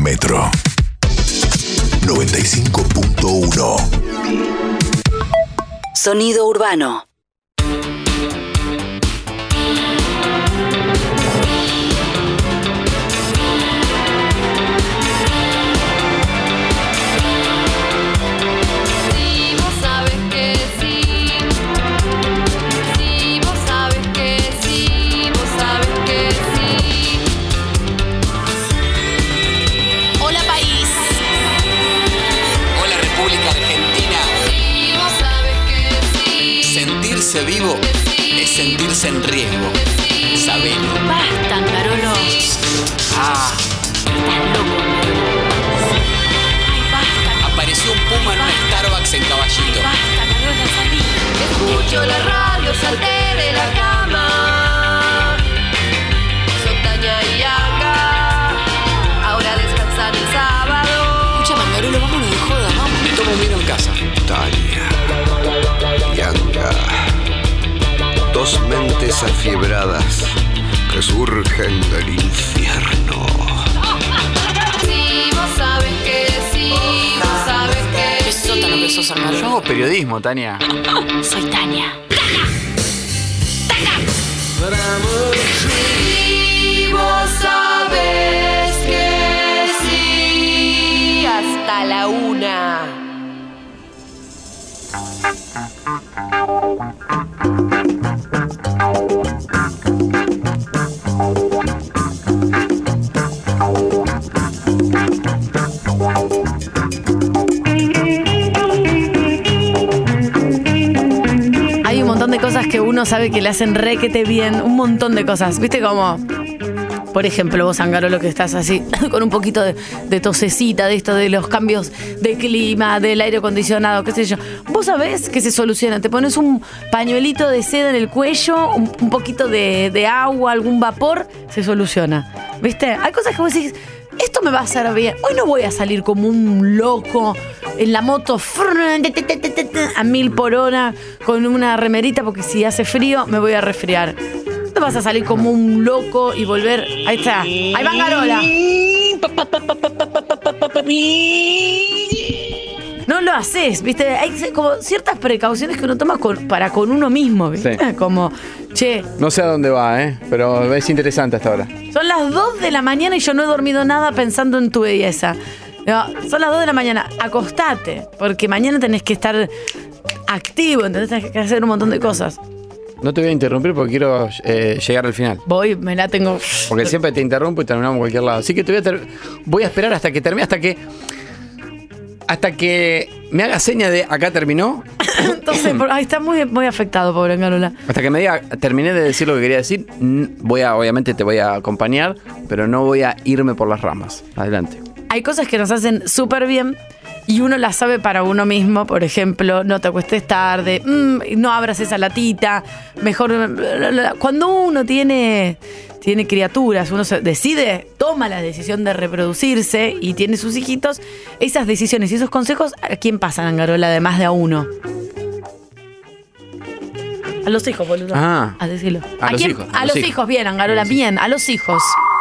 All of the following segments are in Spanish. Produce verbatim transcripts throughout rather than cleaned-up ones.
Metro noventa y cinco punto uno. Sonido urbano. Vivo es sentirse en riesgo. Sabelo. Basta, Carolo. Ah. Estás loco. Ay, basta. Apareció un puma en un Starbucks en Caballito. Basta, Carola, salí. Escucho la radio, salté de la cama. Son Tania y Anga. Ahora descansan el sábado. Escucha, Carola, vámonos de joda, vamos. Me tomo un vino en casa. Tania y Anga. Dos mentes afiebradas que surgen del infierno. Si vos sabes que sí, vos sabes que ¿Qué sótano que sos, Armando? Yo hago periodismo, Tania. Soy Tania. Si vos sabes que sí, hasta la una. Hay un montón de cosas que uno sabe que le hacen requete bien, un montón de cosas. ¿Viste cómo? Por ejemplo, vos, Angarolo, que estás así, con un poquito de, de tosecita, de esto de los cambios de clima, del aire acondicionado, qué sé yo. Vos sabés que se soluciona. Te pones un pañuelito de seda en el cuello, un, un poquito de, de agua, algún vapor, se soluciona. ¿Viste? Hay cosas que vos decís, esto me va a hacer bien. Hoy no voy a salir como un loco en la moto a mil por hora con una remerita porque si hace frío me voy a resfriar. No vas a salir como un loco y volver. Ahí está. Ahí va Angarola. No lo haces, ¿viste? Hay como ciertas precauciones que uno toma con, para con uno mismo, ¿viste? Sí. Como, che, No sé a dónde va, ¿eh? Pero es interesante hasta ahora. son las dos de la mañana y yo no he dormido nada pensando en tu belleza. No, son las dos de la mañana. Acostate, porque mañana tenés que estar activo, ¿entendés? Tenés que hacer un montón de cosas. No te voy a interrumpir porque quiero eh, llegar al final. Voy, me la tengo. Porque siempre te interrumpo y terminamos en cualquier lado. Así que te voy a, ter- voy a esperar hasta que termine, hasta que. Hasta que me haga seña de acá terminó. Entonces, por- ay, está muy, muy afectado, pobre Angarola. Hasta que me diga, terminé de decir lo que quería decir. n- Voy a, obviamente te voy a acompañar, pero no voy a irme por las ramas. Adelante. Hay cosas que nos hacen súper bien y uno las sabe para uno mismo. Por ejemplo, no te acuestes tarde, mm, no abras esa latita, mejor... Cuando uno tiene, tiene criaturas, uno se decide, toma la decisión de reproducirse y tiene sus hijitos, esas decisiones y esos consejos, ¿a quién pasan, Angarola, además de a uno? A los hijos, boludo. Ah. A decirlo. A los quién? hijos, A, los hijos, bien, Angarola, bien, a los hijos.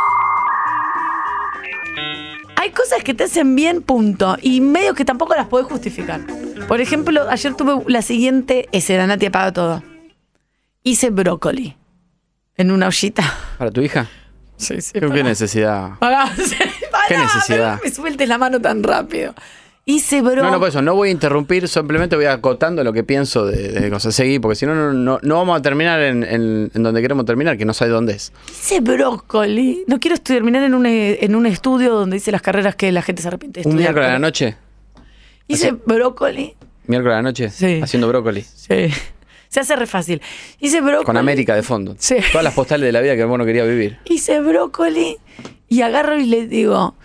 Hay cosas que te hacen bien, punto. Y medio que tampoco las podés justificar. Por ejemplo, ayer tuve la siguiente escena, Nati apaga todo. Hice brócoli en una ollita. ¿Para tu hija? Sí, sí. Creo que necesidad. Pará, pará, ¿Qué necesidad? No me sueltes la mano tan rápido. Hice brócoli. No, no, por eso, no voy a interrumpir, simplemente voy acotando lo que pienso de, de cosas. Seguí, porque si no, no, no, no vamos a terminar en, en, en donde queremos terminar, que no sé dónde es. Hice brócoli. No quiero terminar en un, en un estudio donde dice las carreras que la gente se arrepiente de ¿Un estudiar. miércoles a la pero- noche? Hice Así- brócoli. ¿Miércoles a la noche? Sí. Haciendo brócoli. Sí. Se hace re fácil. Hice brócoli. Con América de fondo. Sí. Todas las postales de la vida que uno quería vivir. Hice brócoli y agarro y le digo,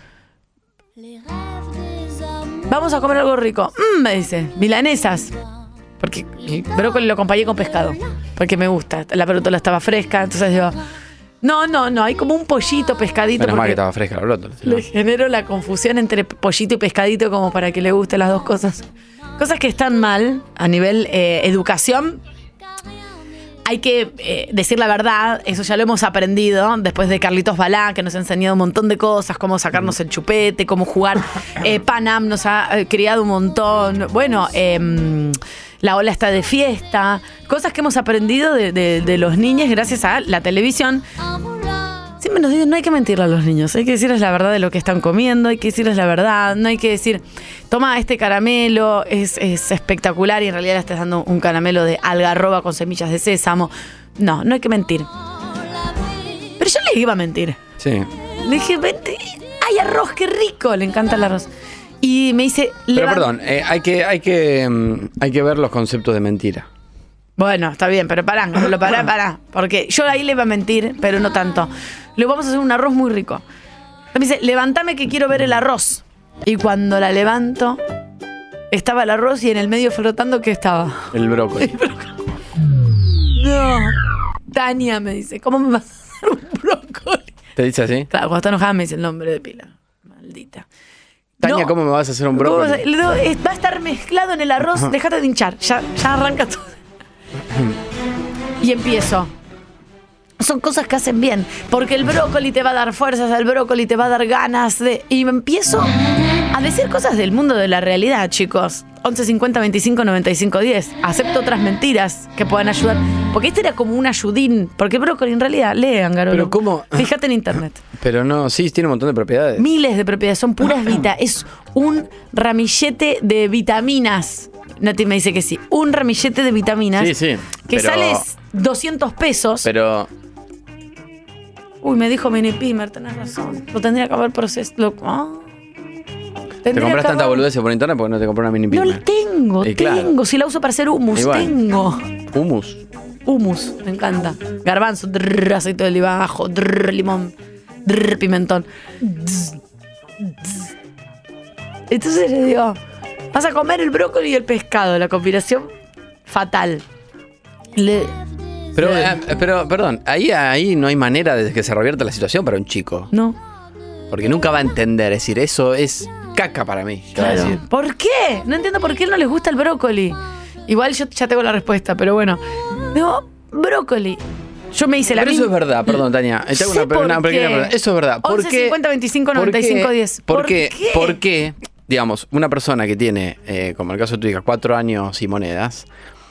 vamos a comer algo rico. Mm, me dice, milanesas. Porque el brócoli lo acompañé con pescado. Porque me gusta. La brótola estaba fresca. Entonces digo, no, no, no. Hay como un pollito, pescadito. Menos mal que porque estaba fresca la brótola. si no. le genero la confusión entre pollito y pescadito como para que le gusten las dos cosas. Cosas que están mal a nivel eh, educación. hay que eh, decir la verdad, eso ya lo hemos aprendido después de Carlitos Balá, que nos ha enseñado un montón de cosas, cómo sacarnos el chupete, cómo jugar. Eh, Panam nos ha eh, criado un montón. Bueno, eh, la ola está de fiesta. Cosas que hemos aprendido de, de, de los niños gracias a la televisión. Siempre nos dicen, no hay que mentirle a los niños, hay que decirles la verdad de lo que están comiendo, hay que decirles la verdad, no hay que decir, toma este caramelo, es, es espectacular y en realidad le estás dando un caramelo de algarroba con semillas de sésamo. No, no hay que mentir. Pero yo le iba a mentir. Sí. Le dije, vente, hay arroz, qué rico, le encanta el arroz. Y me dice... Pero "Levan-". perdón, eh, hay, que, hay, que, mm, hay que ver los conceptos de mentira. Bueno, está bien, pero pará, lo pará, pará. Porque yo ahí le iba a mentir, pero no tanto. Le vamos a hacer un arroz muy rico. Me dice, levantame que quiero ver el arroz. Y cuando la levanto, estaba el arroz y en el medio flotando, ¿qué estaba? El brócoli. No. Tania me dice, ¿cómo me vas a hacer un brócoli? ¿Te dice así? Claro, cuando está enojada me dice el nombre de pila. Maldita. Tania, No. ¿cómo me vas a hacer un ¿Cómo vas a- brócoli? le digo, "Es- va a estar mezclado en el arroz, déjate de hinchar. Ya, ya arranca todo. Y empiezo. Son cosas que hacen bien, porque el brócoli te va a dar fuerzas, el brócoli te va a dar ganas de... Y me empiezo a decir cosas del mundo de la realidad, chicos. once cincuenta veinticinco noventa y cinco diez. Acepto otras mentiras que puedan ayudar. Porque este era como un ayudín. Porque el brócoli en realidad, lean, Garolo. Pero ¿cómo? Fíjate en internet. Pero no, sí, tiene un montón de propiedades. Miles de propiedades, son puras vita. Es un ramillete de vitaminas. Nati me dice que sí. Un ramillete de vitaminas. Sí, sí. Que pero- sale doscientos pesos. Pero Uy, me dijo Mini Pimer, tenés razón. Lo tendría que haber procesado. Ah. te Tendría compras que tanta haber- boludez por internet porque no te compró una mini No pyme. la tengo, Y claro. tengo. Si la uso para hacer hummus, Igual. tengo. Humus. Hummus, me encanta. Garbanzo, drrr, aceite de oliva, ajo, drrr, limón, drrr, pimentón. Dzz, dzz. Entonces le digo, vas a comer el brócoli y el pescado, la combinación fatal. Le, Pero, le- eh, pero, perdón, ahí, ahí no hay manera de que se revierta la situación para un chico. no, Porque nunca va a entender. Es decir, eso es caca para mí. te va a claro. decir. ¿Por qué? No entiendo por qué no les gusta el brócoli. Igual yo ya tengo la respuesta, pero bueno. Digo, brócoli. Yo me hice la Pero eso misma- es verdad, perdón, Tania. Te hago Sé una, por una pequeña qué. pregunta. Eso es verdad. ¿Por once qué? cincuenta veinticinco por noventa y cinco qué- diez. ¿Por ¿Por qué? qué? ¿Por qué? Digamos, una persona que tiene, eh, como el caso de tu hija, cuatro años y monedas,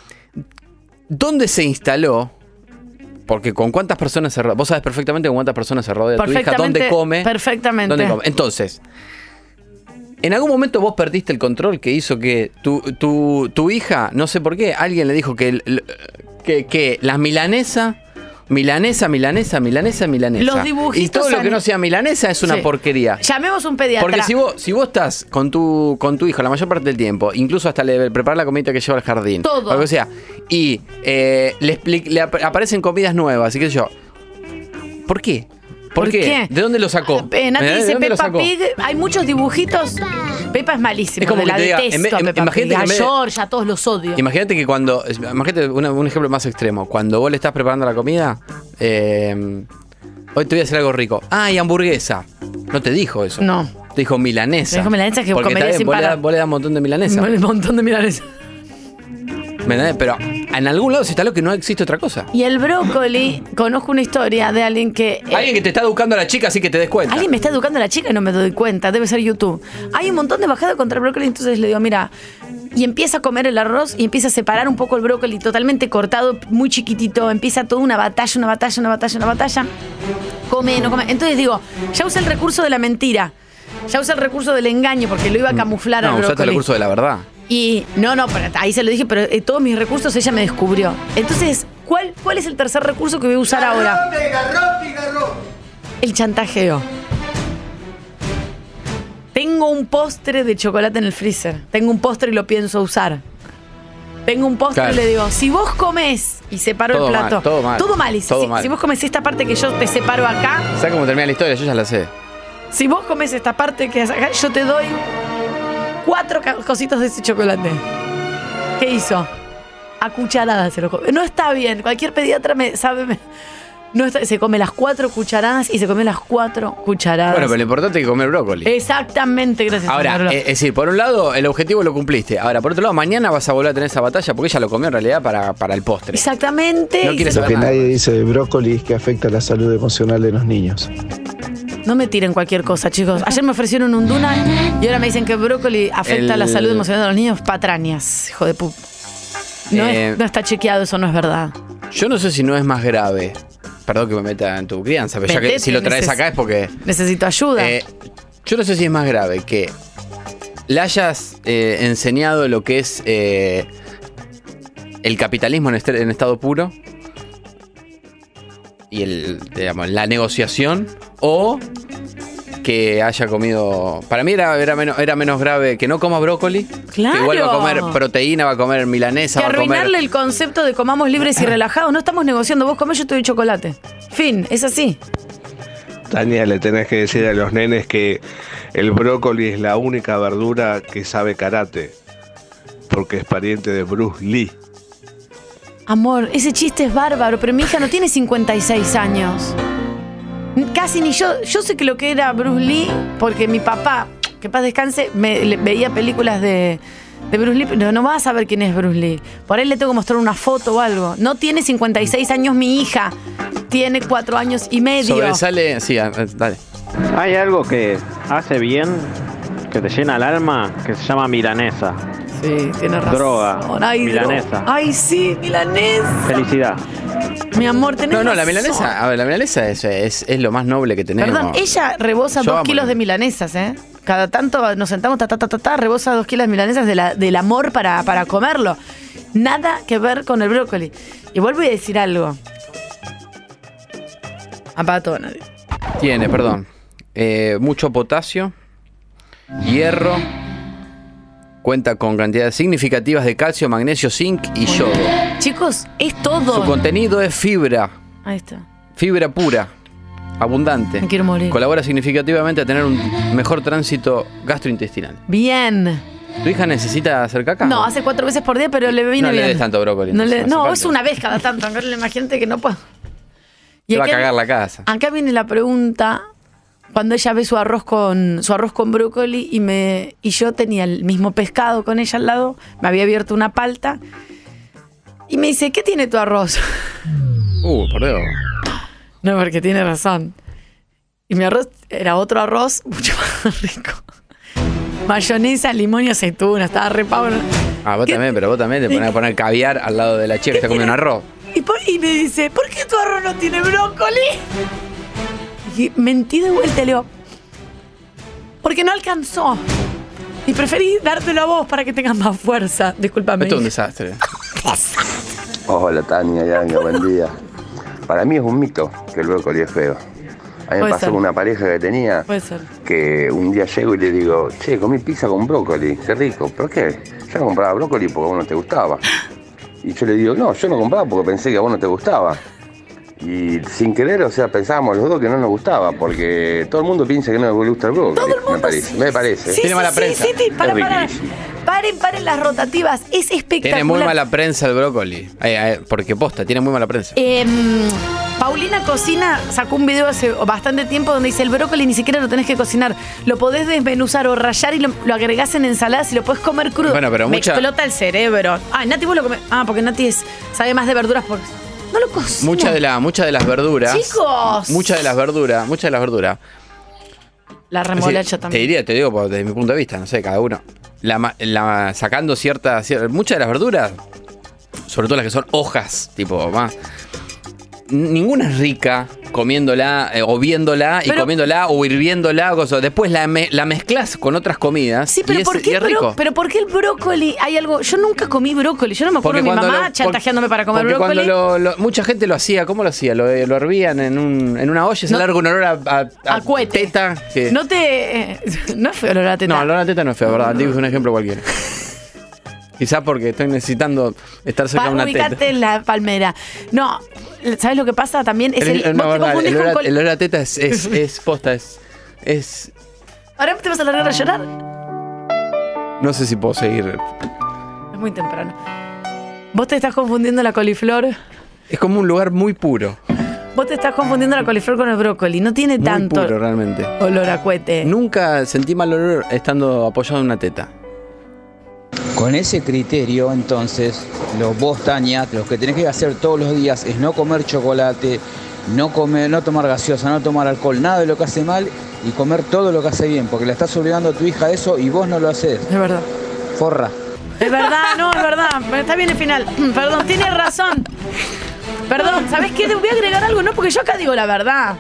¿dónde se instaló? Porque con cuántas personas se rodea, vos sabes perfectamente con cuántas personas se rodea tu hija, Perfectamente, dónde come. perfectamente. ¿Dónde come? Entonces, en algún momento vos perdiste el control que hizo que tu, tu, tu hija, no sé por qué, alguien le dijo que, el- que, que las milanesa, milanesa, milanesa, milanesa, milanesa. Los dibujitos Y todo lo que ani- no sea milanesa es una Sí. porquería. Llamemos a un pediatra. Porque si vos, si vos estás con tu, con tu hijo la mayor parte del tiempo, incluso hasta le preparar la comida que lleva al jardín, Todo. o lo que sea, y eh, le, expli- le ap- aparecen comidas nuevas, y qué sé yo, ¿por qué? ¿Por, ¿Por qué? qué? ¿De dónde lo sacó? Eh, Nati ¿Eh? ¿De dice dónde lo Peppa sacó? Pig. Hay muchos dibujitos. Peppa es malísima. Es como de que la te diga, detesto en vez- a Peppa imagínate Pig. que A en vez de- George, a todos los odio. Imagínate que cuando. Imagínate una- un ejemplo más extremo. Cuando vos le estás preparando la comida. eh, hoy te voy a hacer algo rico. Ah, y hamburguesa. No te dijo eso. No. Te dijo milanesa. Me dijo milanesa que Porque comería está bien, sin vos le, parar. das, vos le das un montón de milanesa. Un montón de milanes. ¿Me entendés? Pero en algún lado se instaló que no existe otra cosa. Y el brócoli, conozco una historia de alguien que. eh, Alguien que te está educando a la chica así que te des cuenta. Alguien me está educando a la chica y no me doy cuenta, debe ser YouTube. Hay un montón de bajada contra el brócoli, entonces le digo, mira, y empieza a comer el arroz y empieza a separar un poco el brócoli totalmente cortado, muy chiquitito, empieza toda una batalla, una batalla, una batalla, una batalla. Come, no come. Entonces digo, ya usa el recurso de la mentira, ya usa el recurso del engaño porque lo iba a camuflar No, al usaste brócoli. el recurso de la verdad. Y no, no, pero ahí se lo dije, pero eh, todos mis recursos ella me descubrió. Entonces, ¿cuál, cuál es el tercer recurso que voy a usar ahora? El chantajeo. Tengo un postre de chocolate en el freezer. Tengo un postre y lo pienso usar. Tengo un postre Claro. y le digo, si vos comés y separo Todo el plato. mal, todo mal, Todo mal. Y si, todo si- mal. si vos comés esta parte que yo te separo acá, ¿Sabes cómo termina la historia? Yo ya la sé. si vos comés esta parte que es acá, yo te doy cuatro ca- cositos de ese chocolate. ¿Qué hizo? A cucharadas se lo come. No está bien. Cualquier pediatra me sabe. Me, No está- se come las cuatro cucharadas y se come las cuatro cucharadas. Bueno, pero lo importante es comer brócoli. Exactamente, gracias. Ahora, Carlos. eh, es decir, por un lado, el objetivo lo cumpliste. Ahora, por otro lado, mañana vas a volver a tener esa batalla porque ella lo comió en realidad para, para el postre. Exactamente. No y quiere se- Lo saber que nada. nadie dice de brócoli es que afecta la salud emocional de los niños. No me tiren cualquier cosa, chicos. Ayer me ofrecieron un duna y ahora me dicen que el brócoli afecta El- la salud emocional de los niños. Patrañas, hijo de pup. No, Eh, es- no está chequeado, eso no es verdad. Yo no sé si no es más grave. Perdón que me meta en tu crianza, pero ya que Metete, si lo traes neces- acá es porque. Necesito ayuda. Eh, yo no sé si es más grave que le hayas eh, enseñado lo que es eh, el capitalismo en, este- en estado puro y el, digamos, la negociación, o que haya comido. Para mí era, era, menos, era menos grave que no coma brócoli. Claro. Que igual va a comer proteína, va a comer milanesa, que va a comer. arruinarle el concepto de comamos libres y relajados. No estamos negociando. Vos comés, yo te doy chocolate. Fin, es así. Tania, le tenés que decir a los nenes que el brócoli es la única verdura que sabe karate, porque es pariente de Bruce Lee. Amor, ese chiste es bárbaro, pero mi hija no tiene cincuenta y seis años. Casi ni yo. Yo sé que lo que era Bruce Lee, porque mi papá, que paz descanse, me, le- veía películas de, de Bruce Lee, pero no vas a saber quién es Bruce Lee. Por ahí le tengo que mostrar una foto o algo. No tiene cincuenta y seis años mi hija, tiene cuatro años y medio. Sobresale. Sí, a- dale. Hay algo que hace bien, que te llena el alma, que se llama milanesa. Sí, tiene razón. Droga. Ay, Milanesa. dro- Ay, sí, milanesa. Felicidad. Mi amor, tenés No, no, la razón. milanesa, a ver, la milanesa es, es, es lo más noble que tenemos. Perdón, ella rebosa Yo dos amo kilos la- de milanesas, ¿eh? Cada tanto nos sentamos, ta, ta, ta, ta, ta, rebosa dos kilos de milanesas de la, del amor para, para comerlo. Nada que ver con el brócoli. Y vuelvo a decir algo. Apato nadie. Tiene, perdón, eh, mucho potasio, hierro, cuenta con cantidades significativas de calcio, magnesio, zinc y yodo. Chicos, es todo. Su contenido es fibra, Ahí está. fibra pura, abundante. Me quiero morir. Colabora significativamente a tener un mejor tránsito gastrointestinal. Bien. ¿Tu hija necesita hacer caca? No, hace cuatro veces por día, pero le viene No le bien. des tanto brócoli, No, entonces, le- no no, hace es falta. una vez cada tanto. Aunque imagínate que no puedo. Te va a acá- cagar la casa. Acá viene la pregunta. Cuando ella ve su arroz con su arroz con brócoli y me y yo tenía el mismo pescado con ella al lado, me había abierto una palta y me dice, ¿qué tiene tu arroz? Uh, por Dios. No, porque tiene razón. Y mi arroz era otro arroz mucho más rico. Mayonesa, limón y aceituna, estaba re pavo. Ah, vos ¿Qué- también, pero vos también te pones a poner caviar al lado de la chica que está comiendo un arroz. Y, por- y me dice, ¿por qué tu arroz no tiene brócoli? Y mentí de vuelta, le digo, porque no alcanzó. Y preferí dártelo a vos para que tengas más fuerza. Discúlpame. Esto es un desastre. Hola Tania, Yanga, buen día. Para mí es un mito que el brócoli es feo. A mí me Puede pasó ser. con una pareja que tenía Puede ser. que un día llego y le digo, che, comí pizza con brócoli, qué rico. ¿Por qué? Yo no compraba brócoli porque a vos no te gustaba. Y yo le digo, no, yo no compraba porque pensé que a vos no te gustaba. Y sin querer, o sea, pensábamos los dos que no nos gustaba, porque todo el mundo piensa que no nos gusta el brócoli, me parece. Me parece. Sí, sí, sí, sí, sí, para, Es para. riquísimo. Paren, paren las rotativas. Es espectacular. Tiene muy mala prensa el brócoli. Ay, ay, porque posta, tiene muy mala prensa. Em, Paulina Cocina sacó un video hace bastante tiempo donde dice el brócoli ni siquiera lo tenés que cocinar. Lo podés desmenuzar o rallar y lo, lo agregás en ensaladas y lo podés comer crudo. Bueno, pero Me mucha- explota el cerebro. Ah, Nati, vos lo comés. Ah, porque Nati es, sabe más de verduras por. No lo cocina. Muchas de, la, muchas de las verduras. Chicos. Muchas de las verduras, muchas de las verduras. La Es remolacha decir, también. Te diría, te digo por- desde mi punto de vista, no sé, cada uno. La, ma- la- sacando ciertas. cier- muchas de las verduras, sobre todo las que son hojas, tipo, más. n- Ninguna es rica comiéndola eh, o viéndola y Pero- comiéndola o hirviéndola o cosas. Después la, me- la mezclas con otras comidas. Sí, pero y es, ¿por y qué es rico. bró- pero ¿por qué el brócoli? Hay algo. Yo nunca comí brócoli. Yo no me acuerdo de mi cuando mamá lo- chantajeándome para comer porque brócoli. cuando lo- lo- mucha gente lo hacía, ¿cómo lo hacía? Lo, lo hervían en, un, en una olla, se No. larga un olor a, a, a A cohete. teta. que- No te. eh, no es feo olor a teta. No, el olor a teta no es feo, ¿verdad? Digo, es un ejemplo cualquiera. Quizás porque estoy necesitando estar cerca de Para una teta. ubicarte en la palmera. No, ¿sabes lo que pasa también? Es el, El, no, vos te verdad, confundís el con olor a- col- el olor a teta es, es, es posta, es, es... Ahora te vas a largar a llorar. No sé si puedo seguir. Es muy temprano. Vos te estás confundiendo la coliflor. Es como un lugar muy puro. Vos Vos te estás confundiendo la coliflor con el brócoli. No tiene Muy tanto puro, realmente. olor a cohete. Nunca sentí mal olor estando apoyado en una teta. Con ese criterio, entonces, los vos, Tania, lo que tenés que hacer todos los días es no comer chocolate, no comer, no tomar gaseosa, no tomar alcohol, nada de lo que hace mal y comer todo lo que hace bien, porque le estás obligando a tu hija a eso y vos no lo haces. Es verdad. Forra. Es verdad, no, es verdad. Está bien el final. Perdón, tienes razón. Perdón, ¿sabés qué? Te voy a agregar algo, ¿no? Porque yo acá digo la verdad.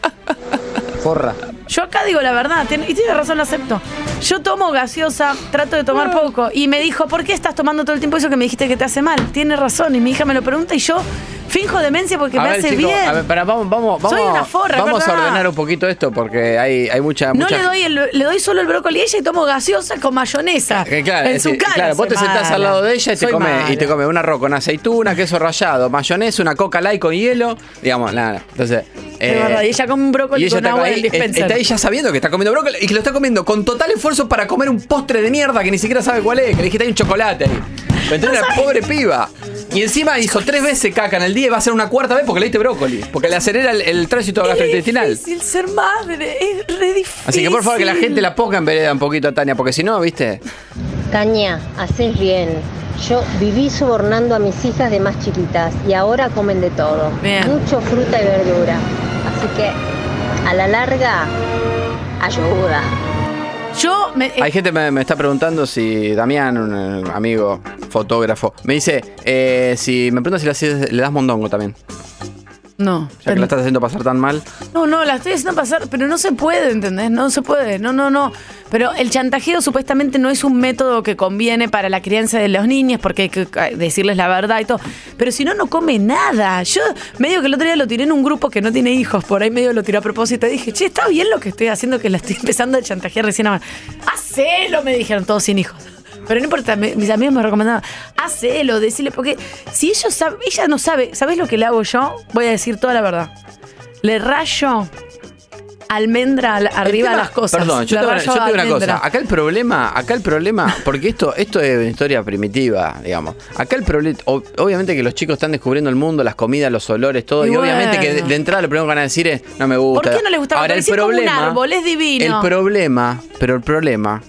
Forra. Yo acá digo la verdad, y tienes razón, lo acepto. Yo tomo gaseosa, trato de tomar poco. Y me dijo, ¿por qué estás tomando todo el tiempo eso que me dijiste que te hace mal? Tienes razón. Y mi hija me lo pregunta y yo finjo demencia porque a me ver, hace chicos, bien. A ver, para, vamos, vamos, vamos, Soy una forra, vamos a ¿verdad? ordenar un poquito esto porque hay, hay mucha, No mucha... le doy, el, le doy solo el brócoli a ella y tomo gaseosa con mayonesa. Eh, claro, en es su decir, cara. claro, vos te Soy sentás mala. al lado de ella y te Soy come mala. y te come un arroz con aceituna, queso rallado, mayonesa, una coca light con hielo, digamos, nada. Entonces, Es verdad, y ella come un brócoli y ella con está agua ahí, del dispenser. está ella sabiendo que está comiendo brócoli y que lo está comiendo con total esfuerzo para comer un postre de mierda que ni siquiera sabe cuál es, que le dijiste hay un chocolate ahí. ¿Me entiendes? La pobre piba. Y encima hizo tres veces caca en el día y va a hacer una cuarta vez porque le diste brócoli. Porque le acelera el, el tránsito gastrointestinal. Es difícil ser madre, es re difícil. Así que por favor que la gente la ponga en vereda un poquito a Tania, porque si no, ¿viste? Tania, haces bien. Yo viví sobornando a mis hijas de más chiquitas y ahora comen de todo. Bien. Mucho fruta y verdura. Así que a la larga ayuda. Yo me, eh, Hay gente que me, me está preguntando si Damián, un eh, amigo fotógrafo, me dice eh, si me pregunta si le, haces- le das mondongo también. No. Ya que la estás haciendo pasar tan mal. No, no, la estoy haciendo pasar, pero no se puede, ¿entendés? No se puede, no, no, no. Pero el chantajeo supuestamente no es un método que conviene para la crianza de los niños porque hay que decirles la verdad y todo. Pero si no, no come nada. Yo medio que el otro día lo tiré en un grupo que no tiene hijos, por ahí medio lo tiré a propósito y dije, che, está bien lo que estoy haciendo, que la estoy empezando a chantajear recién ahora. Hacelo, me dijeron todos sin hijos. Pero no importa, me- mis amigos me recomendaban, hacelo, decirle, porque si ellos saben, ella no sabe, ¿sabés lo que le hago yo? Voy a decir toda la verdad. Le rayo almendra al- arriba El a tema- las cosas. Perdón, yo Le te, voy a- rayo yo te digo una almendra. cosa. Acá el problema, acá el problema, porque esto, esto es una historia primitiva, digamos. Acá el problema, obviamente que los chicos están descubriendo el mundo, las comidas, los olores, todo. Y Y, obviamente bueno. que de, de entrada lo primero que van a decir es, no me gusta. ¿Por qué no les gusta? Ahora Porque el sí, como un problema, árbol, es divino. El problema, pero el problema.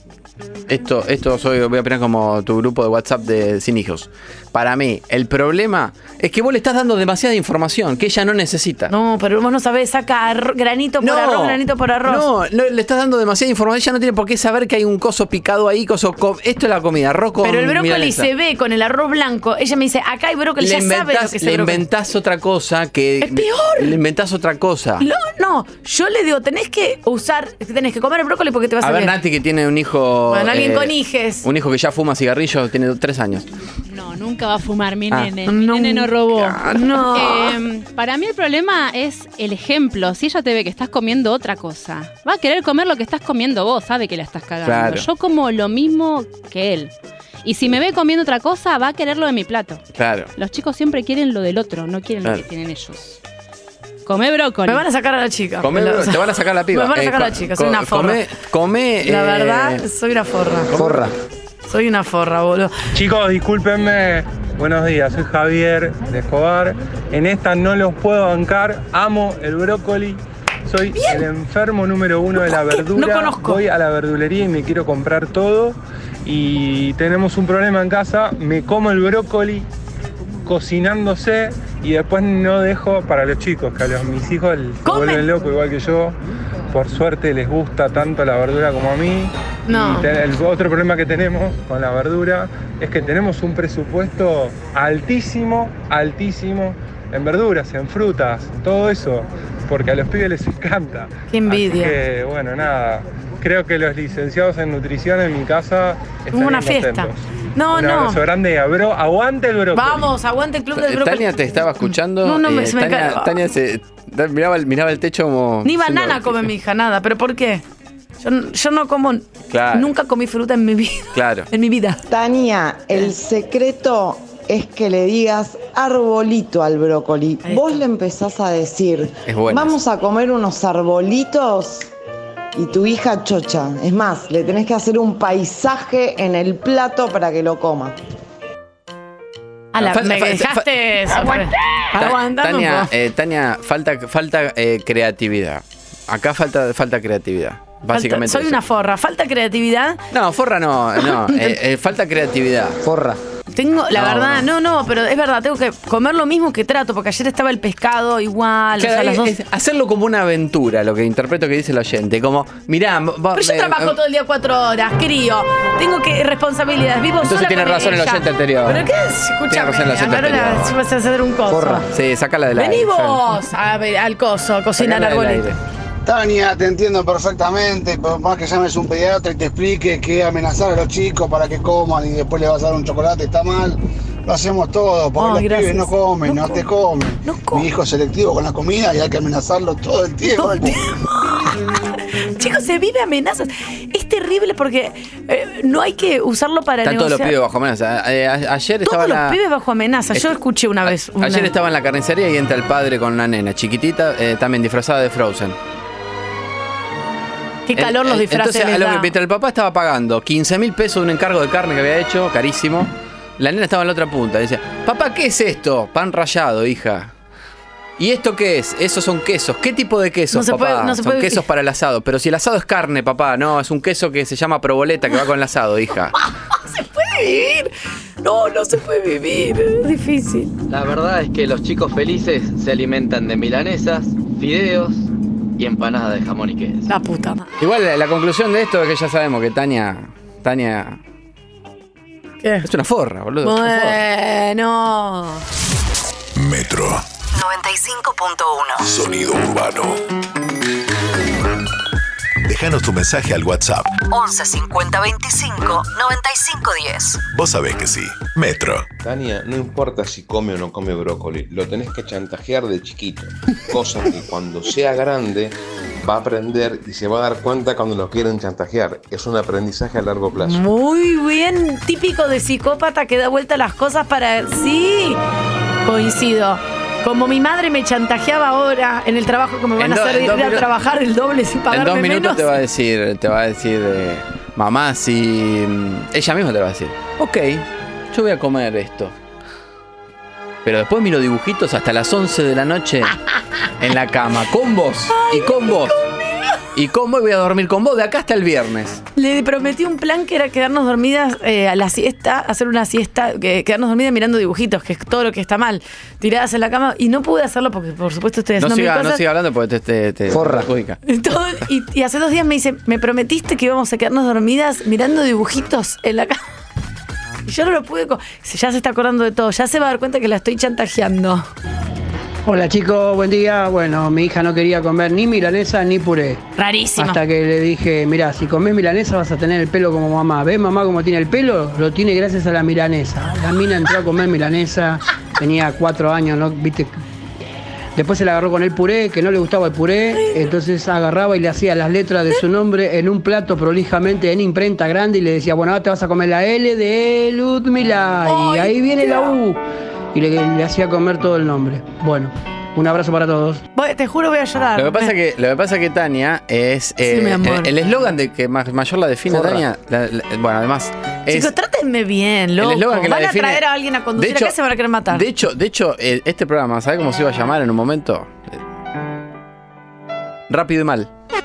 Esto, esto soy, voy a opinar como tu grupo de WhatsApp de Sin Hijos. Para mí, el problema es que vos le estás dando demasiada información que ella no necesita. No, pero vos no sabés, saca arro- granito por arroz, granito por arroz. No, no, le estás dando demasiada información. Ella no tiene por qué saber que hay un coso picado ahí, coso. co- Esto es la comida, arroz con Pero el brócoli milanesa. se ve con el arroz blanco. Ella me dice, acá hay brócoli, Le ya sabe lo inventás, que es le el brócoli. inventás otra cosa que. Es peor. Le inventás otra cosa. No, no, yo le digo, tenés que usar, tenés que comer el brócoli porque te vas a A ver, bien. Nati, que tiene un hijo. Bueno, alguien eh, con hijes. Un hijo que ya fuma cigarrillos, tiene tres años. No, nunca va a fumar mi Ah. nene. Mi nene no robó. No. Eh, para mí el problema es el ejemplo. Si ella te ve que estás comiendo otra cosa, va a querer comer lo que estás comiendo vos, sabe que la estás cagando. Claro. Yo como lo mismo que él. Y si me ve comiendo otra cosa, va a querer lo de mi plato. Claro. Los chicos siempre quieren lo del otro, no quieren Claro. lo que tienen ellos. Come brócoli. Me van a sacar a la chica. Come, Me la- te van a sacar la piba. Me van a Eh, sacar a la co- chica, soy co- una forra. Come. come, La eh, verdad, soy una forra. Forra. Soy una forra, boludo. Chicos, discúlpenme. Buenos días, soy Javier de Escobar. En esta no los puedo bancar. Amo el brócoli. Soy el enfermo número uno de la verdura. No conozco. Voy a la verdulería y me quiero comprar todo. Y tenemos un problema en casa. Me como el brócoli cocinándose y después no dejo para los chicos, que a los, mis hijos se vuelven locos igual que yo. Por suerte les gusta tanto la verdura como a mí. No. Y te- el otro problema que tenemos con la verdura es que tenemos un presupuesto altísimo, altísimo en verduras, en frutas, todo eso, porque a los pibes les encanta. Qué envidia. Así que, bueno, nada, creo que los licenciados en nutrición en mi casa están Una bien fiesta. contentos. No, Un no. abrazo grande, abro, aguante el brócoli. Vamos, aguante el club del brócoli. Tania te estaba escuchando. No, no, me- eh, se me Tania, cae. Tania se, da- miraba, el- miraba el techo como. Ni diciendo- banana come mi hija, nada. ¿Pero por qué? Yo, yo no como... Claro. Nunca comí fruta en mi vida. Claro. En mi vida. Tania, el secreto es que le digas arbolito al brócoli. Vos le empezás a decir, Es buena. vamos a comer unos arbolitos y tu hija chocha. Es más, le tenés que hacer un paisaje en el plato para que lo coma. A la, Falta- me fa- dejaste fa- sobre- aguantando un Tania, poco. eh, Tania, falta, falta eh, creatividad. Acá falta, falta creatividad. Básicamente. Falta- soy eso. una forra. Falta creatividad. No, forra no, no. eh, eh, falta creatividad. Forra. Tengo, la No, verdad, no. no, pero es verdad, tengo que comer lo mismo que trato, porque ayer estaba el pescado igual, o sea, Claro, las dos. es- hacerlo como una aventura, lo que interpreto que dice el oyente. Como, mirá, va- Pero yo eh, trabajo eh, todo el día cuatro horas, crío. Tengo que responsabilidades, vivo Entonces sola tiene con razón el ella. oyente anterior. ¿Pero qué es? Tiene Escúchame, razón el oyente Angarola, anterior. si vas a hacer un coso. Forra. Sí, sacala del aire. Vení Fer. vos a ver, al coso, cocinar Sacala del arbolito. aire. Tania, te entiendo perfectamente, por más que llames a un pediatra y te explique que amenazar a los chicos para que coman y después le vas a dar un chocolate está mal, lo hacemos todo, porque Ay, los gracias. pibes no comen, no, te comen. Mi hijo es selectivo con la comida y hay que amenazarlo todo el tiempo. Todo el tiempo. Chicos, se vive amenazas. Es terrible porque eh, no hay que usarlo para Están todos negociar. los pibes bajo amenaza. Eh, a- ayer Todos estaba los la... pibes bajo amenaza. Yo Es- escuché una vez. Una... Ayer estaba en la carnicería y entra el padre con una nena chiquitita, eh, también disfrazada de Frozen. Qué calor los Eh, disfraces Entonces, les a lo da. que- mientras el papá estaba pagando quince mil pesos de un encargo de carne que había hecho, carísimo, la nena estaba en la otra punta. Decía, papá, ¿qué es esto? Pan rallado, hija. ¿Y esto qué es? Esos son quesos. ¿Qué tipo de quesos, No se papá? puede- no se son puede- quesos para el asado. Pero si el asado es carne, papá, no, es un queso que se llama proboleta que va con el asado, hija. Se puede vivir. No, no se puede vivir. Es difícil. La verdad es que los chicos felices se alimentan de milanesas, fideos y empanadas de jamón y queso. La puta madre. Igual la, la conclusión de esto es que ya sabemos que Tania. Tania. ¿Qué? Es una forra, boludo. es una forra. Bueno. Metro. noventa y cinco punto uno. Sonido urbano. Déjanos tu mensaje al WhatsApp. once cincuenta veinticinco noventa y cinco diez. Vos sabés que sí. Metro. Tania, no importa si come o no come brócoli, lo tenés que chantajear de chiquito. Cosa que cuando sea grande va a aprender y se va a dar cuenta cuando lo quieren chantajear. Es un aprendizaje a largo plazo. Muy bien, típico de psicópata que da vuelta las cosas para... Sí, coincido. Como mi madre me chantajeaba ahora en el trabajo que me van En a do- hacer en ir dos a minutos- trabajar el doble sin En pagarme dos minutos menos. te va a decir, te va a decir, eh, mamá, si. mm, Ella misma te lo va a decir. Ok, yo voy a comer esto. Pero después miro dibujitos hasta las once de la noche en la cama, con vos. Y con vos. Y con vos y voy a dormir con vos de acá hasta el viernes. Le prometí un plan que era quedarnos dormidas eh, a la siesta, hacer una siesta, que, quedarnos dormidas mirando dibujitos, que es todo lo que está mal, tiradas en la cama, y no pude hacerlo porque por supuesto estoy No haciendo mil siga, no cosas. siga hablando porque te, te, te Forra. perjudica. Todo- y, y hace dos días me dice, me prometiste que íbamos a quedarnos dormidas mirando dibujitos en la cama. Y yo no lo pude. co- Ya se está acordando de todo, ya se va a dar cuenta que la estoy chantajeando. Hola chicos, buen día. Bueno, mi hija no quería comer ni milanesa ni puré. Rarísimo. Hasta que le dije, mirá, si comés milanesa vas a tener el pelo como mamá. ¿Ves mamá cómo tiene el pelo? Lo tiene gracias a la milanesa. La mina entró a comer milanesa, tenía cuatro años, ¿no? ¿Viste? Después se la agarró con el puré, que no le gustaba el puré, entonces agarraba y le hacía las letras de su nombre en un plato prolijamente en imprenta grande y le decía, bueno, ahora te vas a comer la L de Ludmila y ahí viene la U. Y le, le hacía comer todo el nombre. Bueno, un abrazo para todos. Voy- te juro voy a llorar. Lo que pasa que, lo que pasa que Tania es. eh, Sí, mi amor. el el eslogan de que ma- mayor la define, Forra. Tania. la- la- bueno, además. Es, Chicos, trátenme bien, loco. el eslogan que la Van a define- traer a alguien a conducir de hecho- acá y se van a querer matar. De hecho, de hecho, eh, este programa, ¿sabes cómo se iba a llamar en un momento? Eh, Rápido y mal.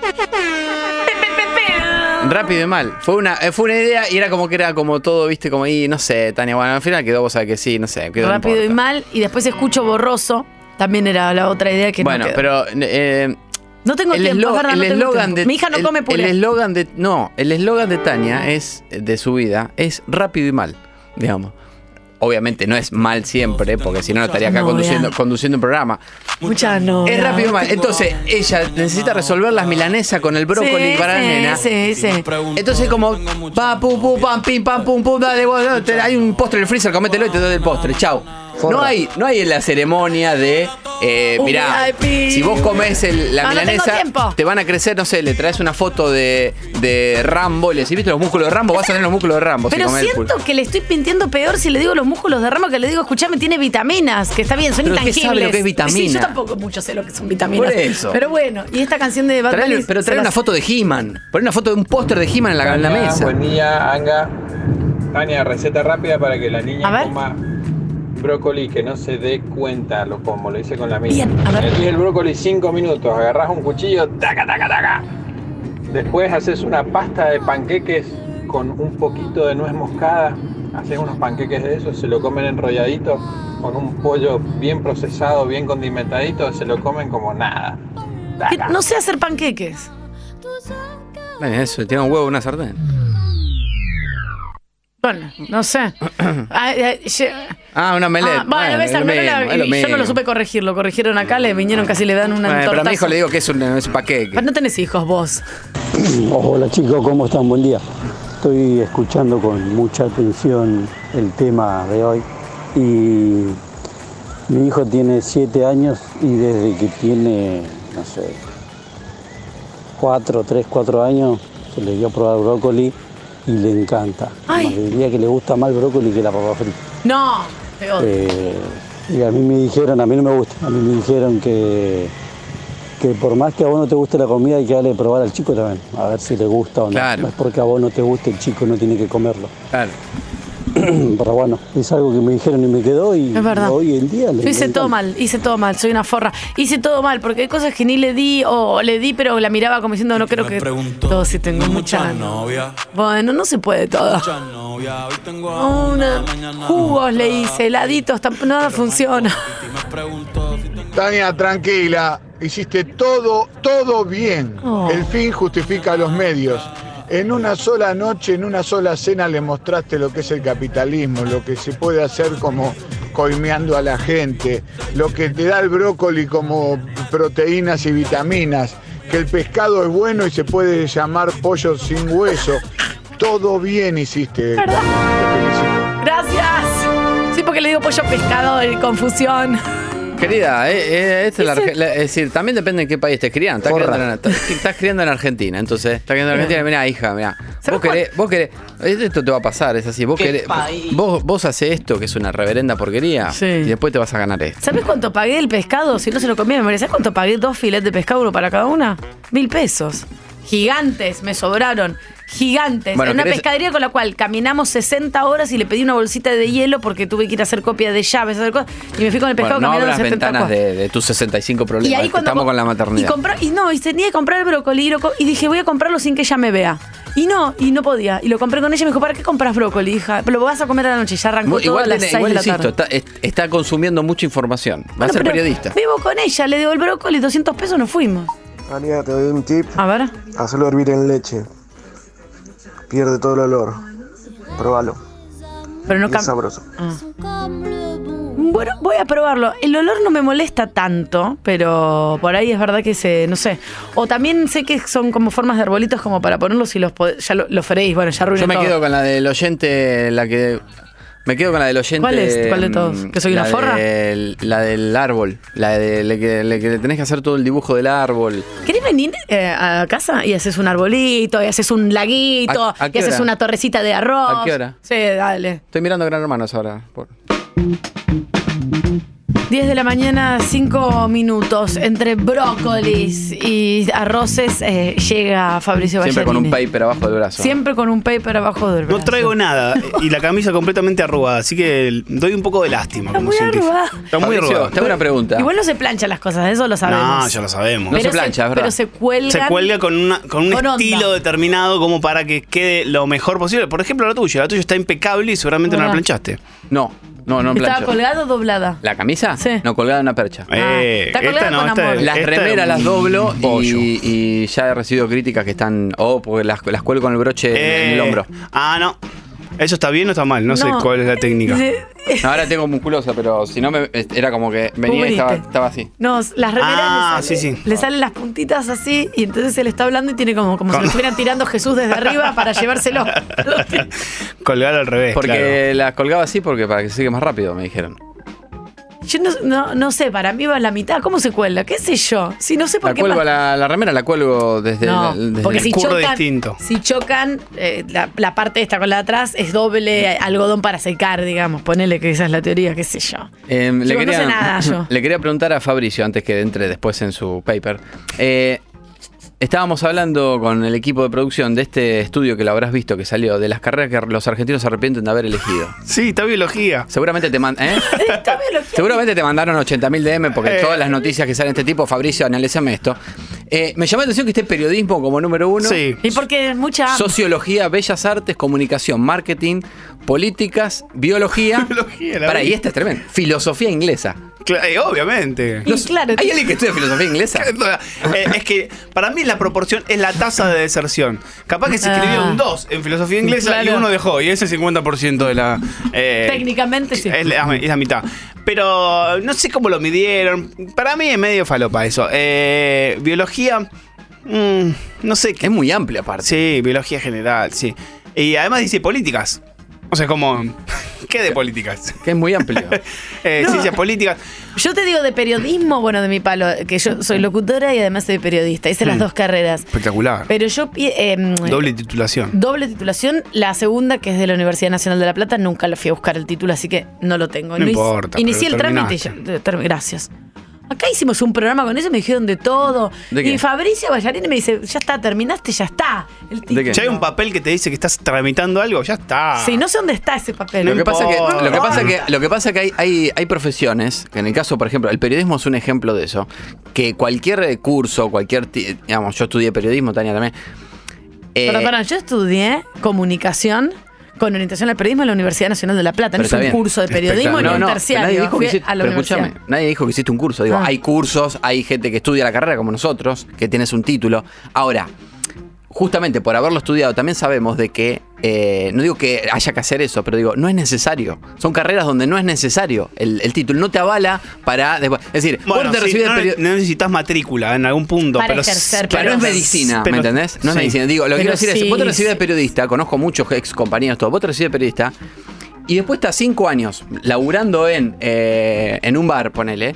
Rápido y mal. Fue una, eh, fue una idea y era como que era como todo, viste, como ahí, no sé, Tania. Bueno, al final quedó, vos sabés que sí, no sé. Quedó, no Rápido y importa. mal, y después escucho borroso. También era la otra idea que Bueno, no quedó. pero. eh, No tengo el tiempo, eslo- es verdad, el no tengo eslogan tiempo. de Mi hija no el- come puré. El eslogan de no, el eslogan de Tania es de su vida es rápido y mal, digamos. Obviamente no es mal siempre, porque si no no estaría acá No, conduciendo, vean. conduciendo un programa. Muchas no. Es rápido y mal. Entonces, ella necesita resolver las milanesas con el brócoli Sí, para la sí, nena. sí, sí. Entonces, como pa, pum, pum, pam, pim, pam, pum, pum, dale, vos, no, te- hay un postre en el freezer, comételo y te doy el postre. Chau. No hay, no hay en la ceremonia de, eh, Un mirá, V I P. si vos comés el- la No, no tengo milanesa, tiempo. te van a crecer, no sé, le traes una foto de, de Rambo y le decís, ¿viste los músculos de Rambo? Vas a tener los músculos de Rambo. si Pero comés el siento pul- que le estoy pintiendo peor si le digo los músculos de ramo que le digo, escuchame, tiene vitaminas, que está bien, son Pero ¿qué intangibles. sabe lo que es vitamina? Sí, yo tampoco mucho sé lo que son vitaminas. Por eso. Pero bueno, y esta canción de Bad Traele- Bunny pero se trae las- una foto de He-Man. Poné una foto de un póster de He-Man en la, en la mesa. Buen día, Anga. Tania, receta rápida para que la niña A ver. coma brócoli que no se dé cuenta, lo como lo hice con la mía. Hervís el brócoli cinco minutos, agarrás un cuchillo, taca, taca, taca. Después haces una pasta de panqueques con un poquito de nuez moscada. Haces unos panqueques de esos, se lo comen enrolladito con un pollo bien procesado, bien condimentadito, se lo comen como nada. ¿Qué? No sé hacer panqueques. Bueno, eso, tiene un huevo en una sartén. Bueno, no sé. Ah, eh, ye- Ah, una omelette. Ah, bueno, ves, es lo al menos la- mismo, es lo yo no lo mismo. supe corregir, lo corrigieron acá, le vinieron casi le dan una Bueno, pero a tortazo. mi hijo le digo que es un, es un paquete. Pero no tenés hijos vos. Hola chicos, ¿cómo están? Buen día. Estoy escuchando con mucha atención el tema de hoy y mi hijo tiene siete años y desde que tiene, no sé, cuatro, tres, cuatro años se le dio a probar brócoli y le encanta. Ay. Más, diría que le gusta más el brócoli que la papa frita. No, peor. Eh, y a mí me dijeron, a mí no me gusta, a mí me dijeron que, que por más que a vos no te guste la comida hay que darle de probar al chico también, a ver si le gusta o no. Claro. No es porque a vos no te guste, el chico no tiene que comerlo. Claro. Pero bueno, es algo que me dijeron y me quedó y Es verdad. hoy en día le Yo hice encanta. todo mal, hice todo mal, soy una forra. Hice todo mal, porque hay cosas que ni le di o le di, pero la miraba como diciendo, no creo que todo, si tengo mucha novia. Bueno, no se puede todo. Una, jugos le hice, heladitos, tamp- nada funciona. Tania, tranquila, hiciste todo, todo bien. Oh. El fin justifica los medios. En una sola noche, en una sola cena le mostraste lo que es el capitalismo, lo que se puede hacer como coimeando a la gente, lo que te da el brócoli como proteínas y vitaminas, que el pescado es bueno y se puede llamar pollo sin hueso. Todo bien hiciste. Tania, te felicito. Gracias. Sí, porque le digo pollo pescado en confusión. Querida, eh, eh, esta es, la, Ese- Arge- la- es decir, también depende de qué país te crían. Estás criando, en, estás- estás criando en Argentina, entonces, estás criando en Argentina, mirá, hija, mirá. Vos querés, vos querés, esto te va a pasar, es así, vos ¿Qué querés, país? vos, vos haces esto, que es una reverenda porquería, Sí. y después te vas a ganar esto. ¿Sabes cuánto pagué el pescado? Si no se lo comía, me memoria. ¿Sabes cuánto pagué dos filetes de pescado, uno para cada una? Mil pesos. Gigantes, me sobraron. Gigantes. Bueno, en una ¿querés- pescadería con la cual caminamos sesenta horas y le pedí una bolsita de hielo porque tuve que ir a hacer copia de llaves, hacer cosas, y me fui con el pescado Bueno, no caminando abras setenta ventanas cuadras. de, de tus sesenta y cinco problemas, Y ahí cuando estamos co- con la maternidad. Y, comprar, y no, y tenía que comprar el brócoli y, lo co- y dije, voy a comprarlo sin que ella me vea. Y no, y no podía. Y lo compré con ella y me dijo, ¿para qué compras brócoli, hija? Pero lo vas a comer a la noche. Ya arrancó Mu- todo igual a las tiene- seis igual de la insisto, tarde. está, es- está consumiendo mucha información. Va Bueno, a ser pero periodista. Vivo con ella, le digo el brócoli, doscientos pesos, nos fuimos. Ania, te doy un tip. A ver. Hacerlo hervir en leche. Pierde todo el olor. Probalo. Pero no Y es cam- sabroso. Ah. Bueno, voy a probarlo. El olor no me molesta tanto, pero por ahí es verdad que se, no sé. O también sé que son como formas de arbolitos como para ponerlos y los pod- ya lo, los freís. Bueno, ya arruiné Yo me todo. quedo con la del oyente, la que... Me quedo con la del oyente... ¿Cuál es? ¿Cuál de todos? mm, ¿Que soy la una forra? del- la del árbol. La de la que, la que le tenés que hacer todo el dibujo del árbol. ¿Querés venir eh, a casa y haces un arbolito, y haces un laguito, ¿A- a y qué haces hora? una torrecita de arroz? ¿A qué hora? Sí, dale. Estoy mirando Gran Hermanos ahora. por- diez de la mañana, cinco minutos. Entre brócolis y arroces eh, llega Fabricio Siempre con un Ballarini. paper abajo del brazo. Siempre con un paper abajo del brazo. No traigo nada y la camisa completamente arrugada, así que doy un poco de lástima. Está como muy científico. arrugada. Está muy Fabricio, arrugada. te hago una pregunta. Igual no se planchan las cosas, eso lo sabemos. No, ya lo sabemos. No se Pero plancha, es verdad. Pero se cuelgan. Se cuelga con, una, con un con onda. estilo determinado como para que quede lo mejor posible. Por ejemplo, la tuya. La tuya está impecable y seguramente no la Ajá. planchaste. No, no, no ¿Estaba plancho. colgada o doblada? ¿La camisa? Sí. No, colgada en una percha. Eh, está colgada esta con no, esta, amor. Las esta es remeras un las doblo pollo. y, y ya he recibido críticas que están... Oh, porque las, las cuelgo con el broche en el Eh, hombro. Ah, no. ¿Eso está bien o está mal? No, sé No. cuál es la técnica. No, ahora tengo musculosa, pero si no me, era como que venía y estaba, Cubriste. estaba así. No, las remeras Ah, le, sale- sí, sí. le salen las puntitas así y entonces él está hablando y tiene como, como si Con- le estuvieran tirando Jesús desde arriba para llevárselo. Colgar al revés. Porque las colgaba así porque para que se siga más rápido, me dijeron. Yo no, no, no sé, para mí va a la mitad. ¿Cómo se cuelga? ¿Qué sé yo? Si no sé por La qué. cuelgo pa- la, la remera, la cuelgo desde... No, desde porque si curro chocan, distinto. si chocan eh, la, la parte esta con la de atrás es doble algodón para secar, digamos. Ponele que esa es la teoría, qué sé yo. Eh, le, Chicos, no quería, sé nada yo. le quería preguntar a Fabricio, antes que entre después en su paper. Eh, Estábamos hablando con el equipo de producción de este estudio que lo habrás visto, que salió, de las carreras que los argentinos se arrepienten de haber elegido. Sí, está biología. Seguramente te mandan, ¿eh? Está biología. Seguramente te mandaron ochenta mil D M porque Eh. todas las noticias que salen de este tipo, Fabricio, analízame esto. Eh, me llamó la atención que esté periodismo como número uno. Sí. Y porque es mucha... Sociología, bellas artes, comunicación, marketing, políticas, biología. Biología, la Para, vi. y esta es tremenda. Filosofía inglesa. Cla- eh, obviamente. Y claro, ¿Hay alguien que estudia filosofía inglesa? Eh, es que para mí la proporción es la tasa de deserción. Capaz que se escribió Ah. un dos en filosofía inglesa y Claro. uno dejó, y es el cincuenta por ciento de la. eh, técnicamente sí. es, la, es la mitad. Pero no sé cómo lo midieron. Para mí es medio falopa eso. Eh, biología. mm, no sé qué. Es muy amplia aparte. Sí, biología general, sí. Y además dice políticas. O sea, como. ¿Qué de políticas? Que es muy amplio. Eh, No. Ciencias políticas. Yo te digo de periodismo, bueno, de mi palo, que yo soy locutora y además soy periodista. Hice las Hmm. dos carreras. Espectacular. Pero yo... eh, Doble titulación. Doble titulación, la segunda, que es de la Universidad Nacional de La Plata, nunca lo fui a buscar el título, así que no lo tengo. No hice- importa, Inicié pero el trámite y ya. ter- Gracias. Acá hicimos un programa con eso, me dijeron de todo. ¿De qué? Y Fabricio Ballarini me dice, ya está, terminaste, ya está. El título. Si hay un papel que te dice que estás tramitando algo, ya está. Sí, no sé dónde está ese papel. Lo que pasa que, importa. lo que pasa que, lo que pasa que hay, hay, hay profesiones, que en el caso, por ejemplo, el periodismo es un ejemplo de eso, que cualquier curso, cualquier, ti- digamos, yo estudié periodismo, Tania también. eh, Pero, perdón, yo estudié comunicación con orientación al periodismo en la Universidad Nacional de La Plata. No pero es está un bien. curso de periodismo ni No, un no, terciario. Nadie dijo, Fui que hiciste, a la pero universidad. escúchame, nadie dijo que hiciste un curso. Digo, Ah. hay cursos, hay gente que estudia la carrera como nosotros, que tienes un título. Ahora, justamente por haberlo estudiado, también sabemos de que, eh, no digo que haya que hacer eso, pero digo, no es necesario. Son carreras donde no es necesario el, el título. No te avala para después. Es decir, Bueno, vos te sí, recibís no, de peri- no necesitas matrícula en algún punto. Para pero, ejercer, Pero no es medicina, pero- ¿me entendés? No es sí. medicina. Digo, lo que Pero quiero decir sí, es, vos te recibís sí. de periodista, conozco muchos ex compañeros, todo, vos te recibís de periodista, y después estás cinco años laburando en, eh, en un bar, ponele,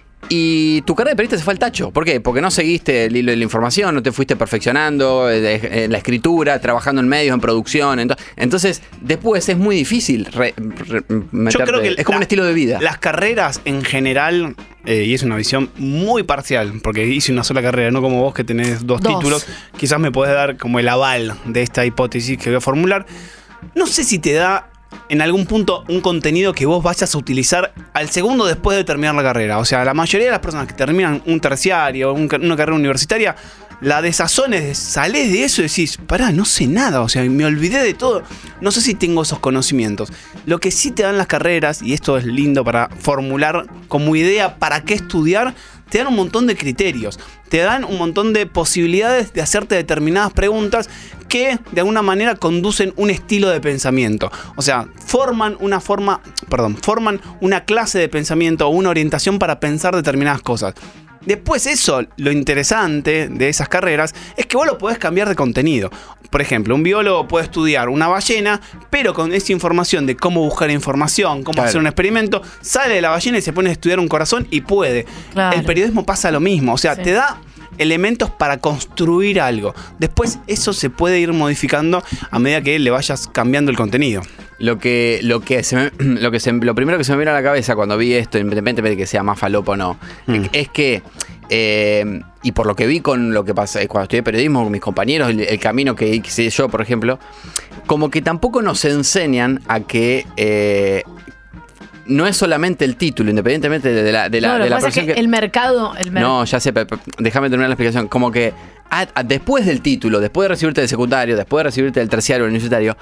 y tu carrera de periodista se fue al tacho. ¿Por qué? Porque no seguiste el hilo de la información, no te fuiste perfeccionando en la escritura, trabajando en medios, en producción. ento- Entonces, después es muy difícil re- re- meterte. Yo creo que es como la- un estilo de vida. Las carreras en general, eh, y es una visión muy parcial, porque hice una sola carrera, no como vos que tenés dos, Dos. títulos, quizás me podés dar como el aval de esta hipótesis que voy a formular. No sé si te da en algún punto un contenido que vos vayas a utilizar al segundo después de terminar la carrera. O sea, la mayoría de las personas que terminan un terciario, un ca- una carrera universitaria, la desazón es, salés de eso y decís, pará, no sé nada, o sea, me olvidé de todo, no sé si tengo esos conocimientos. Lo que sí te dan las carreras, y esto es lindo para formular como idea para qué estudiar, te dan un montón de criterios, te dan un montón de posibilidades de hacerte determinadas preguntas que de alguna manera conducen un estilo de pensamiento. O sea, forman una forma, perdón, forman una clase de pensamiento o una orientación para pensar determinadas cosas. Después eso, lo interesante de esas carreras es que vos lo podés cambiar de contenido. Por ejemplo, un biólogo puede estudiar una ballena, pero con esa información de cómo buscar información, cómo Claro. hacer un experimento, sale de la ballena y se pone a estudiar un corazón y puede. Claro. El periodismo pasa lo mismo, o sea, Sí. te da elementos para construir algo. Después eso se puede ir modificando a medida que le vayas cambiando el contenido. Lo que, lo que se me- lo que se- lo primero que se me vino a la cabeza cuando vi esto, independientemente de que sea más falopa o no, Mm. es que, eh, y por lo que vi con lo que pasa cuando estudié periodismo con mis compañeros, el, el camino que hice yo, por ejemplo, como que tampoco nos enseñan a que eh, no es solamente el título, independientemente de la, de la, No, lo de que la pasa es profesión que que- el mercado... El mer- No, ya sé, pero, pero déjame terminar la explicación. Como que a- a- después del título, después de recibirte del secundario, después de recibirte del terciario o universitario,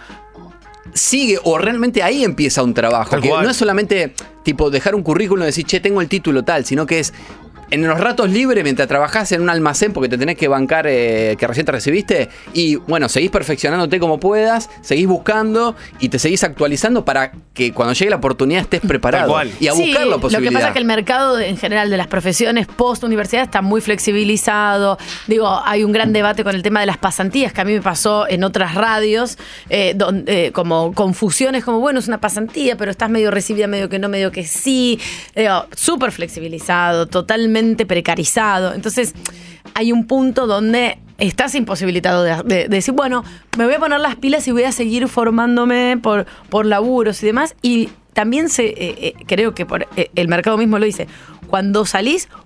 sigue o realmente ahí empieza un trabajo. Tal Que cual. no es solamente tipo dejar un currículum y decir, che, tengo el título tal, sino que es en los ratos libres mientras trabajás en un almacén porque te tenés que bancar eh, que recién te recibiste y bueno, seguís perfeccionándote como puedas, seguís buscando y te seguís actualizando para que cuando llegue la oportunidad estés preparado. cual. Y a Sí, buscar la posibilidad. Lo que pasa es que el mercado en general de las profesiones post-universidad está muy flexibilizado. Digo, hay un gran debate con el tema de las pasantías que a mí me pasó en otras radios, eh, donde, eh, como confusiones, como bueno, es una pasantía, pero estás medio recibida, medio que no, medio que sí. Digo, súper flexibilizado, totalmente precarizado. Entonces, hay un punto donde estás imposibilitado de, de- de decir, bueno, me voy a poner las pilas y voy a seguir formándome por, por laburos y demás. Y también se, eh, eh, creo que por, eh, el mercado mismo lo dice, cuando salís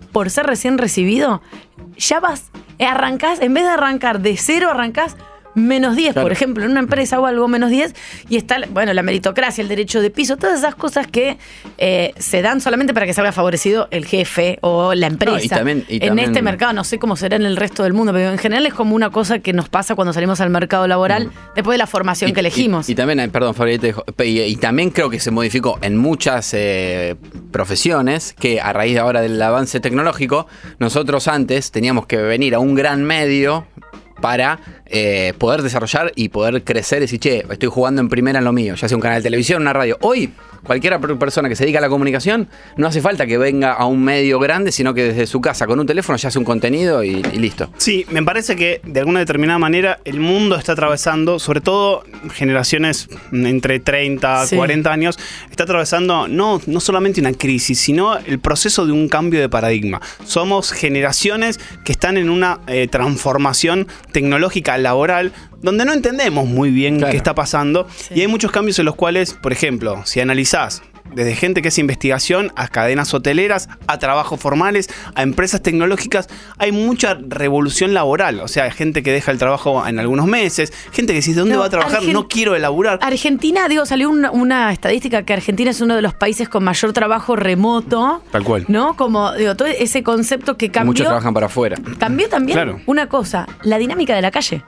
por ser recién recibido, ya vas, arrancás, en vez de arrancar de cero, arrancás menos diez, claro. Por ejemplo, en una empresa o algo menos diez, y está, bueno, la meritocracia, el derecho de piso, todas esas cosas que eh, se dan solamente para que salga favorecido el jefe o la empresa. No, y también, y en también, este mercado, no sé cómo será en el resto del mundo, pero en general es como una cosa que nos pasa cuando salimos al mercado laboral, mm. después de la formación y, que elegimos. Y, y también, perdón, Fabián, y, y también creo que se modificó en muchas eh, profesiones que a raíz de ahora del avance tecnológico, nosotros antes teníamos que venir a un gran medio para eh, poder desarrollar y poder crecer y decir, che, estoy jugando en primera en lo mío, ya sea un canal de televisión, una radio. Hoy, cualquier persona que se dedica a la comunicación, no hace falta que venga a un medio grande, sino que desde su casa con un teléfono ya hace un contenido y, y listo. Sí, me parece que de alguna determinada manera el mundo está atravesando, sobre todo generaciones entre treinta, sí. cuarenta años, está atravesando no, no solamente una crisis, sino el proceso de un cambio de paradigma. Somos generaciones que están en una eh, transformación tecnológica laboral donde no entendemos muy bien claro. qué está pasando, sí. y hay muchos cambios en los cuales, por ejemplo, si analizás desde gente que hace investigación, a cadenas hoteleras, a trabajos formales, a empresas tecnológicas, hay mucha revolución laboral. O sea, hay gente que deja el trabajo en algunos meses, gente que dice, ¿dónde no, va a trabajar? Argent- no quiero elaborar. Argentina, digo, salió una, una estadística que Argentina es uno de los países con mayor trabajo remoto. Tal cual. ¿No? Como, digo, todo ese concepto que cambió. Muchos trabajan para afuera. Cambió también claro. una cosa, la dinámica de la calle.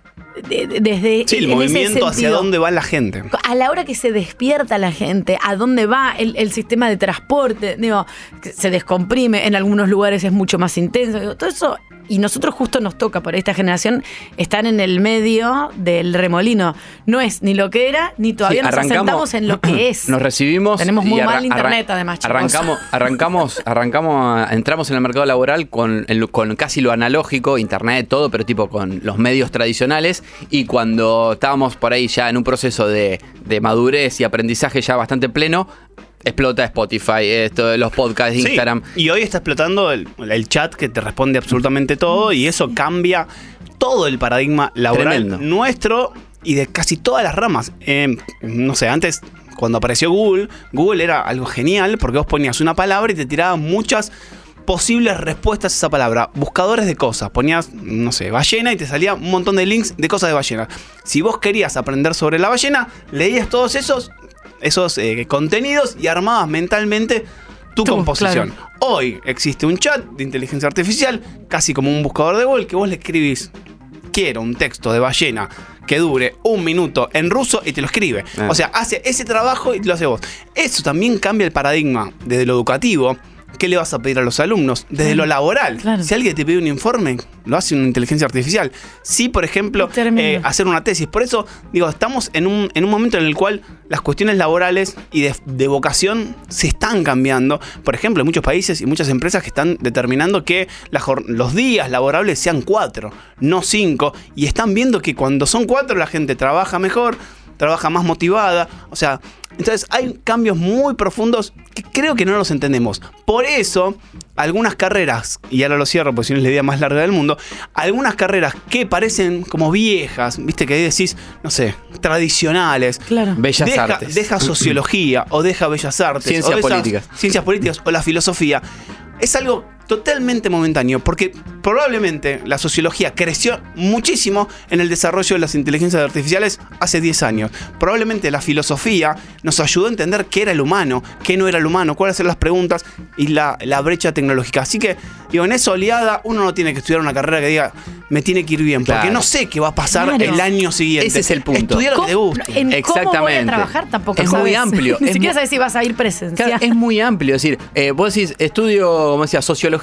Desde sí, el movimiento hacia dónde va la gente. A la hora que se despierta la gente, a dónde va el, el sistema de transporte, digo, se descomprime, en algunos lugares es mucho más intenso, digo, todo eso. Y nosotros justo nos toca, por esta generación, estar en el medio del remolino. No es ni lo que era, ni todavía sí, nos asentamos en lo que es. Nos recibimos. Tenemos muy arra- mal internet, arran- además, chicos. Arrancamos, arrancamos, arrancamos, entramos en el mercado laboral con, el, con casi lo analógico, internet, todo, pero tipo con los medios tradicionales. Y cuando estábamos por ahí ya en un proceso de, de madurez y aprendizaje ya bastante pleno, explota Spotify, esto de los podcasts de Instagram. Sí, y hoy está explotando el, el chat que te responde absolutamente todo y eso cambia todo el paradigma laboral Tremendo. nuestro y de casi todas las ramas. Eh, no sé, antes cuando apareció Google, Google era algo genial porque vos ponías una palabra y te tiraba muchas posibles respuestas a esa palabra. Buscadores de cosas. Ponías, no sé, ballena y te salía un montón de links de cosas de ballena. Si vos querías aprender sobre la ballena, leías todos esos esos eh, contenidos y armabas mentalmente tu Tú, composición. Claro. Hoy existe un chat de inteligencia artificial, casi como un buscador de Google, que vos le escribís, quiero un texto de ballena que dure un minuto en ruso y te lo escribe. Eh. O sea, hace ese trabajo y te lo hace vos. Eso también cambia el paradigma desde lo educativo. ¿Qué le vas a pedir a los alumnos? Desde claro, lo laboral. Claro. Si alguien te pide un informe, lo hace una inteligencia artificial. Sí, por ejemplo, eh, hacer una tesis. Por eso, digo, estamos en un, en un momento en el cual las cuestiones laborales y de, de vocación se están cambiando. Por ejemplo, hay muchos países y muchas empresas que están determinando que la, los días laborables sean cuatro, no cinco. Y están viendo que cuando son cuatro la gente trabaja mejor, trabaja más motivada. O sea, entonces hay cambios muy profundos que creo que no los entendemos. Por eso, algunas carreras, y ahora lo cierro porque si no es la idea más larga del mundo, algunas carreras que parecen como viejas, viste que decís, no sé, tradicionales. Claro. Bellas deja, artes. Deja sociología o deja bellas artes. Ciencias o deja políticas. Ciencias políticas o la filosofía. Es algo totalmente momentáneo, porque probablemente la sociología creció muchísimo en el desarrollo de las inteligencias artificiales hace diez años. Probablemente la filosofía nos ayudó a entender qué era el humano, qué no era el humano, cuáles eran las preguntas y la, la brecha tecnológica. Así que, digo, en esa oleada uno no tiene que estudiar una carrera que diga, me tiene que ir bien, porque claro. no sé qué va a pasar claro. el año siguiente. Ese es el punto. Estudiar lo que te guste. En Exactamente. ¿Cómo voy a trabajar? Tampoco es sabes. muy amplio. Ni es siquiera muy... sabes si vas a ir presencial. Claro, es muy amplio. Es decir, eh, vos decís, estudio, como decía, sociología.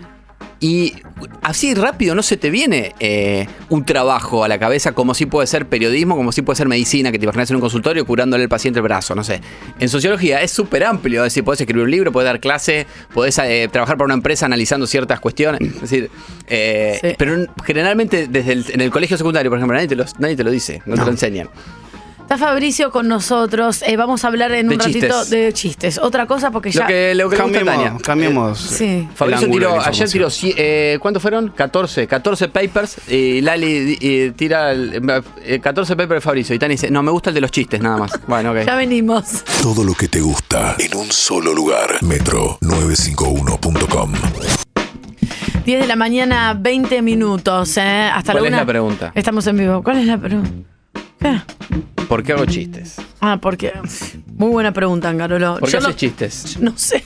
Y así rápido no se te viene eh, un trabajo a la cabeza como si puede ser periodismo, como si puede ser medicina, que te imaginas en un consultorio curándole al paciente el brazo, no sé. En sociología es súper amplio, es decir, podés escribir un libro, podés dar clase, podés eh, trabajar para una empresa analizando ciertas cuestiones. Es decir, eh, sí. pero generalmente desde el, en el colegio secundario, por ejemplo, nadie te lo, nadie te lo dice, no, no te lo enseñan. Está Fabricio con nosotros. Eh, vamos a hablar en De un ratito chistes. de chistes. Otra cosa porque ya. Lo que, lo que le gusta a Tania. Cambiemos. Sí. Fabricio el ángulo tiró, de la ayer tiró, información. eh, ¿cuántos fueron? catorce. catorce papers. Y Lali eh, tira el, eh, catorce papers de Fabricio. Y Tania dice, no, me gusta el de los chistes, nada más. Bueno, ok. Ya venimos. Todo lo que te gusta en un solo lugar. Metro novecientos cincuenta y uno punto com. diez de la mañana, veinte minutos. ¿eh? Hasta ¿Cuál la es una. la pregunta? Estamos en vivo. ¿Cuál es la pregunta? ¿Qué? ¿Por qué hago chistes? Ah, porque. Muy buena pregunta, Angarolo. ¿Por qué Yo haces no, chistes? no sé.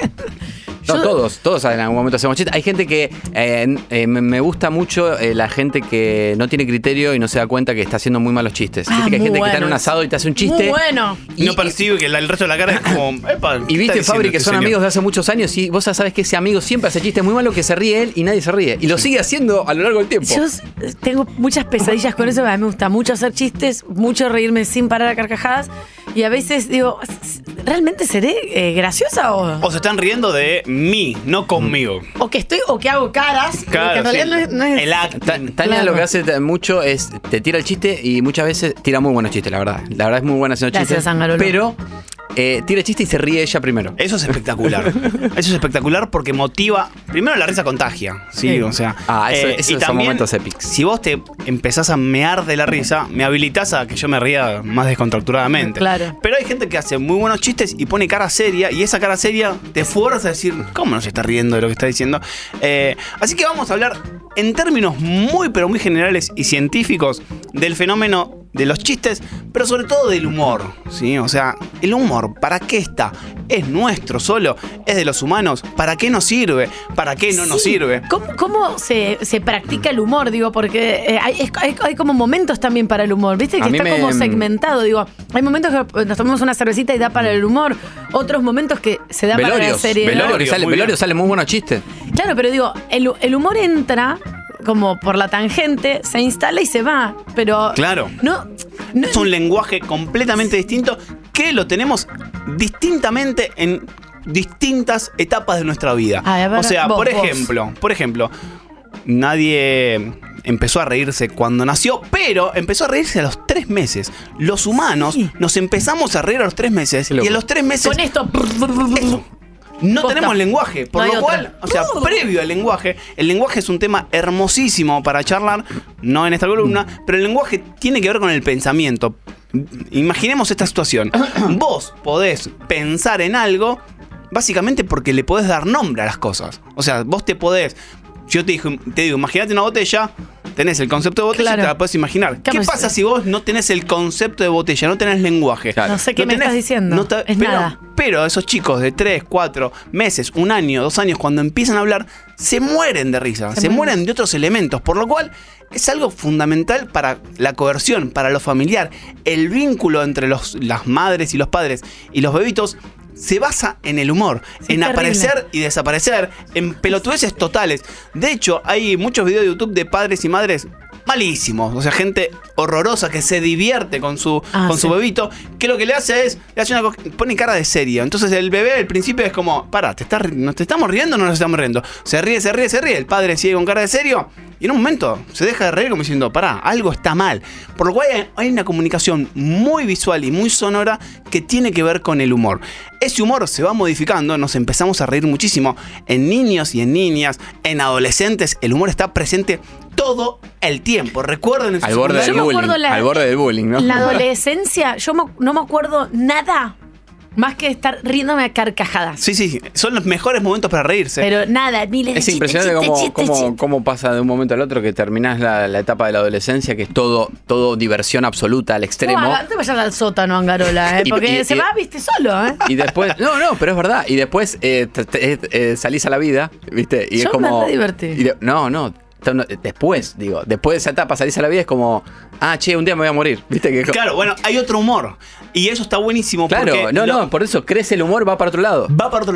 No, Yo- todos, todos en algún momento hacemos chistes. Hay gente que eh, eh, me me gusta mucho eh, la gente que no tiene criterio y no se da cuenta que está haciendo muy malos chistes. Ah, Viste que hay muy gente que está en bueno. un asado y te hace un chiste. Muy bueno. Y no percibe que la- el resto de la cara es como. Epa, Y viste, está Fabri, diciendo que este son señor? amigos de hace muchos años y vos ya sabes que ese amigo siempre hace chistes muy malos que se ríe él y nadie se ríe. Y lo sigue haciendo a lo largo del tiempo. Yo s- tengo muchas pesadillas con eso. A mí me gusta mucho hacer chistes, mucho reírme sin parar a carcajadas. Y a veces digo, ¿realmente seré eh, graciosa o, O se están riendo de mí, no conmigo. o que estoy o que hago caras? Claro, que en realidad sí. no es. no es- El acto. Ta- Tania Claro. lo que hace t- mucho es te tira el chiste y muchas veces tira muy buenos chistes, la verdad. La verdad es muy buena haciendo Gracias, chistes. Angarolo. Pero eh, tira el chiste y se ríe ella primero. Eso es espectacular. Eso es espectacular porque motiva. Primero, la risa contagia. Sí, Sí. o sea. Ah, eso- eh, esos y son también, momentos épicos. Si vos te empezás a mear de la risa, me habilitás a que yo me ría más descontracturadamente. Claro. Pero hay gente que hace muy buenos chistes y pone cara seria, y esa cara seria te fuerza a decir, ¿cómo no se está riendo de lo que está diciendo? Eh, así que vamos a hablar en términos muy, pero muy generales y científicos del fenómeno de los chistes, pero sobre todo del humor, ¿sí? O sea, el humor, ¿para qué está? ¿Es nuestro solo? ¿Es de los humanos? ¿Para qué nos sirve? ¿Para qué no nos Sí. sirve? ¿Cómo, cómo se, se practica el humor? Digo, porque eh, hay, es- hay- hay como momentos también para el humor, ¿viste? A Que mí está me- como segmentado. Digo, hay momentos que nos tomamos una cervecita y da para el humor, otros momentos que se da para la Velorios, serie. velorio, que sale, muy velorio bien. sale muy buenos chistes. Claro, pero digo, el, el humor entra como por la tangente, se instala y se va. Pero. Claro. No. no Es un lenguaje completamente distinto que lo tenemos distintamente en distintas etapas de nuestra vida. A ver, o sea, vos, por vos. ejemplo, por ejemplo, nadie empezó a reírse cuando nació, pero empezó a reírse a los tres meses. Los humanos Sí. nos empezamos a reír a los tres meses Qué y loco. a los tres meses Con esto. eso. No Posta. tenemos lenguaje, por No hay lo otra. cual, o sea, previo al lenguaje, el lenguaje es un tema hermosísimo para charlar, no en esta columna, pero el lenguaje tiene que ver con el pensamiento. Imaginemos esta situación. Vos podés pensar en algo básicamente porque le podés dar nombre a las cosas. O sea, vos te podés... Yo te, digo, te digo, imagínate una botella, tenés el concepto de botella Claro. y te la podés imaginar. ¿Qué Claro, pasa sí. si vos no tenés el concepto de botella, no tenés lenguaje? No sé qué me tenés- estás diciendo. no te- Es pero, nada. pero esos chicos de tres, cuatro meses, un año, dos años, cuando empiezan a hablar, se mueren de risa, Se se, mueren. mueren de otros elementos, por lo cual es algo fundamental para la coerción, para lo familiar. El vínculo entre los, las madres y los padres y los bebitos se basa en el humor, Sí, en terrible. aparecer y desaparecer, en pelotudeces totales. De hecho, hay muchos videos de YouTube de padres y madres malísimos, o sea, gente horrorosa que se divierte con su, Ah, con su sí. bebito, que lo que le hace es, le hace una co- pone cara de serio. Entonces el bebé al principio es como, para, ¿te, estás ri- ¿nos te estamos riendo o no nos estamos riendo? Se ríe, se ríe, se ríe, el padre sigue con cara de serio y en un momento se deja de reír como diciendo, pará, algo está mal. Por lo cual hay- hay una comunicación muy visual y muy sonora que tiene que ver con el humor. Ese humor se va modificando, nos empezamos a reír muchísimo en niños y en niñas, en adolescentes, el humor está presente todo el tiempo. Recuerden en su Al borde secundaria- del Yo me bullying. acuerdo la- Al borde del bullying, ¿no? La adolescencia, yo me- no me acuerdo nada más que estar riéndome a carcajadas. Sí, sí, son los mejores momentos para reírse. Pero nada, miles de Es chistes, impresionante chistes, cómo, chistes, cómo, chistes. cómo pasa de un momento al otro que terminás la, la etapa de la adolescencia, que es todo, todo diversión absoluta al extremo. No, no te vayas al sótano, Angarola, ¿eh? Y- porque y- se y- va, viste, solo, ¿eh? Y después, no, no, pero es verdad. Y después eh, te- te- eh, salís a la vida, ¿viste? Y Yo es como. me re divertí. y de- no, no. Después, digo, después de esa etapa salís a la vida es como, ah, che, un día me voy a morir, ¿viste? Que, Claro, bueno, hay otro humor. Y eso está buenísimo claro, porque no, lo- no, por eso crece el humor, va para otro lado. va para otro lado.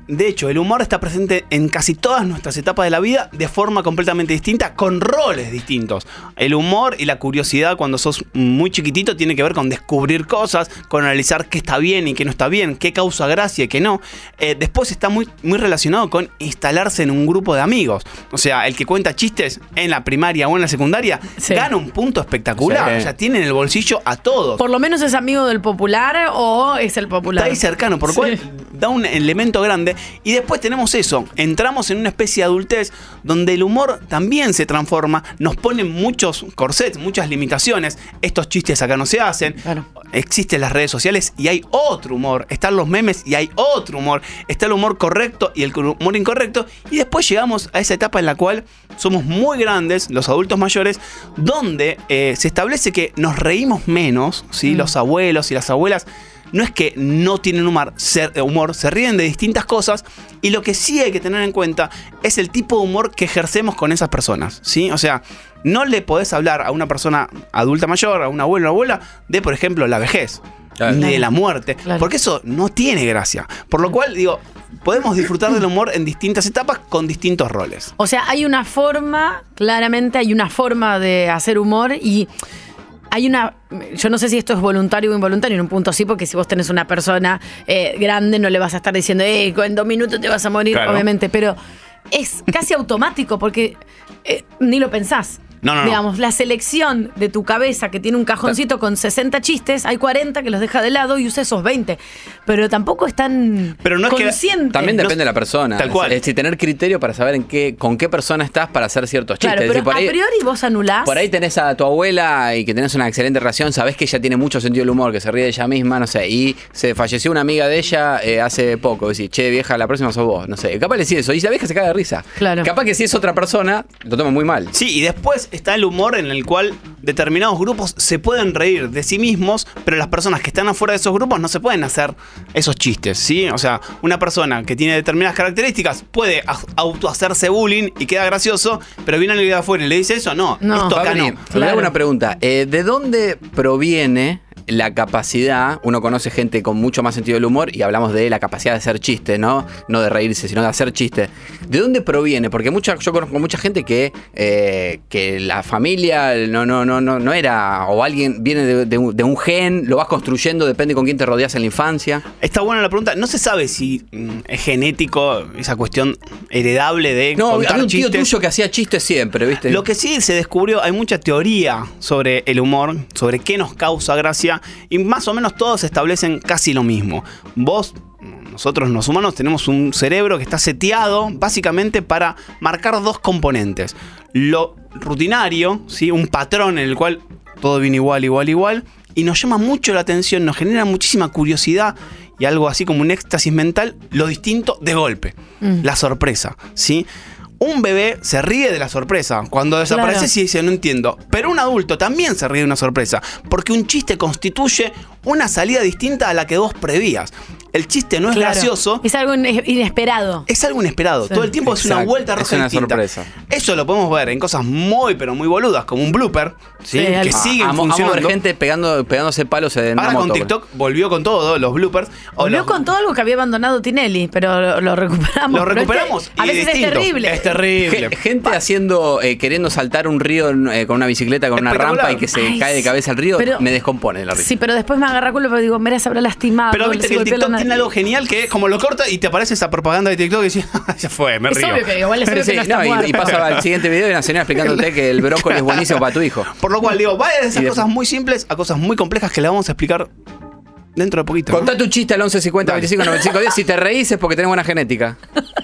de hecho, el humor está presente en casi todas nuestras etapas de la vida de forma completamente distinta, con roles distintos. El humor y la curiosidad cuando sos muy chiquitito tiene que ver con descubrir cosas, con analizar qué está bien y qué no está bien, qué causa gracia y qué no. Eh, después está muy, muy relacionado con instalarse en un grupo de amigos. O sea, el que cuenta chistes en la primaria o en la secundaria sí. gana un punto espectacular. Sí. O sea, tiene en el bolsillo a todos. Por lo menos es amigo del popular o es el popular. Está ahí cercano, por lo sí. cual da un elemento grande. Y después tenemos eso, entramos en una especie de adultez donde el humor también se transforma, nos ponen muchos corsets, muchas limitaciones. Estos chistes acá no se hacen. Claro. Existen las redes sociales y hay otro humor. Están los memes y hay otro humor. Está el humor correcto y el humor incorrecto. Y después llegamos a esa etapa en la cual somos muy grandes, los adultos mayores, donde eh, se establece que nos reímos menos, ¿sí? Mm. Los abuelos y las abuelas no es que no tienen humor se, humor, se ríen de distintas cosas, y lo que sí hay que tener en cuenta es el tipo de humor que ejercemos con esas personas, ¿sí? O sea, no le podés hablar a una persona adulta mayor, a un abuelo o abuela, de, por ejemplo, la vejez, claro. ni de la muerte, claro. porque eso no tiene gracia. Por lo cual, digo, podemos disfrutar del humor en distintas etapas con distintos roles. O sea, hay una forma, claramente hay una forma de hacer humor y... Hay una, yo no sé si esto es voluntario o involuntario, en un punto sí, porque si vos tenés una persona eh, grande no le vas a estar diciendo, eh, en dos minutos te vas a morir, claro. obviamente, pero es casi automático porque eh, ni lo pensás. No, no, Digamos, no. la selección de tu cabeza que tiene un cajoncito con sesenta chistes, hay cuarenta que los deja de lado y usa esos veinte. Pero tampoco es tan Pero no es consciente. Que, también depende no, de la persona. Tal cual. Es decir, tener criterio para saber en qué, con qué persona estás para hacer ciertos chistes. Claro, pero es decir, por a ahí, priori vos anulás. Por ahí tenés a tu abuela y que tenés una excelente relación, sabés que ella tiene mucho sentido del humor, que se ríe de ella misma, no sé, y se falleció una amiga de ella eh, hace poco. Decís, che, vieja, la próxima sos vos. No sé, capaz le decís eso y la vieja se caga de risa. Claro. Capaz que si es otra persona, lo toma muy mal. Sí, y después está el humor en el cual determinados grupos se pueden reír de sí mismos, pero las personas que están afuera de esos grupos no se pueden hacer esos chistes, ¿sí? O sea, una persona que tiene determinadas características puede autohacerse bullying y queda gracioso, pero viene alguien de afuera y le dice eso, no, no. esto acá Fabri, no. Claro. Le hago una pregunta, eh, ¿de dónde proviene la capacidad? Uno conoce gente con mucho más sentido del humor y hablamos de la capacidad de hacer chistes, ¿no? No de reírse, sino de hacer chistes. ¿De dónde proviene? Porque mucha, yo conozco mucha gente que, eh, que la familia no, no, no, no, no era, o alguien viene de, de, un, de un gen, lo vas construyendo, depende con quién te rodeas en la infancia. Está buena la pregunta. No se sabe si mm, es genético esa cuestión heredable de no, contar había un tío chistes. tuyo que hacía chistes siempre, ¿viste? Lo que sí se descubrió, hay mucha teoría sobre el humor, sobre qué nos causa gracia, y más o menos todos establecen casi lo mismo. Vos, nosotros los humanos tenemos un cerebro que está seteado básicamente para marcar dos componentes. Lo rutinario, ¿sí? Un patrón en el cual todo viene igual, igual, igual, y nos llama mucho la atención, nos genera muchísima curiosidad y algo así como un éxtasis mental, lo distinto de golpe, mm. la sorpresa, ¿sí? Un bebé se ríe de la sorpresa. Cuando desaparece, claro. sí dice, no entiendo. Pero un adulto también se ríe de una sorpresa. Porque un chiste constituye una salida distinta a la que vos prevías. El chiste no es claro. gracioso. Es algo inesperado. Es algo inesperado. Sí. Todo el tiempo Exacto. es una vuelta roja es una distinta. Sorpresa. Eso lo podemos ver en cosas muy, pero muy boludas, como un blooper, ¿sí? Sí, que siguen amo, funcionando. Amo ver gente pegando, pegándose palos en Ahora una con moto. TikTok volvió con todo, los bloopers. Volvió los... con todo algo que había abandonado Tinelli, pero lo, lo recuperamos. Lo recuperamos. Este, a veces es terrible. Es terrible. Gente Va. haciendo, eh, queriendo saltar un río eh, con una bicicleta, con una rampa y que se Ay, cae de cabeza al río, pero, me descompone la risa. Sí, pero después me agarra culo, pero digo, mira, se habrá lastimado. Pero viste que el TikTok tiene algo genial que es como lo corta y te aparece esa propaganda de TikTok y decís, ya fue, me es río. Obvio que igual es obvio sí, que no está no, y, y pasa al siguiente video y una señora explicándote que el brócoli es buenísimo para tu hijo. Por lo cual digo, vaya de esas cosas muy simples a cosas muy complejas que le vamos a explicar dentro de poquito. Contá ¿no? tu chiste al once cincuenta veinticinco noventa y cinco diez. Si te reís es porque tenés buena genética.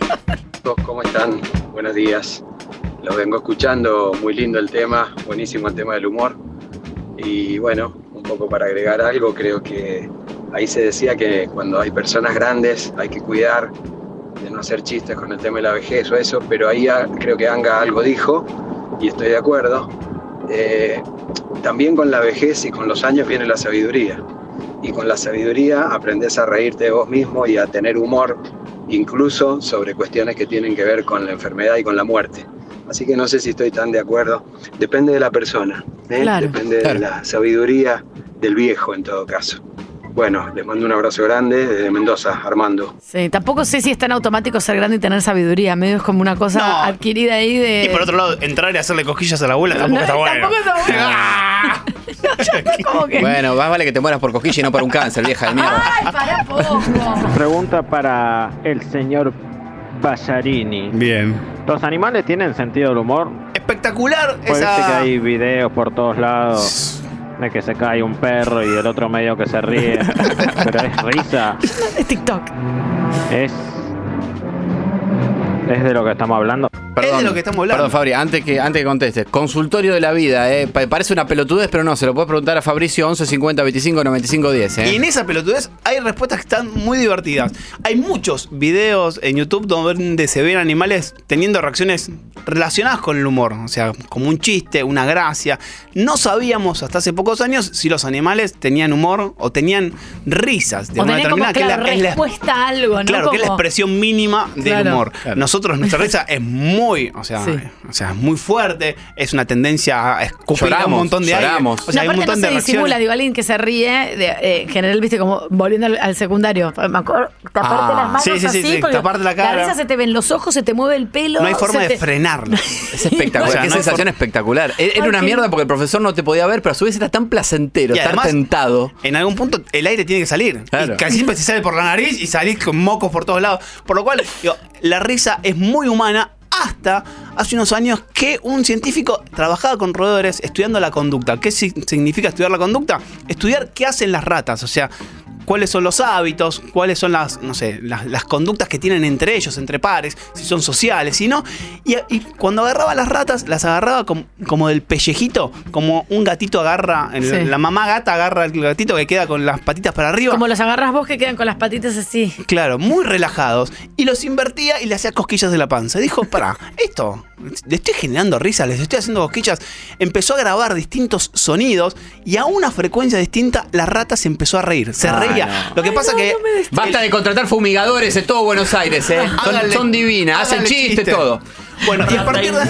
¿Cómo están? Buenos días. Los vengo escuchando, muy lindo el tema, buenísimo el tema del humor. Y bueno, un poco para agregar algo, creo que ahí se decía que cuando hay personas grandes hay que cuidar de no hacer chistes con el tema de la vejez o eso, pero ahí creo que Anga algo dijo y estoy de acuerdo. Eh, también con la vejez y con los años viene la sabiduría. Y con la sabiduría aprendes a reírte de vos mismo y a tener humor, incluso sobre cuestiones que tienen que ver con la enfermedad y con la muerte. Así que no sé si estoy tan de acuerdo. Depende de la persona, ¿eh? Claro. Depende claro. de la sabiduría del viejo en todo caso. bueno, les mando un abrazo grande desde Mendoza, Armando. Sí, tampoco sé si es tan automático ser grande y tener sabiduría. Medio es como una cosa No. adquirida ahí de. Y por otro lado, entrar y hacerle cosquillas a la abuela tampoco No, está bueno. tampoco está bueno. ¿Cómo que? Bueno, más vale que te mueras por cosquilla y no por un cáncer, vieja de mierda. ¡Ay, pará poco! Pregunta para el señor Ballarini. Bien. ¿Los animales tienen sentido del humor? Espectacular Pues esa. viste que hay videos por todos lados de que se cae un perro y el otro medio que se ríe. Pero es risa. Es TikTok. Es. Es de lo que estamos hablando. Perdón, Es de lo que estamos hablando. Perdón, Fabri, antes que, antes que contestes. Consultorio de la vida, eh. Pa- parece una pelotudez, pero no, se lo puedes preguntar a Fabricio once cincuenta veinticinco noventa y cinco diez, eh. Y en esa pelotudez hay respuestas que están muy divertidas. Hay muchos videos en YouTube donde se ven animales teniendo reacciones relacionadas con el humor. O sea, como un chiste, una gracia. No sabíamos hasta hace pocos años si los animales tenían humor o tenían risas de O una tener como, determinada. que es claro, la- es la- respuesta a algo, ¿no? Claro, que es la Como- expresión mínima del Claro. humor. Claro. Nosotros, nuestra risa es muy, o sea, Sí. o sea, es muy fuerte, es una tendencia a escupir Lloramos, un montón de lloramos. aire. O sea, hay no, un aparte montón no de se disimula, reacciones. digo, alguien que se ríe, de, eh, en general, viste, como volviendo al, al secundario. Me acuerdo, taparte Ah, las manos sí, sí, sí, así, sí, porque taparte la cara. La risa se te ven los ojos, se te mueve el pelo. No hay forma se de te- frenarlo. Es espectacular, O sea, qué no hay sensación for- espectacular. Era era Ay, una qué- mierda porque el profesor no te podía ver, pero a su vez era tan placentero, Y estar además- tentado. En algún punto el aire tiene que salir. Claro. Y casi siempre se sale por la nariz y salís con mocos por todos lados. Por lo cual, digo, la risa es muy humana hasta hace unos años que un científico trabajaba con roedores estudiando la conducta. ¿Qué si- significa estudiar la conducta? Estudiar qué hacen las ratas. O sea, cuáles son los hábitos, cuáles son las, no sé, las, las conductas que tienen entre ellos, entre pares, si son sociales, si no. Y, y cuando agarraba las ratas, las agarraba como, como del pellejito, como un gatito agarra, el- Sí. la mamá gata agarra el gatito que queda con las patitas para arriba. Como los agarras vos que quedan con las patitas así. Claro, muy relajados. Y los invertía y le hacía cosquillas de la panza. Dijo, pará, esto, le estoy generando risas, les estoy haciendo cosquillas. Empezó a grabar distintos sonidos y a una frecuencia distinta la rata se empezó a reír. Se Ah, reía. no. Lo que pasa que... Basta de contratar fumigadores en todo Buenos Aires, eh. Son, Háganle- son divinas, hacen háganle chistes, chiste. todo. Bueno, y a, partir de,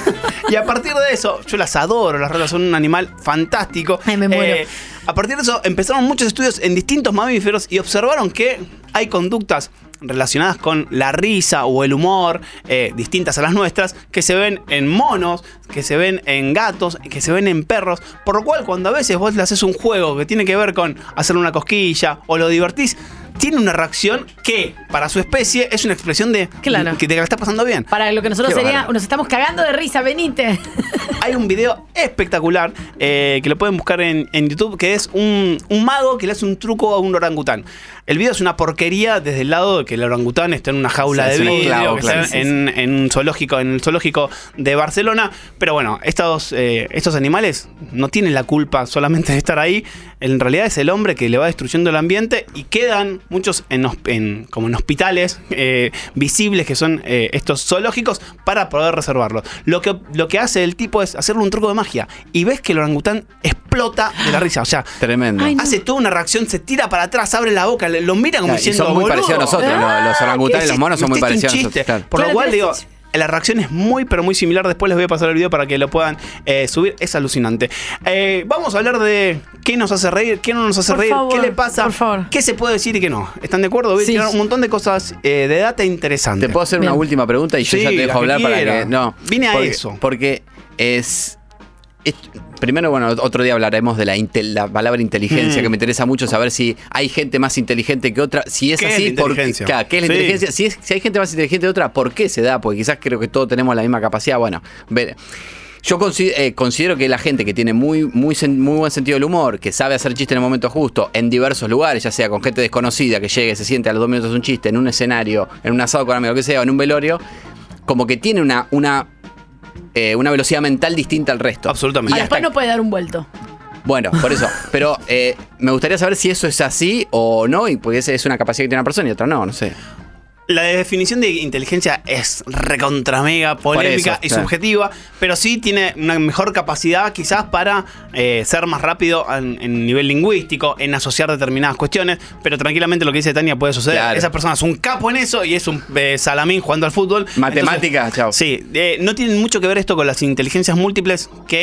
y a partir de eso, yo las adoro, las ratas son un animal fantástico. Ay, me muero. Eh, a partir de eso empezaron muchos estudios en distintos mamíferos y observaron que hay conductas relacionadas con la risa o el humor, eh, distintas a las nuestras, que se ven en monos, que se ven en gatos, que se ven en perros, por lo cual cuando a veces vos le haces un juego que tiene que ver con hacerle una cosquilla o lo divertís, tiene una reacción que para su especie es una expresión de Claro. que te la estás pasando bien. Para lo que nosotros Qué sería, bárbaro. nos estamos cagando de risa, venite. Hay un video espectacular eh, que lo pueden buscar en, en YouTube, que es un, un mago que le hace un truco a un orangután. El video es una porquería desde el lado de que el orangután está en una jaula Sí, de es un vidrio, esclavo, que claro, está sí, en, en un zoológico, en el zoológico de Barcelona. Pero bueno, estos, eh, estos animales no tienen la culpa solamente de estar ahí. En realidad es el hombre que le va destruyendo el ambiente y quedan muchos en, hosp- en- como en hospitales eh, visibles que son eh, estos zoológicos para poder reservarlos. Lo que, lo que hace el tipo es hacerle un truco de magia y ves que el orangután explota de la risa. O sea, Tremendo. Ay, no. hace toda una reacción, se tira para atrás, abre la boca, le- lo mira como Claro, y diciendo. son muy "Boludo". parecidos a nosotros, Ah, los- los orangutanes y los monos son muy este es un parecidos a chiste. nosotros, claro. Por lo Claro, cual pero digo, es- la reacción es muy, pero muy similar. Después les voy a pasar el video para que lo puedan eh, subir. Es alucinante. Eh, vamos a hablar de qué nos hace reír, qué no nos hace Por reír, favor, qué le pasa, por favor. qué se puede decir y qué no. ¿Están de acuerdo? Voy a Sí. tirar un montón de cosas eh, de data interesantes. ¿Te puedo hacer Bien. una última pregunta y yo Sí, ya te la dejo que hablar para quiera. que. No. Vine a porque, eso. Porque es. es- Primero, bueno, otro día hablaremos de la, intel- la palabra inteligencia, Mm. que me interesa mucho saber si hay gente más inteligente que otra. Si es ¿Qué es así, la ¿por qué? inteligencia? Claro, ¿qué es la Sí. inteligencia? Si, es- si hay gente más inteligente que otra, ¿por qué se da? Porque quizás creo que todos tenemos la misma capacidad. Bueno, ver. Yo consi- eh, considero que la gente que tiene muy, muy, sen- muy buen sentido del humor, que sabe hacer chiste en el momento justo, en diversos lugares, ya sea con gente desconocida, que llegue, se siente a los dos minutos un chiste, en un escenario, en un asado con amigos, lo que sea, o en un velorio, como que tiene una, una, eh, una velocidad mental distinta al resto. Absolutamente. Y Y hasta- después no puede dar un vuelto. Bueno, por eso. Pero eh, me gustaría saber si eso es así o no, y porque esa es una capacidad que tiene una persona y otra no, no sé. La definición de inteligencia es recontra mega polémica eso, y claro. subjetiva, pero sí tiene una mejor capacidad quizás para eh, ser más rápido en, en nivel lingüístico, en asociar determinadas cuestiones, pero tranquilamente lo que dice Tania puede suceder. Claro. Esa persona es un capo en eso y es un eh, salamín jugando al fútbol. Matemática, Entonces, chao. Sí, eh, no tiene mucho que ver esto con las inteligencias múltiples que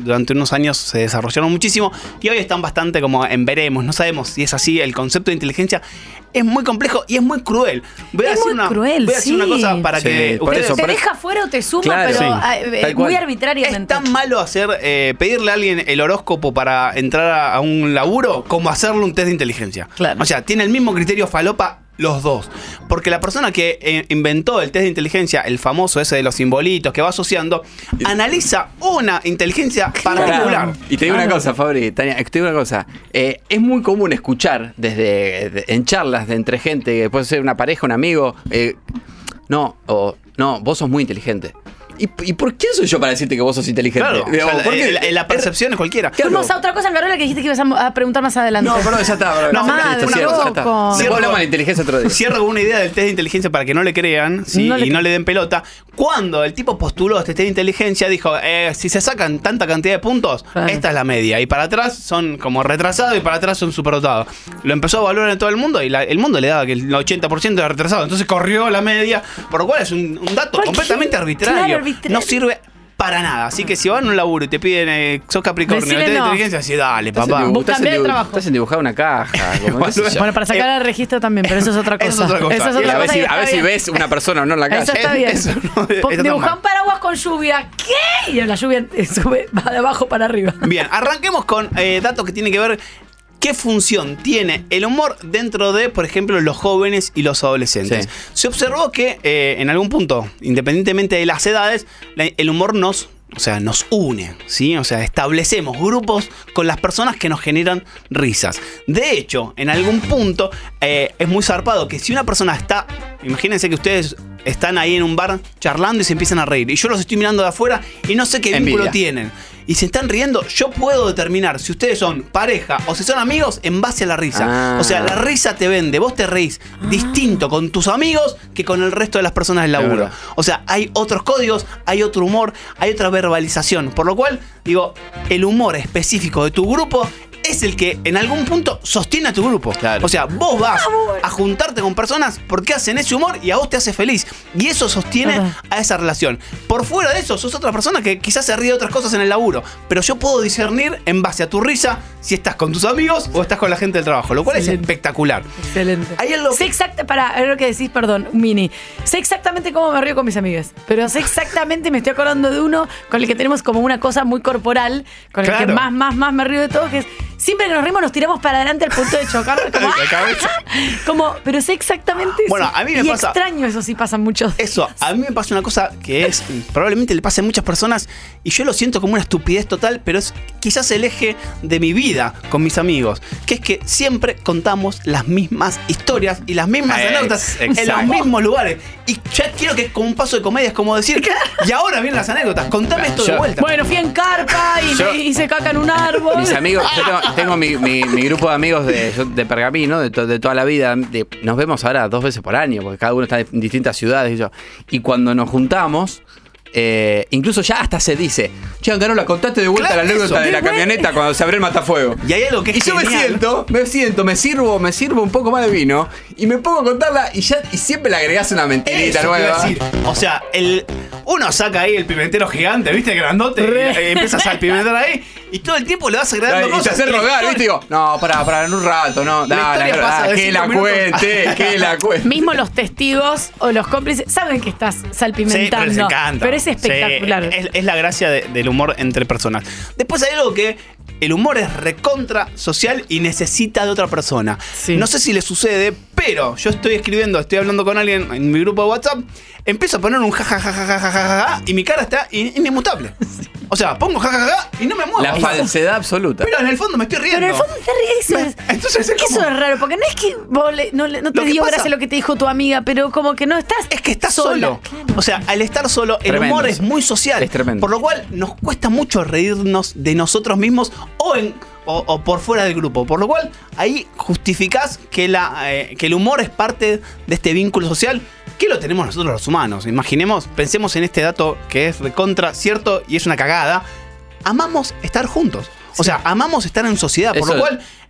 durante unos años se desarrollaron muchísimo y hoy están bastante como en veremos, no sabemos si es así. El concepto de inteligencia es muy complejo y es muy cruel. Voy a Es decir muy una, cruel, voy a decir sí. una cosa para Sí, que por ustedes... eso, Te por deja fuera o te suma, Claro. pero Sí, eh, tal muy cual. arbitrariamente. Es tan malo hacer eh, pedirle a alguien el horóscopo para entrar a, a un laburo como hacerle un test de inteligencia. O sea, tiene el mismo criterio falopa los dos. Porque la persona que eh, inventó el test de inteligencia, el famoso ese de los simbolitos que va asociando, analiza una inteligencia particular. Y te digo una cosa, Fabri, Tania, te digo una cosa. Eh, es muy común escuchar desde de- en charlas de entre gente, que puede ser una pareja, un amigo, eh, no, o no, vos sos muy inteligente. ¿Y, ¿Y por qué soy yo para decirte que vos sos inteligente? Claro, Digo, o sea, ¿por qué? la, la percepción es cualquiera. Fuimos a otra cosa, Carola, que dijiste que ibas a, a preguntar más adelante. No, perdón, ya está. Perdón, No, ya madre, listo, una cierro, cosa, ya está. loco. Después Cierro- hablamos de inteligencia otro día. Cierro con una idea del test de inteligencia para que no le crean, ¿sí? No le y no le den pelota. Cuando el tipo postuló este test de inteligencia, dijo, eh, si se sacan tanta cantidad de puntos, Claro. esta es la media. Y para atrás son como retrasados y para atrás son superdotados. Lo empezó a evaluar en todo el mundo y la- el mundo le daba que el ochenta por ciento era retrasado. Entonces corrió la media, por lo cual es un, un dato ¿Por qué? completamente arbitrario. Claro, arbitrario. No sirve para nada. Así que si van a un laburo y te piden, eh, sos Capricornio, Decile el test de no. inteligencia, así, dale, Estás papá. en dibu- Vos estás en cambiá de dibu- trabajo. Estás en dibujar una caja. como qué sé yo. Bueno, para sacar el registro también, pero eso es otra cosa. Eso es otra cosa. Eso es Y otra a ver cosa si, y a está ver si bien. ves una persona o no en la calle. Eso está bien. Eso no Po- está Dibujá mal. un paraguas con lluvia. ¿Qué? Y la lluvia eh, sube, va de abajo para arriba. Bien, arranquemos con eh, datos que tienen que ver qué función tiene el humor dentro de, por ejemplo, los jóvenes y los adolescentes. Sí. Se observó que eh, en algún punto, independientemente de las edades, la- el humor nos, o sea, nos une, ¿sí? O sea, establecemos grupos con las personas que nos generan risas. De hecho, en algún punto eh, es muy zarpado que si una persona está, imagínense que ustedes están ahí en un bar charlando y se empiezan a reír. Y yo los estoy mirando de afuera y no sé qué vínculo Envidia. tienen. Y se están riendo, yo puedo determinar si ustedes son pareja o si son amigos en base a la risa. Ah. O sea, la risa te vende, vos te reís distinto con tus amigos que con el resto de las personas del laburo. verdad. O sea, hay otros códigos, hay otro humor, hay otra verbalización. Por lo cual, digo, el humor específico de tu grupo es el que en algún punto sostiene a tu grupo. Claro. O sea, vos vas a juntarte con personas porque hacen ese humor y a vos te hace feliz. Y eso sostiene Ajá. a esa relación. Por fuera de eso, sos otra persona que quizás se ríe de otras cosas en el laburo. Pero yo puedo discernir en base a tu risa si estás con tus amigos o estás con la gente del trabajo. Lo cual Excelente. es espectacular. Excelente. Hay algo Sé exacta, para ver lo que decís, perdón, Mini. Sé exactamente cómo me río con mis amigas. Pero sé exactamente, me estoy acordando de uno con el que tenemos como una cosa muy corporal, con el que Claro. más, más, más me río de todo, que es siempre que nos rimos nos tiramos para adelante al punto de chocar. Como, La cabeza. como, pero sé exactamente eso. Bueno, a mí me y pasa- extraño eso, sí pasa mucho. Eso, a mí me pasa una cosa que es, probablemente le pase a muchas personas y yo lo siento como una estupidez total, pero es quizás el eje de mi vida con mis amigos, que es que siempre contamos las mismas historias y las mismas Ex- anécdotas en los exacto. mismos lugares. Y ya quiero que como un paso de comedia es como decir, y ahora vienen las anécdotas, contame esto de Yo- vuelta. Bueno, fui en carpa y Yo- me hice caca en un árbol. Mis amigos, yo tengo, tengo mi, mi- mi grupo de amigos de, yo- de Pergamino, de, to- de toda la vida. de- nos vemos ahora dos veces por año, porque cada uno está en distintas ciudades. Y, yo. y cuando nos juntamos, eh, incluso ya hasta se dice, che, Carola, contate de vuelta Claro, la anécdota eso. de la Qué bueno. camioneta cuando se abrió el matafuego. Y hay algo que es Y yo me genial. siento, me siento, me sirvo, me sirvo un poco más de vino y me pongo a contarla y ya y siempre le agregás una mentirita Eso te iba nueva. a decir. O sea, el, uno saca ahí el pimentero gigante, ¿viste? Grandote, y, eh, empiezas a salpimentar ahí y todo el tiempo le vas agregando Y cosas. te haces Y la rogar, historia- ¿viste? Digo, no, pará, pará, en un rato, no. La Dale, historia pasa de que cinco la minutos. cuente, que la cuente. Mismo los testigos o los cómplices saben que estás salpimentando. Sí, pero les encanta. Pero es espectacular. Sí, es, es la gracia de- del humor entre personas. Después hay algo que el humor es recontra social y necesita de otra persona. No sé si le sucede, pero yo estoy escribiendo, estoy hablando con alguien en mi grupo de WhatsApp, empiezo a poner un jajajajajaja y mi cara está in- inmutable. O sea, pongo jajajaja y no me muevo. La O sea, falsedad absoluta. Pero en el fondo me estoy riendo. Pero en el fondo te ríes, eso es. Entonces es Eso como- es raro, porque no es que vos le- no, le- no te Lo que dio pasa- gracia lo que te dijo tu amiga, pero como que no estás. Es que estás sola. solo. O sea, al estar solo, el Tremendo humor es eso. muy social. Es tremendo. Por lo cual nos cuesta mucho reírnos de nosotros mismos o en o, o por fuera del grupo. Por lo cual, ahí justificás que, la, eh, que el humor es parte de este vínculo social que lo tenemos nosotros los humanos. Imaginemos, pensemos en este dato que es recontra cierto y es una cagada. Amamos estar juntos. O sea, amamos estar en sociedad. Por Eso- lo cual,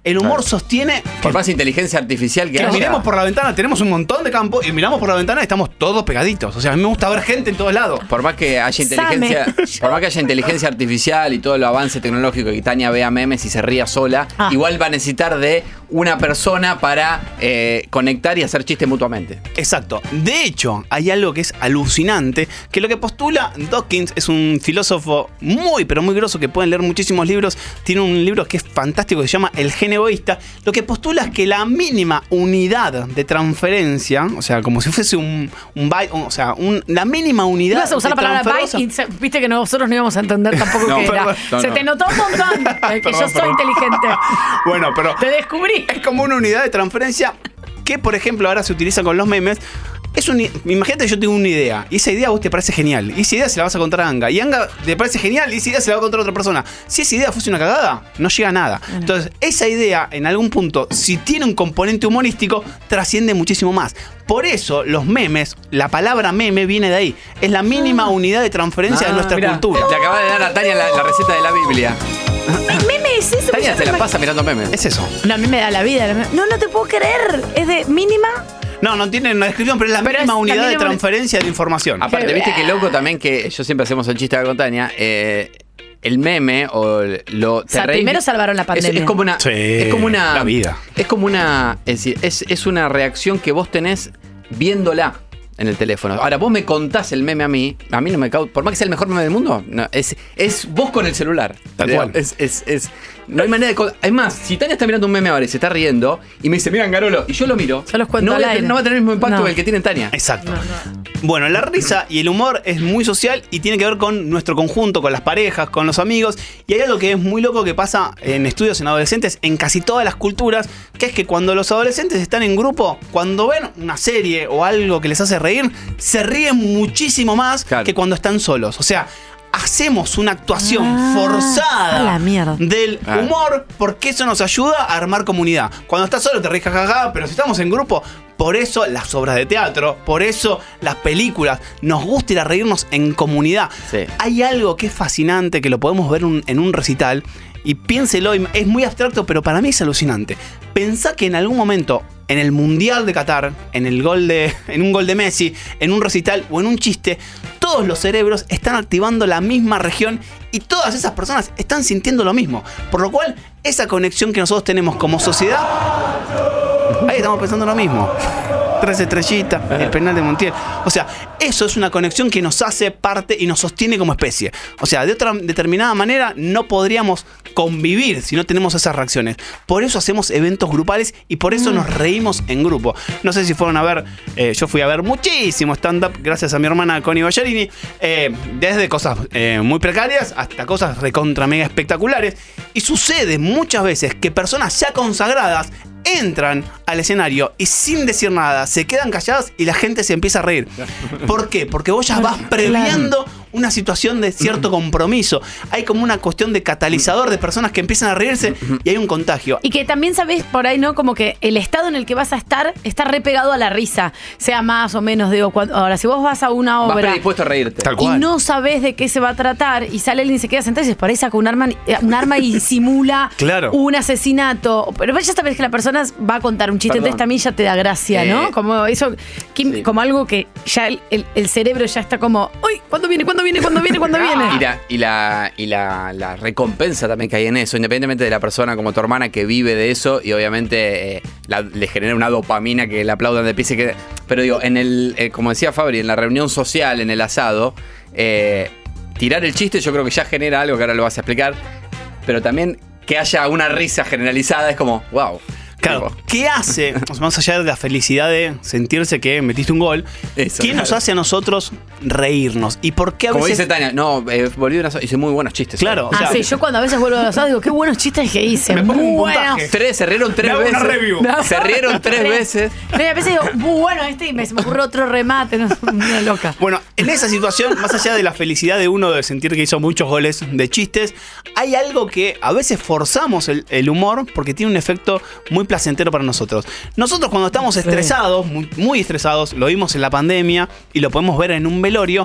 El humor Claro. sostiene... Por más inteligencia artificial que Que haya. miremos por la ventana, tenemos un montón de campo y miramos por la ventana y estamos todos pegaditos. O sea, a mí me gusta ver gente en todos lados. Por más que haya inteligencia, Same. por más que haya inteligencia artificial y todo el avance tecnológico y que Tania vea memes y se ría sola, Ah. igual va a necesitar de una persona para eh, conectar y hacer chistes mutuamente. Exacto. De hecho, hay algo que es alucinante, que lo que postula Dawkins es un filósofo muy, pero muy grosso, que pueden leer muchísimos libros. Tiene un libro que es fantástico que se llama El gen egoísta. Lo que postula es que la mínima unidad de transferencia, o sea, como si fuese un, un byte, o sea, un- la mínima unidad Ibas a usar la de palabra byte transferencia- y se- viste que nosotros no íbamos a entender tampoco No, qué era. perdón, no, se no. te notó un montón eh, que Perdón, yo soy perdón. inteligente. Bueno, pero Te descubrí. es como una unidad de transferencia que, por ejemplo, ahora se utiliza con los memes. Es un, imagínate que yo tengo una idea y esa idea a vos te parece genial y esa idea se la vas a contar a Anga y Anga te parece genial y esa idea se la va a contar a otra persona. Si esa idea fuese una cagada, no llega a nada. Entonces, esa idea en algún punto, si tiene un componente humorístico, trasciende muchísimo más. Por eso los memes, la palabra meme viene de ahí. Es la mínima unidad de transferencia de Ah, nuestra mirá, cultura. Le acaba de dar a Tania la, la receta de la Biblia. Meme es eso. Tania yo se me la imag- pasa mirando memes. Es eso. No, a mí me da la vida. la me- No, no te puedo creer. Es de mínima. No, no tiene una descripción, pero es la Pero mínima es la unidad de mínima- transferencia de información. Aparte, viste que loco también que yo siempre hacemos el chiste acá con Tania. eh, el meme o lo O sea, primero salvaron la es, pandemia. es como una Sí, es como una la vida. es como una es decir, es, es una reacción que vos tenés viéndola en el teléfono. Ahora vos me contás el meme a mí, a mí no me causa, por más que sea el mejor meme del mundo, no, es, es vos con el celular. Tal cual. Es, es, es, no hay manera de con- es más, si Tania está mirando un meme ahora y se está riendo y me dice, "Mira, Garolo", y yo lo miro, Yo los cuento no, al voy a- aire. no va a tener el mismo impacto No. que el que tiene Tania. Exacto. Bueno, la risa y el humor es muy social y tiene que ver con nuestro conjunto, con las parejas, con los amigos. Y hay algo que es muy loco que pasa en estudios en adolescentes, en casi todas las culturas, que es que cuando los adolescentes están en grupo, cuando ven una serie o algo que les hace reír, se ríen muchísimo más que cuando están solos. O sea, hacemos una actuación Ah, forzada a la mierda. del Ah. humor porque eso nos ayuda a armar comunidad. Cuando estás solo te ríes jajaja, pero si estamos en grupo, por eso las obras de teatro, por eso las películas, nos gusta ir a reírnos en comunidad. Sí. Hay algo que es fascinante que lo podemos ver un- en un recital y piénselo, y es muy abstracto, pero para mí es alucinante. Pensá que en algún momento en el Mundial de Qatar, en el gol de en un gol de Messi, en un recital o en un chiste, todos los cerebros están activando la misma región y todas esas personas están sintiendo lo mismo. Por lo cual, esa conexión que nosotros tenemos como sociedad, ahí estamos pensando lo mismo. Tres estrellitas, el penal de Montiel. O sea, eso es una conexión que nos hace parte y nos sostiene como especie. O sea, de otra determinada manera no podríamos convivir si no tenemos esas reacciones. Por eso hacemos eventos grupales y por eso nos reímos en grupo. No sé si fueron a ver, eh, yo fui a ver muchísimo stand-up gracias a mi hermana Connie Ballarini, eh, desde cosas eh, muy precarias hasta cosas recontra mega espectaculares. Y sucede muchas veces que personas ya consagradas entran al escenario y sin decir nada se quedan calladas y la gente se empieza a reír. ¿Por qué? Porque vos ya vas previendo una situación de cierto compromiso. Hay como una cuestión de catalizador de personas que empiezan a reírse y hay un contagio. Y que también sabés por ahí, ¿no? Como que el estado en el que vas a estar está repegado a la risa, sea más o menos, digo, cuando, ahora, si vos vas a una Vas obra predispuesto a reírte. Tal y cual. no sabés de qué se va a tratar y sale alguien y se queda sentado y dices, por ahí saca un arma, un arma y simula Claro. un asesinato. Pero ya sabés que la persona va a contar un chiste, Perdón. entonces también ya te da gracia, ¿no? Eh, Como eso, que- como algo que ya el, el- el cerebro ya está como, uy, ¿cuándo viene? ¿Cuándo viene? ¿Cuándo viene? ¿Cuándo viene? Y, la, y, la, y la, la recompensa también que hay en eso, independientemente de la persona como tu hermana que vive de eso y obviamente eh, la- le genera una dopamina que le aplaudan de pie. y Que, pero digo, en el, eh, como decía Fabri, en la reunión social, en el asado, eh, tirar el chiste yo creo que ya genera algo que ahora lo vas a explicar, pero también que haya una risa generalizada es como, wow. Claro, ¿qué hace, o sea, más allá de la felicidad de sentirse que metiste un gol, Eso, qué nos claro. hace a nosotros reírnos? ¿Y por qué a Como veces... dice Tania, no, eh, volví de una hice muy buenos chistes. Claro, o Ah, sea, sí, yo cuando a veces vuelvo a los asados digo, qué buenos chistes que hice. Me pongo Muy un buenos. puntaje. Tres, se rieron tres Me hago veces. una review. Se rieron tres veces. No, y a veces digo, muy bueno este y me, se me ocurre otro remate, no, una loca. Bueno, en esa situación, más allá de la felicidad de uno de sentir que hizo muchos goles de chistes, hay algo que a veces forzamos el, el humor porque tiene un efecto muy placentero para nosotros. Nosotros cuando estamos estresados, muy, muy estresados, lo vimos en la pandemia y lo podemos ver en un velorio,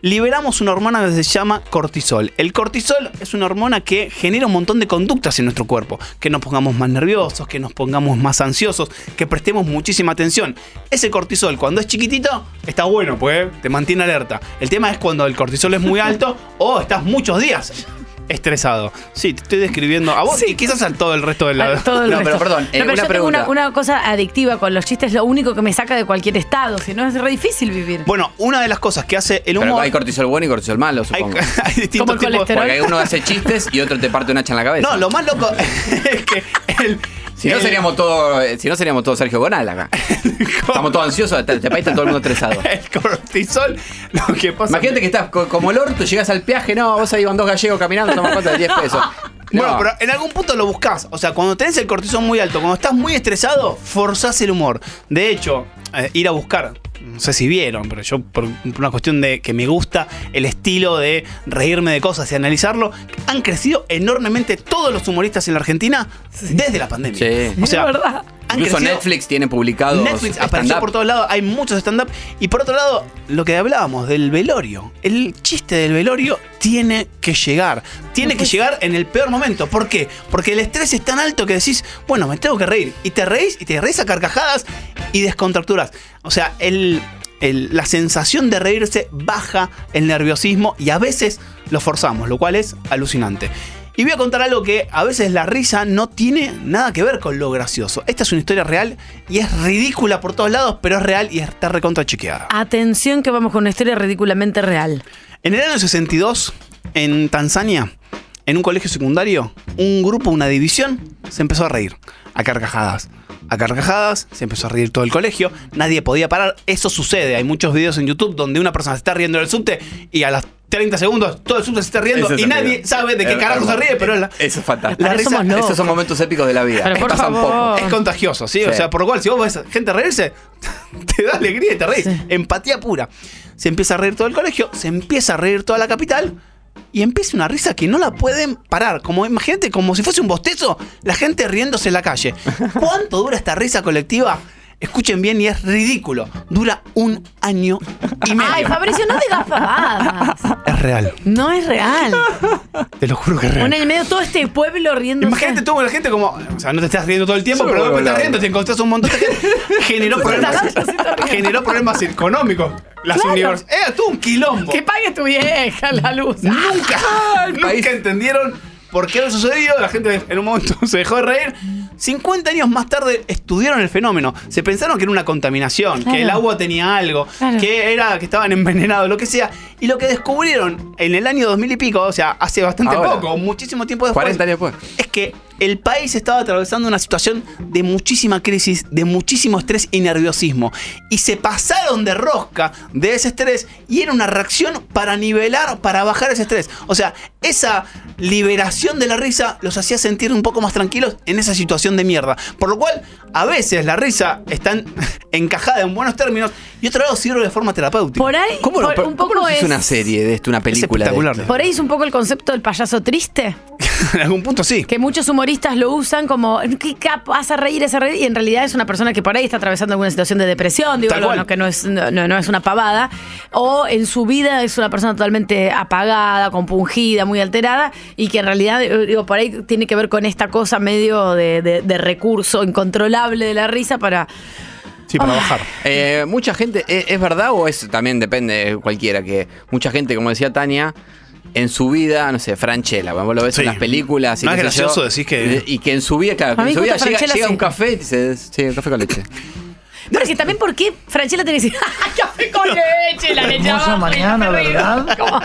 liberamos una hormona que se llama cortisol. El cortisol es una hormona que genera un montón de conductas en nuestro cuerpo. Que nos pongamos más nerviosos, que nos pongamos más ansiosos, que prestemos muchísima atención. Ese cortisol, cuando es chiquitito, está bueno, pues te mantiene alerta. El tema es cuando el cortisol es muy alto o estás muchos días estresado. Sí, te estoy describiendo a vos sí. y quizás a todo el resto del lado. Todo el no, resto. pero perdón, eh, no, pero una yo pregunta. tengo una, una cosa adictiva con los chistes, lo único que me saca de cualquier estado, si no es re difícil vivir. Bueno, una de las cosas que hace el humor... Pero hay cortisol bueno y cortisol malo, supongo. Hay, hay distintos tipos. Porque uno hace chistes y otro te parte un hacha en la cabeza. No, lo más loco es que el... Si no, seríamos todos, si no seríamos todos Sergio Gonal acá. Estamos todos ansiosos, este país está todo el mundo estresado. El cortisol, lo que pasa... Imagínate que estás co- como el orto, llegás al peaje, no, vos ahí van dos gallegos caminando, toman cuenta de diez pesos. No. Bueno, pero en algún punto lo buscás. O sea, cuando tenés el cortisol muy alto, cuando estás muy estresado, forzás el humor. De hecho, eh, ir a buscar... No sé si vieron, pero yo por una cuestión de que me gusta el estilo de reírme de cosas y analizarlo, han crecido enormemente todos los humoristas en la Argentina sí. desde la pandemia. Sí. O sea, verdad. Incluso crecido, Netflix tiene publicado. Netflix apareció por todos lados, hay muchos stand-up. Y por otro lado, lo que hablábamos del velorio. El chiste del velorio tiene que llegar. Tiene que llegar en el peor momento. ¿Por qué? Porque el estrés es tan alto que decís, bueno, me tengo que reír. Y te reís, y te reís a carcajadas y descontracturás. O sea, el, el, la sensación de reírse baja el nerviosismo y a veces lo forzamos, lo cual es alucinante. Y voy a contar algo que a veces la risa no tiene nada que ver con lo gracioso. Esta es una historia real y es ridícula por todos lados, pero es real y está recontra chequeada. Atención que vamos con una historia ridículamente real. En el año sesenta y dos, en Tanzania, en un colegio secundario, un grupo, una división, se empezó a reír a carcajadas. A carcajadas, se empezó a reír todo el colegio, nadie podía parar. Eso sucede, hay muchos videos en YouTube donde una persona se está riendo del subte y a las treinta segundos todo el subte se está riendo eso y nadie ríe. sabe de qué carajo se ríe, pero la, eso es fantástico. La risa, esos son momentos épicos de la vida. Pero por favor. Poco. Es contagioso, ¿sí? Sí. O sea, por lo cual, si vos ves gente reírse, te da alegría y te reís. Sí. Empatía pura. Se empieza a reír todo el colegio, se empieza a reír toda la capital. Y empieza una risa que no la pueden parar. Como imagínate, como si fuese un bostezo, la gente riéndose en la calle. ¿Cuánto dura esta risa colectiva? Escuchen bien y es ridículo. Dura un año y medio. Ay, Fabricio, no digas pavadas. Es real. No es real. Te lo juro que es real. Un año y medio todo este pueblo riéndose. Imagínate tú, la gente como... O sea, no te estás riendo todo el tiempo, sí, pero después estás riendo, te encontrás un montón de gente. Generó problemas, generó problemas económicos. Las claro. universidades. Era tú un quilombo. Que pague tu vieja la luz. Nunca, Ay, nunca país. entendieron por qué había sucedido. La gente en un momento se dejó de reír. cincuenta años más tarde estudiaron el fenómeno. Se pensaron que era una contaminación, claro. que el agua tenía algo, claro. que era que estaban envenenados, lo que sea. Y lo que descubrieron en el año dos mil y pico, o sea, hace bastante Ahora, poco, muchísimo tiempo después, cuarenta años después, es que el país estaba atravesando una situación de muchísima crisis, de muchísimo estrés y nerviosismo. Y se pasaron de rosca de ese estrés y era una reacción para nivelar, para bajar ese estrés. O sea, esa liberación de la risa los hacía sentir un poco más tranquilos en esa situación de mierda. Por lo cual, a veces la risa está encajada en buenos términos y otro lado sirve de forma terapéutica. Por ahí, ¿Cómo por, no, un poco ¿cómo no es... es una serie de esto, una película? Es espectacular. De por ahí es un poco el concepto del payaso triste. En algún punto sí. Que muchos humoristas lo usan como ¿qué hace reír, hace reír? Y en realidad es una persona que por ahí está atravesando alguna situación de depresión, digo, bueno, que no es, no, no es una pavada. O en su vida es una persona totalmente apagada, compungida, muy alterada, y que en realidad, digo, por ahí tiene que ver con esta cosa medio de, de, de recurso incontrolable de la risa para... Sí, para oh. bajar. Eh, mucha gente, ¿es, ¿es verdad o es también depende de cualquiera? Que mucha gente, como decía Tania, en su vida, no sé, Franchella, vos lo ves sí. en las películas. Y más gracioso yo, decís que... Y que en su vida, claro, que en su vida llega, llega sí. un café y dice, sí, un café con leche. Pero es que también, ¿por qué Franchella tiene que decir café con leche? La leche hermosa mañana, ¿verdad?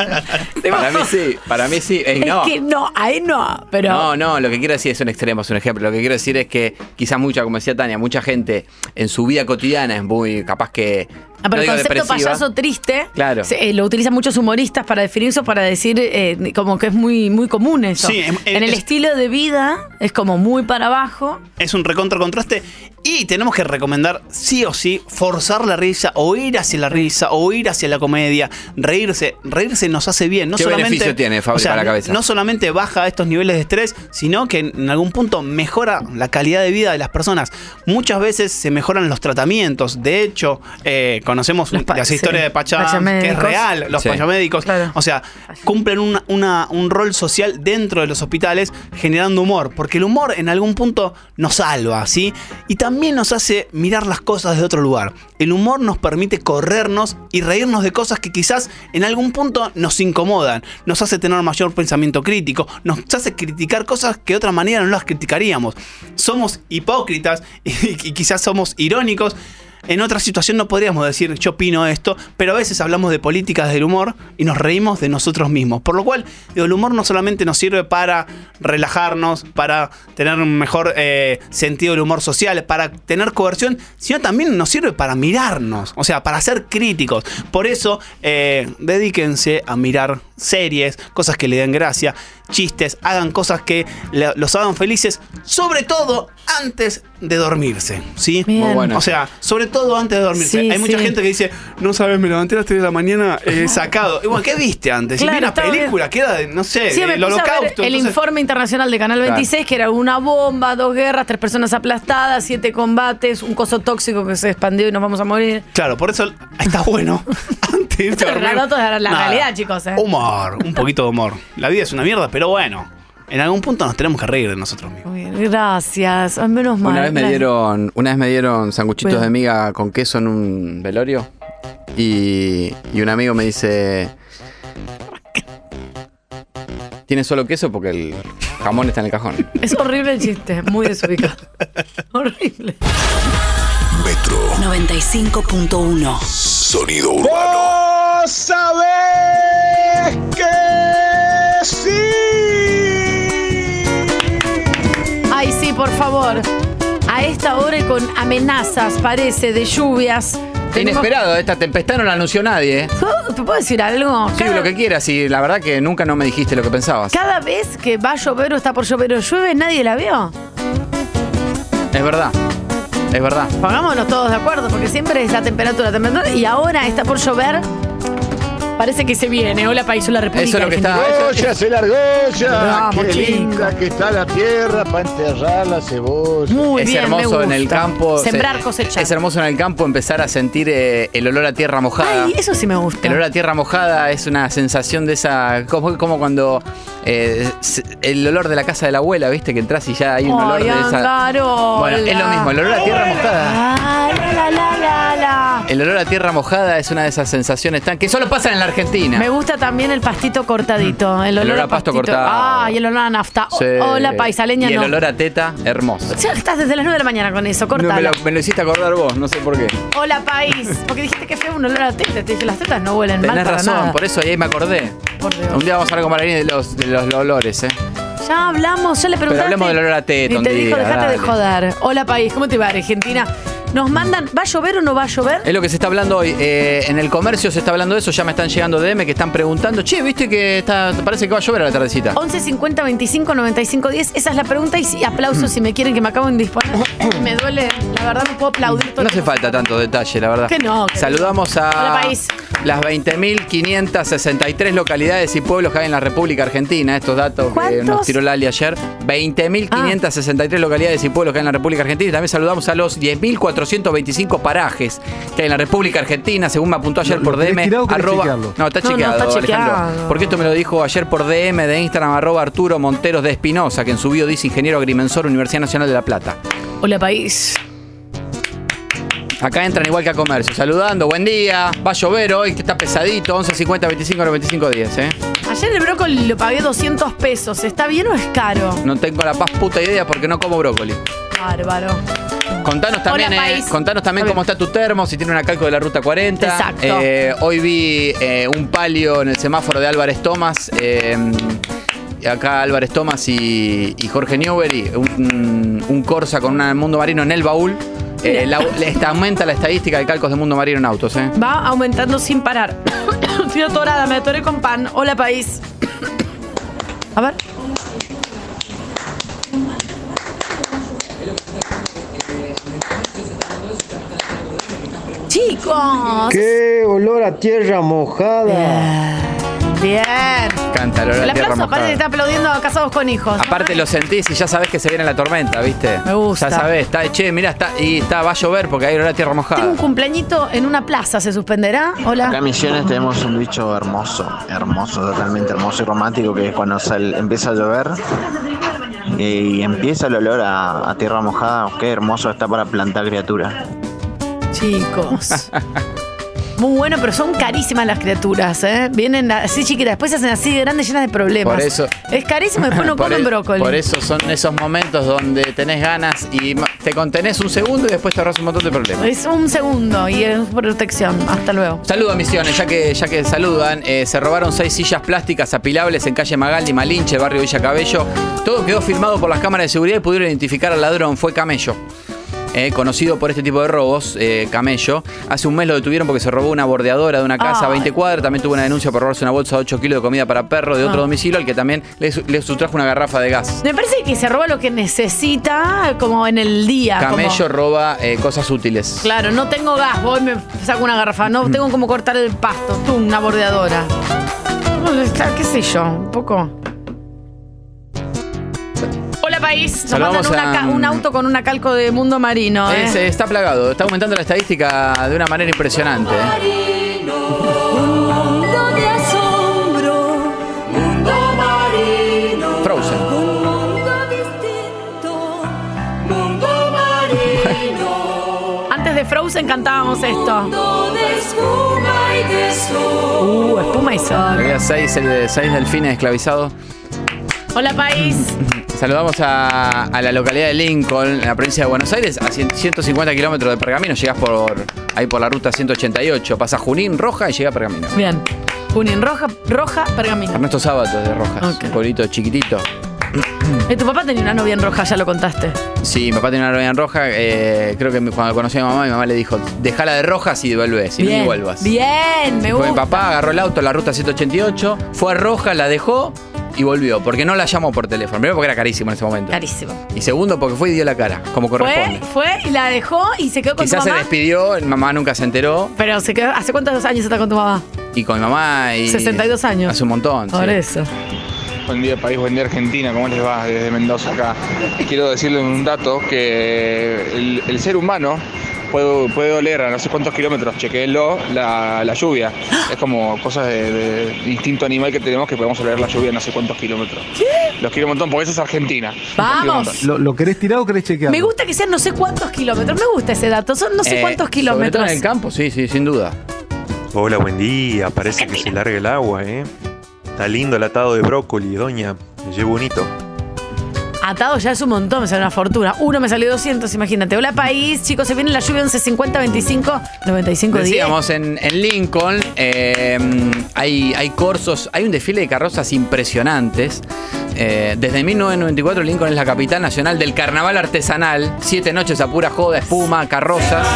Para mí sí, para mí sí. Eh, es no. que no, ahí no, pero... No, no, lo que quiero decir es un extremo, es un ejemplo. Lo que quiero decir es que quizás mucha, como decía Tania, mucha gente en su vida cotidiana es muy capaz que... Ah, pero no el concepto depresiva. payaso triste, claro. se, eh, lo utilizan muchos humoristas para definir eso, para decir eh, como que es muy, muy común eso. Sí, en, en el es, estilo de vida es como muy para abajo. Es un recontra contraste y tenemos que recomendar sí o sí forzar la risa o ir hacia la risa o ir hacia la comedia, reírse. Reírse nos hace bien. No ¿Qué solamente, beneficio tiene, Fabri, o sea, para la cabeza? No solamente baja estos niveles de estrés, sino que en algún punto mejora la calidad de vida de las personas. Muchas veces se mejoran los tratamientos. De hecho, eh, conocemos Los pa- las sí. historias de Pachá, que es Pachamédicos. real, los Sí. pachamédicos. Claro. O sea, cumplen una- una- un rol social dentro de los hospitales generando humor, porque el humor en algún punto nos salva, ¿sí? Y también nos hace mirar las cosas de otro lugar. El humor nos permite corrernos y reírnos de cosas que quizás en algún punto nos incomodan, nos hace tener mayor pensamiento crítico, nos hace criticar cosas que de otra manera no las criticaríamos. Somos hipócritas y, y quizás somos irónicos. En otra situación no podríamos decir yo opino esto, pero a veces hablamos de políticas del humor y nos reímos de nosotros mismos. Por lo cual, digo, el humor no solamente nos sirve para relajarnos, para tener un mejor eh, sentido del humor social, para tener coerción, sino también nos sirve para mirarnos, o sea, para ser críticos. Por eso, eh, dedíquense a mirar series, cosas que le den gracia, chistes, hagan cosas que le- los hagan felices, sobre todo antes de dormirse, ¿sí? Bien. Muy bueno. O sea, sobre todo antes de dormirse. Sí, Hay mucha sí. gente que dice, no sabes, me levanté a las tres de la mañana eh, sacado. Y bueno, ¿qué viste antes? Claro, Si vi una estaba película que era, de, no sé, Sí, me el puse a ver holocausto. el entonces- informe internacional de Canal veintiséis, que era una bomba, dos guerras, tres personas aplastadas, siete combates, un coso tóxico que se expandió y nos vamos a morir. Claro, por eso está bueno antes de irte a Esto es dormir. la, la, la Nada. realidad, chicos. ¿eh? Humor, un poquito de humor. La vida es una mierda, pero bueno, en algún punto nos tenemos que reír de nosotros mismos. Muy bien, gracias. Ay, menos mal. Una vez me Gracias. dieron, una vez me dieron sanguchitos Bueno. de miga con queso en un velorio y, y un amigo me dice, ¿tiene solo queso? Porque el jamón está en el cajón. Es horrible el chiste, muy desubicado. Horrible. Metro noventa y cinco punto uno. Sonido Urbano. ¡Vos sabés que sí! Ay, sí, por favor. A esta hora y con amenazas, parece, de lluvias. Qué inesperado, esta tempestad no la anunció nadie, ¿eh? ¿Te puedo decir algo? Sí, lo que quieras, y la verdad que nunca no me dijiste lo que pensabas. Cada vez que va a llover o está por llover o llueve, nadie la vio. Es verdad, es verdad. Pongámonos todos de acuerdo, porque siempre es la temperatura, temperatura, y ahora está por llover. Parece que se viene. Hola, país, hola, República Eso es lo que Argentina. está- Goya se largó ya. Vamos, Qué chico. linda que está la tierra para enterrar la cebolla. Muy es bien, hermoso me en el gusta. campo. Sembrar, se- cosechar. Es hermoso en el campo empezar a sentir eh, el olor a tierra mojada. Ay, eso sí me gusta. El olor a tierra mojada es una sensación de esa. Como, como cuando. eh, se- el olor de la casa de la abuela, ¿viste? Que entras y ya hay un olor Ay, de esa. Angarola. Bueno, es lo mismo, el olor a tierra mojada. Ah, la, la, la, la, la. El olor a tierra mojada es una de esas sensaciones tan. que solo pasan en la Argentina. Me gusta también el pastito cortadito. El olor, a pasto pastito. cortado. Ah, y el olor a nafta. O- Sí. Hola, paisaleña, Y el no. olor a teta, hermoso. Ya estás desde las nueve de la mañana con eso, No, me, cortala. lo, me lo hiciste acordar vos, no sé por qué. Hola, país. Porque dijiste que fue un olor a teta. Te dije, las tetas no huelen mal Tenés para razón, nada. por eso ahí me acordé. Por Dios. Un día vamos a hablar con Maravini de los, de los olores, ¿eh? Ya hablamos, ya le Pero preguntaste. hablemos del olor a teta Y un te dijo, día, dejate de dale. joder. Hola, país. ¿Cómo te va, Argentina? Nos mandan, ¿va a llover o no va a llover? Es lo que se está hablando hoy. Eh, en el comercio se está hablando de eso. Ya me están llegando D M que están preguntando. Che, ¿viste que está, parece que va a llover a la tardecita? once cincuenta veinticinco noventa y cinco diez. Esa es la pregunta. Y si, aplausos si me quieren, que me acabo de disponer. Me duele. La verdad, no puedo aplaudir todo No el hace tiempo. falta tanto detalle, la verdad. Que no, que Saludamos a Hola, país. las veinte mil quinientas sesenta y tres localidades y pueblos que hay en la República Argentina. Estos datos que ¿Cuántos? nos tiró Lali ayer. veinte mil quinientas sesenta y tres localidades y pueblos que hay en la República Argentina. Y también saludamos a los diez mil cuatrocientos veinticinco parajes que hay en la República Argentina, según me apuntó ayer ¿Lo- por lo D tenés M. tirado o querés arroba- chequearlo? No, está No, no, chequeado, está Alejandro. chequeado. Porque esto me lo dijo ayer por D M de Instagram, arroba Arturo Monteros de Espinosa, que en su bio dice ingeniero agrimensor, Universidad Nacional de La Plata. Hola, país. Acá entran igual que a comercio, saludando, buen día, va a llover hoy, que está pesadito, once cincuenta veinticinco noventa y cinco diez, ¿eh? Ayer el brócoli lo pagué doscientos pesos. ¿Está bien o es caro? No tengo la paz puta idea porque no como brócoli. Bárbaro. Contanos también, Hola, eh, país. contanos también A ver. cómo está tu termo, si tiene una calco de la ruta cuarenta. Exacto. Eh, hoy vi eh, un palio en el semáforo de Álvarez Tomás. eh, acá Álvarez Tomás y, y Jorge Newbery, un, un Corsa con un mundo marino en el baúl. Eh, la, esta aumenta la estadística de calcos de mundo marino en autos, ¿eh? Va aumentando sin parar. Estoy atorada, me atoré con pan. Hola, país. A ver. Chicos. ¡Qué olor a tierra mojada! Bien. Canta el olor El a tierra aplauso mojada. parece que está aplaudiendo a Casados con Hijos. Aparte lo sentís y ya sabés que se viene la tormenta, ¿viste? Me gusta. Ya sabés, está, che, mirá, está, y está, va a llover porque hay olor a tierra mojada. Tengo un cumpleañito en una plaza, ¿se suspenderá? Hola. Acá en Misiones tenemos un bicho hermoso, hermoso, totalmente hermoso y romántico, que es cuando sal- empieza a llover y empieza el olor a, a tierra mojada. Qué hermoso está para plantar criaturas. Chicos. Muy bueno, pero son carísimas las criaturas, ¿eh? Vienen así chiquitas, después se hacen así de grandes, llenas de problemas. Por eso. Es carísimo, después no Por comen e- brócoli. Por eso son esos momentos donde tenés ganas y ma- te contenés un segundo y después te ahorras un montón de problemas. Es un segundo y es protección. Hasta luego. Saludo a Misiones, ya que, ya que saludan. Eh, se robaron seis sillas plásticas apilables en calle Magaldi, Malinche, barrio Villa Cabello. Todo quedó filmado por las cámaras de seguridad y pudieron identificar al ladrón. Fue Camello. Eh, conocido por este tipo de robos, eh, Camello. Hace un mes lo detuvieron porque se robó una bordeadora de una casa a veinte cuadras. También tuvo una denuncia por robarse una bolsa de ocho kilos de comida para perro de otro Ah. domicilio, al que también le, su- le sustrajo una garrafa de gas. Me parece que se roba lo que necesita como en el día. Camello como- roba eh, cosas útiles. Claro, no tengo gas, voy y me saco una garrafa. No tengo como cortar el pasto. Tú, una bordeadora. ¿Dónde está? ¿Qué sé yo? Un poco. Hola, país. Nos Saludamos mandan una a- ca- un auto con una calco de Mundo Marino. ¿eh? Es, eh, está plagado, está aumentando la estadística de una manera impresionante. ¿eh? Mundo de asombro, mundo marino. Frozen. Un mundo distinto, mundo marino. Antes de Frozen cantábamos esto. Mundo de espuma y de sol. Uh, espuma y sol. Había seis, eh, seis delfines esclavizados. Hola, país. Saludamos a, a la localidad de Lincoln, en la provincia de Buenos Aires, a cien- ciento cincuenta kilómetros de Pergamino. Llegás por ahí por la ruta ciento ochenta y ocho. Pasa Junín, Roja y llega a Pergamino. Bien. Junín, roja, roja, pergamino. Ernesto Sábato de Rojas, un pueblito chiquitito. Eh, tu papá tenía una novia en roja, ya lo contaste. Sí, mi papá tenía una novia en Roja. eh, creo que cuando conocí a mi mamá, mi mamá le dijo: dejala de Rojas y devuelve, si no Bien, ni vuelvas. Bien, me Fue gusta. mi papá, agarró el auto, la ruta ciento ochenta y ocho, fue a Roja, la dejó y volvió. Porque no la llamó por teléfono. Primero porque era carísimo en ese momento. Carísimo. Y segundo porque fue y dio la cara, como Fue, corresponde. fue y la dejó y se quedó con Quizás tu se mamá. despidió, mi mamá nunca se enteró. Pero se quedó. ¿Hace cuántos años está con tu mamá? Y con mi mamá y... sesenta y dos años. Hace un montón, Por sí. eso. Buen día país, buen día Argentina, ¿cómo les va? Desde Mendoza acá. Quiero decirles un dato, que el, el ser humano puede, puede oler a no sé cuántos kilómetros, chequéenlo, la, la lluvia. Es como cosas de, de instinto animal que tenemos, que podemos oler la lluvia a no sé cuántos kilómetros. Los quiero un montón, porque eso es Argentina. Los quiero un Vamos. montón. ¿Lo, lo querés tirar o querés chequear? Me gusta que sean no sé cuántos kilómetros. Me gusta ese dato. Son no sé Eh, cuántos Sobre kilómetros. todo en el campo, sí, sí, sin duda. Hola, buen día. Parece que se larga el agua, ¿eh? Está lindo el atado de brócoli, doña. Me llevo bonito. Atado ya es un montón, me sale una fortuna. Uno me salió doscientos, imagínate. Hola, país. Chicos, se viene la lluvia once cincuenta veinticinco noventa y cinco diez. Decíamos, en, en Lincoln eh, hay, hay corsos, hay un desfile de carrozas impresionantes. Eh, desde mil novecientos noventa y cuatro Lincoln es la capital nacional del carnaval artesanal. Siete noches a pura joda, espuma, carrozas.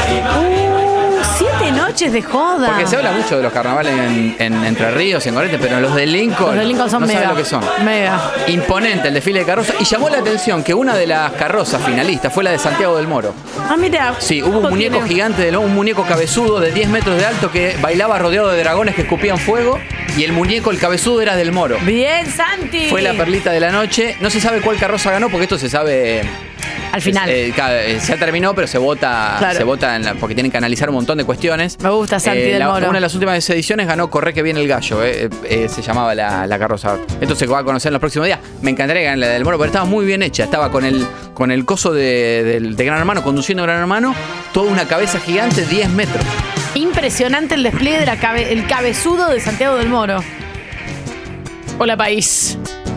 Uh, siete noches de joda. Porque se habla mucho de los carnavales en, en Entre Ríos, en Corrientes, pero los de Lincoln, Los de Lincoln son no mega. sabes lo que son. Mega. Imponente el desfile de carrozas. Y llamó la atención que una de las carrozas finalistas fue la de Santiago del Moro. Ah, mira. Sí, hubo un muñeco gigante, de un muñeco cabezudo de diez metros de alto que bailaba rodeado de dragones que escupían fuego. Y el muñeco, el cabezudo, era del Moro. Bien, Santi. Fue la perlita de la noche. No se sabe cuál carroza ganó porque esto se sabe... Al final. Eh, ca- eh, ya terminó, pero se vota, Claro. se vota en la- porque tienen que analizar un montón de cuestiones. Me gusta Santi del la- Moro. Una de las últimas ediciones ganó Corre que viene el gallo, eh, eh, eh, se llamaba la, la carroza. Esto se va a conocer en los próximos días. Me encantaría ganar la del Moro, pero estaba muy bien hecha. Estaba con el, con el coso de, del- de Gran Hermano, conduciendo a Gran Hermano, toda una cabeza gigante, diez metros. Impresionante el despliegue del cabe, el cabezudo de Santiago del Moro. Hola, país.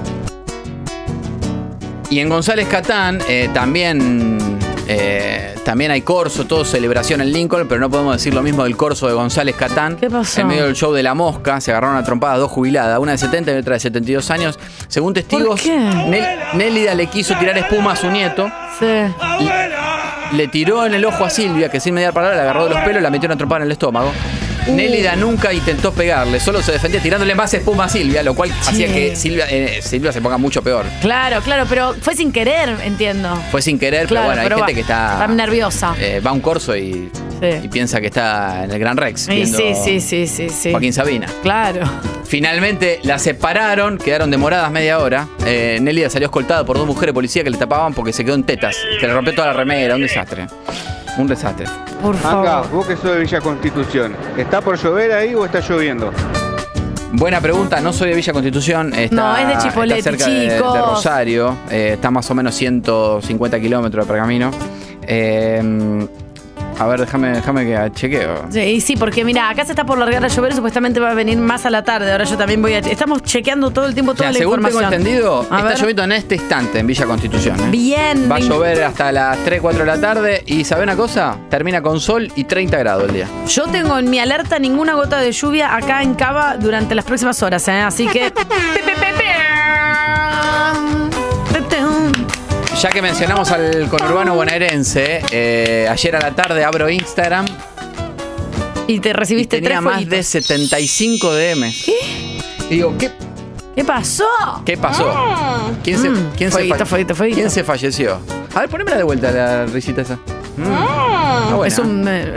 Y en González Catán eh, también, eh, también hay corso, todo celebración en Lincoln, pero no podemos decir lo mismo del corso de González Catán. ¿Qué pasó? En medio del show de La Mosca se agarraron a trompadas dos jubiladas, una de setenta y otra de setenta y dos años. Según testigos, ¿Por qué? Nel- Nélida le quiso tirar espuma a su nieto. Sí. Le tiró en el ojo a Silvia, que sin mediar palabra le agarró de los pelos y la metió una trompada en el estómago. Nélida nunca intentó pegarle, solo se defendía tirándole más espuma a Silvia, lo cual Sí. hacía que Silvia, eh, Silvia se ponga mucho peor. Claro, claro, pero fue sin querer, entiendo. Fue sin querer, Claro, pero bueno, hay pero gente va- que está. está nerviosa. eh, va a un corso y, Sí. y piensa que está en el Gran Rex. Sí, viendo sí, sí, sí, sí, sí. Joaquín Sabina. Claro. Finalmente la separaron, quedaron demoradas media hora. Eh, Nélida salió escoltada por dos mujeres policías que le tapaban porque se quedó en tetas. Se le rompió toda la remera, un desastre. Un desastre. Por Acá, vos que sos de Villa Constitución, ¿está por llover ahí o está lloviendo? Buena pregunta, no soy de Villa Constitución. Está, No, es de Chipoleti, está cerca de- de, chicos. Rosario. Eh, está más o menos ciento cincuenta kilómetros de pergamino. Eh, a ver, déjame, déjame que chequeo. Sí, sí, porque mira, acá se está por largar a llover y supuestamente va a venir más a la tarde. Ahora yo también voy a... Estamos chequeando todo el tiempo toda Ya, la según información. tengo entendido, A está ver. lloviendo en este instante en Villa Constitución. ¿eh? Bien. Va a bien. llover hasta las tres, cuatro de la tarde y ¿sabe una cosa? Termina con sol y treinta grados el día. Yo tengo en mi alerta ninguna gota de lluvia acá en Cava durante las próximas horas, ¿eh? Así que... Ya que mencionamos al conurbano bonaerense, eh, ayer a la tarde abro Instagram Y te recibiste y tenía tres más fueguitos. de setenta y cinco D Ms. ¿Qué? Y digo, ¿qué, ¿Qué pasó? qué pasó? Ah. ¿Quién, se, Mm, quién, se fueguito, fa- fueguito, fueguito. ¿Quién se falleció? A ver, ponémela de vuelta la risita esa. Mm. Ah, Está buena. es un... eh,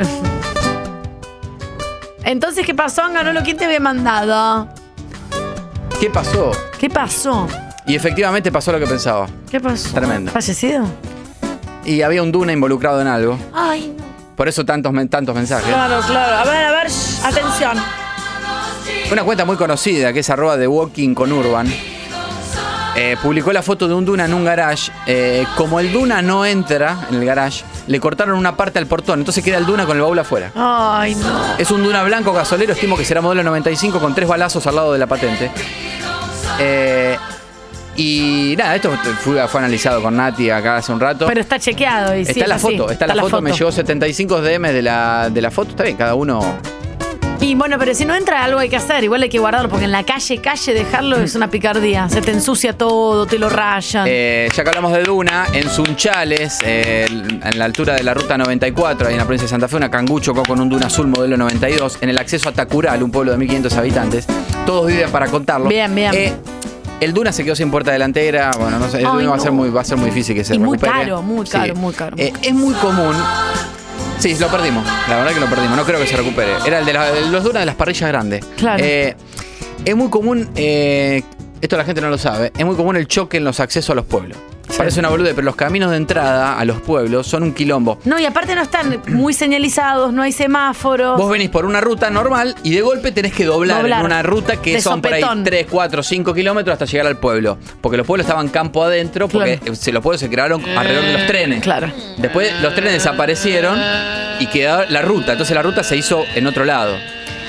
Entonces, ¿qué pasó, Anganolo? ¿Quién te había mandado? ¿Qué pasó? ¿Qué pasó? Y efectivamente pasó lo que pensaba. ¿Qué pasó? Tremendo. ¿Fallecido? Y había un Duna involucrado en algo. Ay, no. Por eso tantos, men- tantos mensajes. Claro, claro. A ver, a ver, shh, atención. Una cuenta muy conocida, que es arroba de Walking con Urban, eh, publicó la foto de un Duna en un garage. Eh, como el Duna no entra en el garage, le cortaron una parte al portón, entonces queda el Duna con el baúl afuera. Ay, no. Es un Duna blanco gasolero, estimo que será modelo noventa y cinco con tres balazos al lado de la patente. Eh, y nada, esto fue, fue analizado con Nati acá hace un rato. Pero está chequeado. Y sí, está es la así. foto, está, la, foto. Me llegó setenta y cinco D M de la, de la foto. Está bien, cada uno. Y bueno, pero si no entra, algo hay que hacer. Igual hay que guardarlo, porque en la calle, calle, dejarlo es una picardía. Se te ensucia todo, te lo rayan. Eh, ya que hablamos de Duna, en Sunchales, eh, en la altura de la ruta noventa y cuatro, ahí en la provincia de Santa Fe, una Kangoo chocó con un Duna azul modelo noventa y dos en el acceso a Tacural, un pueblo de mil quinientos habitantes. Todos viven para contarlo. Bien, bien. Eh, el Duna se quedó sin puerta delantera. Bueno, no sé, el Ay, Duna va, a no. ser muy, va a ser muy difícil que se y muy recupere. caro, muy Sí. caro, muy caro. Eh, es muy común. Sí, lo perdimos. La verdad que lo perdimos. No creo que se recupere. Era el de, la- de los Duna de las parrillas grandes. Claro. Eh, es muy común. eh, esto la gente no lo sabe. Es muy común el choque en los accesos a los pueblos. Parece una bolude, pero los caminos de entrada a los pueblos son un quilombo. No, y aparte no están muy señalizados, no hay semáforos. Vos venís por una ruta normal y de golpe tenés que doblar, Doblar. en una ruta que De son por ahí sopetón. tres, cuatro, cinco kilómetros hasta llegar al pueblo. Porque los pueblos estaban campo adentro, porque se, los pueblos se crearon alrededor de los trenes. Claro. Después los trenes desaparecieron y quedó la ruta. Entonces la ruta se hizo en otro lado.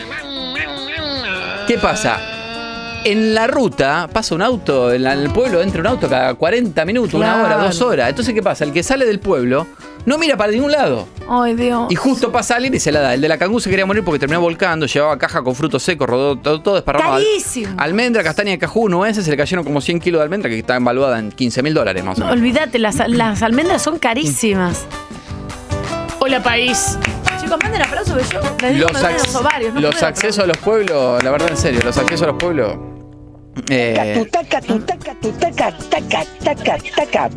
¿Qué pasa? En la ruta pasa un auto, en, la- en el pueblo entra un auto cada cuarenta minutos, una Claro. hora, dos horas. Entonces, ¿qué pasa? El que sale del pueblo no mira para ningún lado. Ay, Dios. Y justo pasa alguien y se la da. El de la Kangoo se quería morir porque terminó volcando, llevaba caja con frutos secos, rodó todo, todo desparramado. Carísimo. Almendra, castaña, cajú, nueces, se le cayeron como cien kilos de almendra que estaban valuadas en quince mil dólares más o No, menos. olvídate, las, las almendras son carísimas. Hola, país. Chicos, manden aplausos que yo les digo, Los, me duelen ac- los ovarios. No los puedo accesos a los pueblos, la verdad en serio, los accesos a los pueblos. eh, Taca, tu, taca, tu, taca, taca, taca, taca.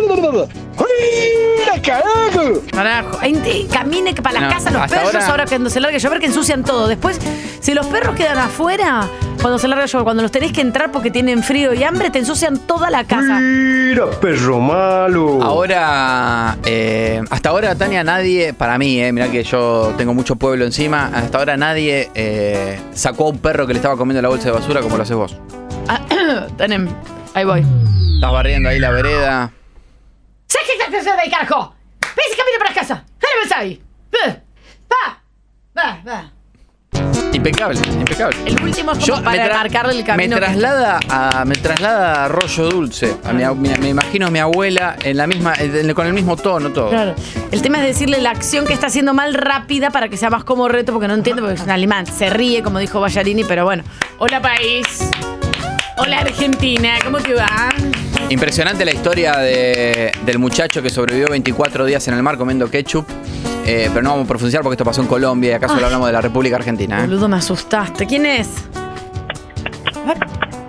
carajo! Carajo. Ay, te- Camine que para la No, casa los hasta perros ahora, ahora- cuando se larga a llover que ensucian todo. Después, si los perros quedan afuera, cuando se larga a llover, cuando los tenés que entrar porque tienen frío y hambre, te ensucian toda la casa. Mira, perro malo. Ahora, eh, hasta ahora, Tania, nadie, para mí, eh, mirá que yo tengo mucho pueblo encima, hasta ahora nadie eh, sacó a un perro que le estaba comiendo la bolsa de basura como lo haces vos. Ah, tenem, ahí voy. Estás barriendo ahí la vereda. ¿Sabes qué estás haciendo ahí, carajo? Ves y camina para casa. ¿Qué ves ahí? Va, va, va. Impecable, impecable. El último es como Yo para me tra- marcarle el Me camino. que- traslada a, me traslada a Arroyo Dulce. A mi, mi- me imagino a mi abuela en la misma, en- con el mismo tono, todo. Claro. El tema es decirle la acción que está haciendo mal rápida para que sea más como reto, porque no entiende, porque es un alemán. Se ríe, como dijo Ballarini, pero bueno. Hola, país. Hola, Argentina. ¿Cómo te va? Impresionante la historia de- del muchacho que sobrevivió veinticuatro días en el mar comiendo ketchup. Eh, pero no vamos a profundizar porque esto pasó en Colombia y acá solo Ay. hablamos de la República Argentina. ¿eh? Boludo, me asustaste. ¿Quién es? A ver.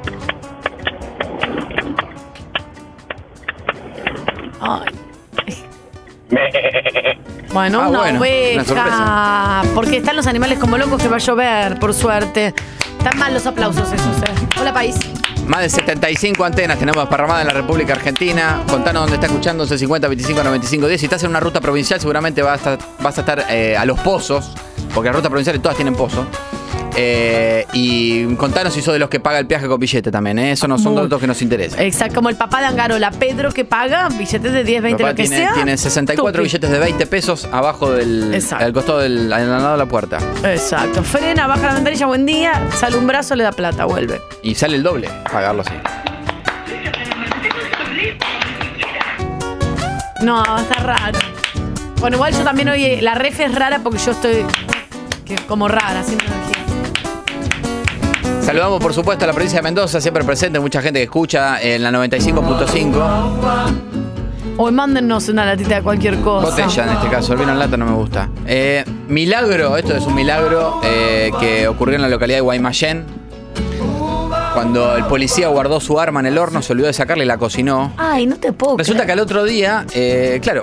Ay. Bueno, Ah, una bueno, una oveja. sorpresa. Porque están los animales como locos que va a llover, por suerte. Están mal los aplausos esos, eh. Hola, país. Más de setenta y cinco antenas tenemos parramadas en la República Argentina. Contanos dónde está escuchando, once cincuenta, veinticinco, noventa y cinco, diez. Si estás en una ruta provincial, seguramente vas a estar, vas a estar eh, a los pozos, porque las rutas provinciales todas tienen pozos. Eh, y contanos si sos de los que paga el peaje con billete también, ¿eh? Eso no son Muy. datos que nos interesan. Exacto, como el papá de Angarola, Pedro, que paga billetes de diez, veinte, Papá lo que tiene, sea. tiene sesenta y cuatro Tupi. billetes de veinte pesos abajo del Exacto. al costado del al lado de la puerta. Exacto. Frena, baja la ventanilla, buen día. Sale un brazo, le da plata, vuelve. Y sale el doble pagarlo así. No, está raro. Bueno, igual yo también hoy, la ref es rara porque yo estoy que, como rara, haciendo energía. Saludamos por supuesto a la provincia de Mendoza, siempre presente, mucha gente que escucha en la noventa y cinco punto cinco. Hoy mándennos una latita de cualquier cosa. Botella en este caso, el vino en lata no me gusta. Eh, milagro, esto es un milagro eh, que ocurrió en la localidad de Guaymallén. Cuando el policía guardó su arma en el horno, se olvidó de sacarla y la cocinó. Ay, no te puedo Resulta que creer. al otro día, eh, claro,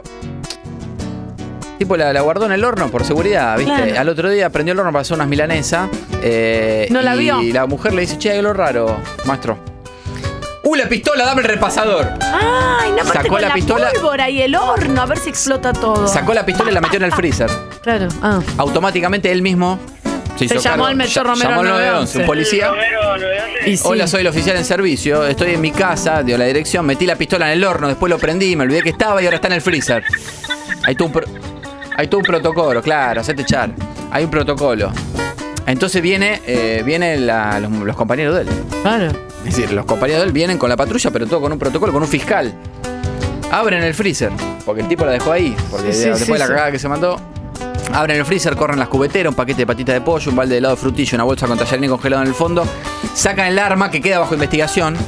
tipo la, la guardó en el horno por seguridad, ¿viste? Claro. Al otro día prendió el horno para hacer unas milanesas. Eh, No la y vio. Y la mujer le dice, che, hay algo raro, maestro. ¡Uh, la pistola! ¡Dame el repasador! Ay, no, aparte Sacó con la la, pistola. pólvora y el horno, a ver si explota todo. Sacó la pistola y la metió en el freezer. Claro. Ah. Automáticamente él mismo se, Se hizo llamó cargo. al Metro Ll- Romero Llamó al nueve nueve once. once, un policía. Y sí. Hola, soy el oficial en servicio. Estoy en mi casa, dio la dirección, metí la pistola en el horno, después lo prendí, me olvidé que estaba y ahora está en el freezer. Hay todo un, pro- hay todo un protocolo, claro, hacete echar. Hay un protocolo. Entonces viene, eh, vienen la- los, los compañeros de él. Claro. Es decir, los compañeros de él vienen con la patrulla, pero todo con un protocolo, con un fiscal. Abren el freezer, porque el tipo la dejó ahí, porque Sí, sí, después sí, de la sí. cagada que se mandó. Abren el freezer, corren las cubeteras, un paquete de patita de pollo, un balde de helado de frutilla, una bolsa con tallarín congelado en el fondo. Sacan el arma que queda bajo investigación.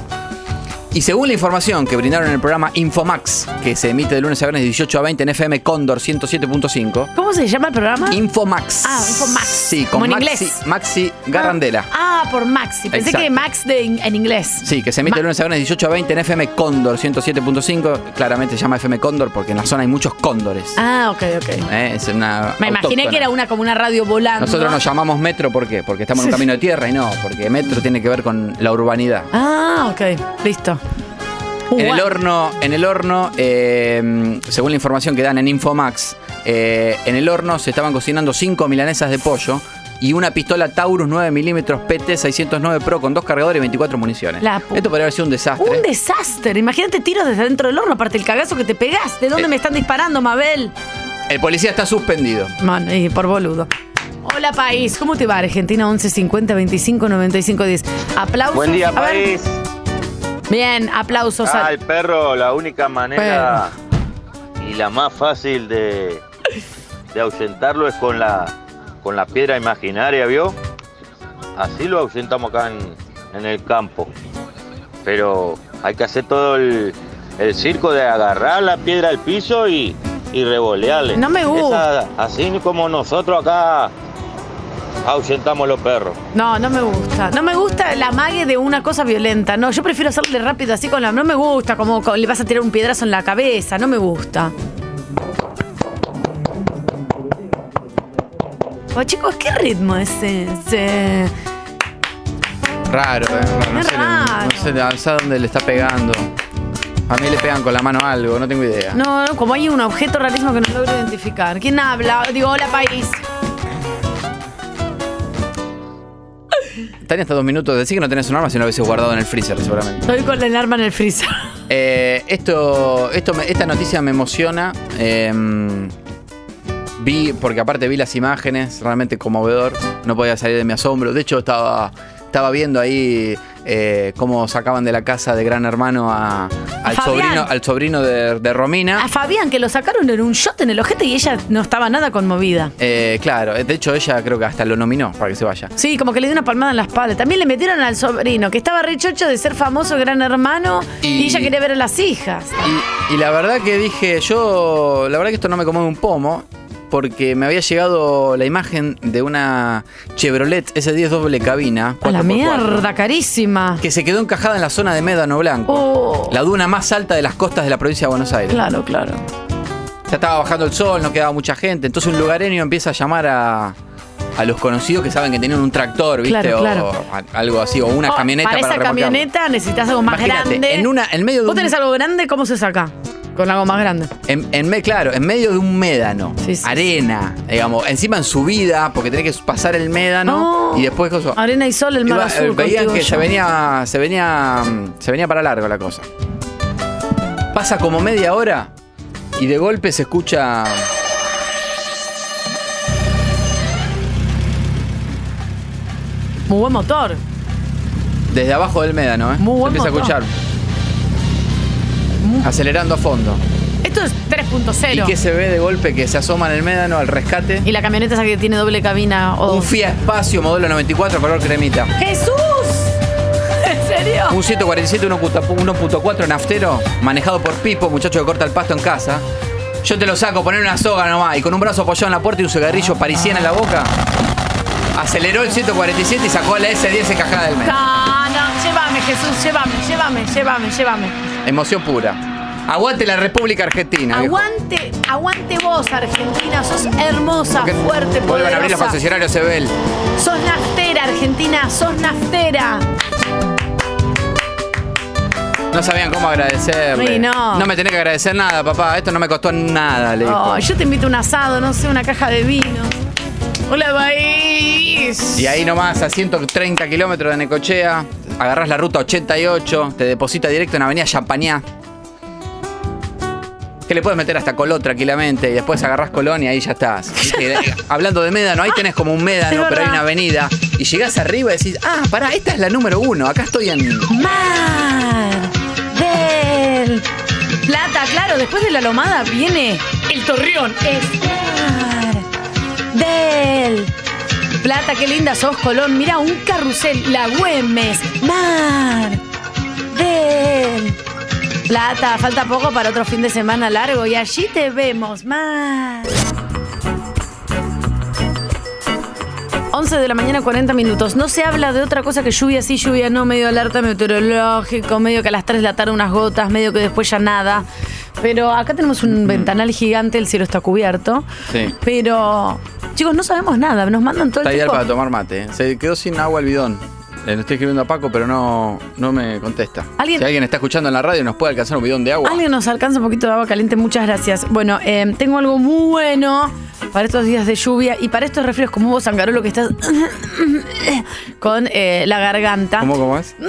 Y según la información que brindaron en el programa Infomax, que se emite de lunes a viernes de dieciocho a veinte en F M Cóndor ciento siete punto cinco. ¿Cómo se llama el programa? Infomax. Ah, Infomax. Sí, con Como en Maxi, inglés. Maxi Garrandela. Ah, por Maxi. Pensé Exacto. que Max de, en inglés. Sí, que se emite de lunes a viernes de dieciocho a veinte en F M Cóndor ciento siete punto cinco. Claramente se llama F M Cóndor porque en la zona hay muchos cóndores. Ah, ok, ok. Eh, es una Me imaginé autóctona. que era una como una radio volando. Nosotros nos llamamos metro, ¿por qué? Porque estamos en un camino de tierra y no, porque metro tiene que ver con la urbanidad. Ah, ok. Listo. Uh, En el bueno. horno, en el horno, eh, según la información que dan en Infomax, eh, en el horno se estaban cocinando cinco milanesas de pollo y una pistola Taurus nueve milímetros P T seiscientos nueve Pro con dos cargadores y veinticuatro municiones. La pu- Esto podría haber sido un desastre. Un desastre. Imagínate tiros desde dentro del horno, aparte el cagazo que te pegás. ¿De dónde Eh. me están disparando, Mabel? El policía está suspendido. Man, y por boludo. Hola, país. ¿Cómo te va? Argentina once cincuenta veinticinco noventa y cinco diez. Aplausos. Buen día, A ver. país. Bien, aplausos. Ah, al- el perro, la única manera y la más fácil de, de ahuyentarlo es con la, con la piedra imaginaria, ¿vio? Así lo ahuyentamos acá en, en el campo. Pero hay que hacer todo el, el circo de agarrar la piedra al piso y, y revolearle. No me gusta. Esa- así como nosotros acá ahuyentamos los perros. No, no me gusta. No me gusta la mague de una cosa violenta. No, yo prefiero hacerle rápido así con la. No me gusta, como co- le vas a tirar un piedrazo en la cabeza. No me gusta. Oh, chicos, ¿qué ritmo es ese? Raro, eh. No, Es sé, raro. no sé no sé a dónde le está pegando. A mí le pegan con la mano algo, no tengo idea. No, no, como hay un objeto rarísimo que no logro identificar. ¿Quién habla? Digo, hola, país. Tania, hasta dos minutos. Decí que no tenés un arma si no lo hubiese guardado en el freezer, seguramente. Estoy con el arma en el freezer. Eh, esto, esto me- esta noticia me emociona. Eh, vi, porque aparte vi las imágenes, realmente conmovedor. No podía salir de mi asombro. De hecho, estaba, estaba viendo ahí eh, cómo sacaban de la casa de Gran Hermano a, al, Fabián. sobrino, al sobrino de, de Romina. A Fabián, que lo sacaron en un shot en el ojete y ella no estaba nada conmovida. Eh, claro, de hecho ella creo que hasta lo nominó para que se vaya. Sí, como que le dio una palmada en la espalda. También le metieron al sobrino, que estaba re chocho de ser famoso Gran Hermano, y, Y- ella quería ver a las hijas. Y, y la verdad que dije, yo, la verdad que esto no me conmueve un pomo. porque me había llegado la imagen de una Chevrolet ese diez doble cabina. A la mierda, carísima. Que se quedó encajada en la zona de Médano Blanco. Oh. La duna más alta de las costas de la provincia de Buenos Aires. Claro, claro. Ya estaba bajando el sol, no quedaba mucha gente. Entonces un lugareño empieza a llamar a, a los conocidos que saben que tenían un tractor, ¿viste? Claro, claro. O a- algo así, o una Oh, camioneta para para, esa remolcarlo. camioneta necesitas algo más Imagínate, grande. en una- en medio de ¿Vos un- tenés algo grande? ¿Cómo se saca? Con algo más grande. En, en me- claro, en medio de un médano, arena, digamos, encima en subida, porque tenés que pasar el médano No. y después cosa. Arena y sol, el mar Iba- azul. veían contigo que yo. se venía, se venía, se venía para largo la cosa. Pasa como media hora y de golpe se escucha. Muy buen motor. Desde abajo del médano, ¿eh? Muy Se buen empieza motor. a escuchar. Acelerando a fondo. Esto es tres punto ¿Y cero. qué se ve de golpe? Que se asoma en el médano al rescate. Y la camioneta esa que tiene doble cabina. O... Un Fiat Espacio modelo noventa y cuatro color cremita. ¡Jesús! ¿En serio? Un ciento cuarenta y siete uno punto cuatro naftero, manejado por Pipo, muchacho que corta el pasto en casa. Yo te lo saco, poner una soga nomás y con un brazo apoyado en la puerta y un cigarrillo parisiano en la boca. Aceleró el ciento cuarenta y siete y sacó la ese diez encajada del medio. No, no, llévame, Jesús, llévame, llévame, llévame, llévame. Emoción pura. Aguante la República Argentina. viejo. Aguante, aguante vos, Argentina. Sos hermosa, fuerte, Vuelvan a abrir los poderosa. concesionarios Sebel. Sos naftera, Argentina, sos naftera. No sabían cómo agradecerle. Sí, no. No me tenés que agradecer nada, papá. Esto no me costó nada, le dijo. Oh, yo te invito a un asado, no sé, una caja de vino. Hola, país. Y ahí nomás, a ciento treinta kilómetros de Necochea, agarrás la ruta ochenta y ocho, te deposita directo en Avenida Champañá. Que le puedes meter hasta Colón tranquilamente y después agarrás Colón y ahí ya estás. ¿Viste? Hablando de médano, ahí tenés como un médano, Es pero hay verdad. una avenida. Y llegás arriba y decís, ah, pará, esta es la número uno, acá estoy en... Mar del Plata, claro, después de la Lomada viene el Torreón. Es Mar del Plata, qué linda sos, Colón. Mira, un carrusel, la Güemes. Mar del Plata, falta poco para otro fin de semana largo y allí te vemos, Mar. once de la mañana, cuarenta minutos. No se habla de otra cosa que lluvia sí, lluvia no, medio alerta meteorológico, medio que a las tres de la tarde unas gotas, medio que después ya nada. Pero acá tenemos un ventanal gigante, el cielo está cubierto. Sí. Pero, chicos, no sabemos nada, nos mandan todo Está el ideal tiempo. para tomar mate. ¿eh? Se quedó sin agua el bidón. Le estoy escribiendo a Paco, pero no, no me contesta. ¿Alguien- Si alguien está escuchando en la radio, ¿nos puede alcanzar un bidón de agua? Alguien nos alcanza un poquito de agua caliente, muchas gracias. Bueno, eh, tengo algo muy bueno para estos días de lluvia y para estos resfrios como vos, Angarolo, que estás con eh, la garganta. ¿Cómo, cómo es?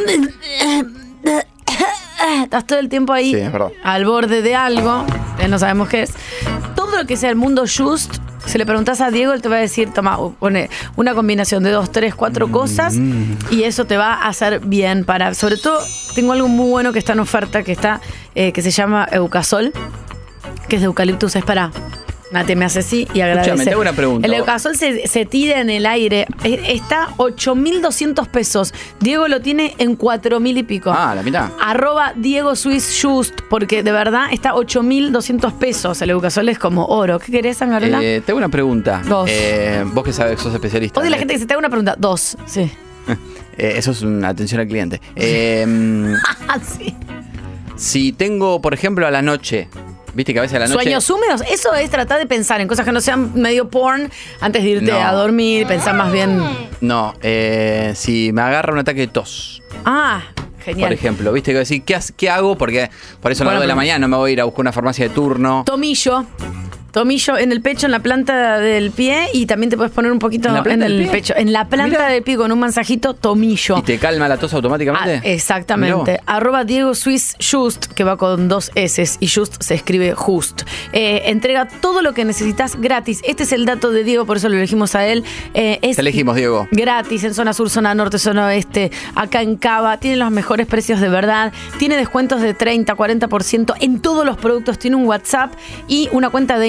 Estás todo el tiempo ahí Sí, es verdad. al borde de algo, eh, no sabemos qué es. Todo lo que sea el mundo just, si le preguntás a Diego, él te va a decir, toma, pone una combinación de dos, tres, cuatro cosas y eso te va a hacer bien para, sobre todo, tengo algo muy bueno que está en oferta, que está, eh, que se llama Eucasol, que es de eucaliptus, es para... Nate me hace así y agradece. Escúchame, te hago una pregunta. El Eucasol se, se tira en el aire. Eh, Está ocho mil doscientos pesos. Diego lo tiene en cuatro mil y pico. Ah, la mitad. Arroba Diego Swiss Just, porque de verdad está ocho mil doscientos pesos. El Eucasol es como oro. ¿Qué querés, Angarola? Eh, te hago una pregunta. Dos. Eh, vos que sabes, sos especialista. Odio la ¿eh? gente que se te haga una pregunta. Dos, sí. Eh, eso es una atención al cliente. Eh, sí. Si tengo, por ejemplo, a la noche, viste que a veces a la noche... Sueños húmedos, eso es tratar de pensar en cosas que no sean medio porn antes de irte No. a dormir, pensar más bien. No, eh, si me agarra un ataque de tos, Ah, genial. por ejemplo, viste que decir, ¿qué, ha- ¿qué hago? Porque por eso a las Bueno, dos de la pero- mañana no me voy a ir a buscar una farmacia de turno. Tomillo. Tomillo en el pecho, en la planta del pie y también te puedes poner un poquito ¿En la planta en del el pie? pecho. En la planta del pie con un masajito, tomillo. ¿Y te calma la tos automáticamente? Ah, exactamente. Mirá Arroba Diego Swiss Just, que va con dos S y Just se escribe Just. Eh, entrega todo lo que necesitas gratis. Este es el dato de Diego, por eso lo elegimos a él. Eh, es Te elegimos, Diego. gratis en zona sur, zona norte, zona oeste, acá en Cava. Tiene los mejores precios de verdad. Tiene descuentos de treinta, cuarenta por ciento en todos los productos. Tiene un WhatsApp y una cuenta de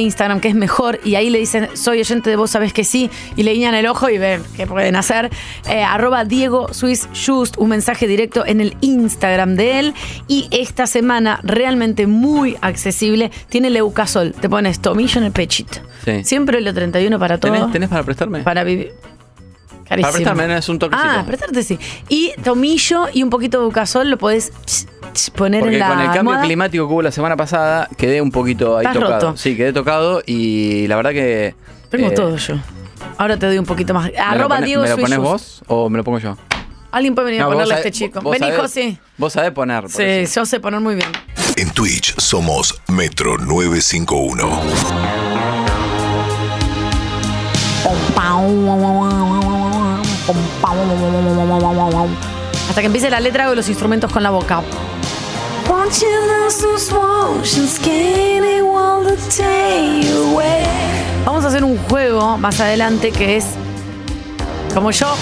Instagram, que es mejor, y ahí le dicen, soy oyente de Vos Sabés que sí, y le guiñan el ojo y ven qué pueden hacer. Eh, arroba Diego Swiss Just, un mensaje directo en el Instagram de él. Y esta semana, realmente muy accesible, tiene Leucasol. Te pones tomillo en el pechito. Sí. Siempre lo treinta y uno para todo. ¿Tenés, tenés para prestarme? Para vivir. Carísimo. Para prestarme, no es un toquecito. Ah, prestarte sí. Y tomillo y un poquito de Leucasol lo podés poner Porque en la con el cambio almohada. climático que hubo la semana pasada, quedé un poquito ahí Estás tocado. roto. Sí, quedé tocado y la verdad que... Tengo eh, todo yo. Ahora te doy un poquito más. ¿Me lo Arroba pone- Diego ¿Me lo Swiss pones Just. vos o me lo pongo yo? Alguien puede venir No, a vos ponerle a sabés- este chico. vos Vení, sabés- José. Vos sabés poner. por Sí, eso. yo sé poner muy bien. En Twitch somos Metro novecientos cincuenta y uno. Hasta que empiece la letra hago los instrumentos con la boca. Vamos a hacer un juego más adelante que es, como yo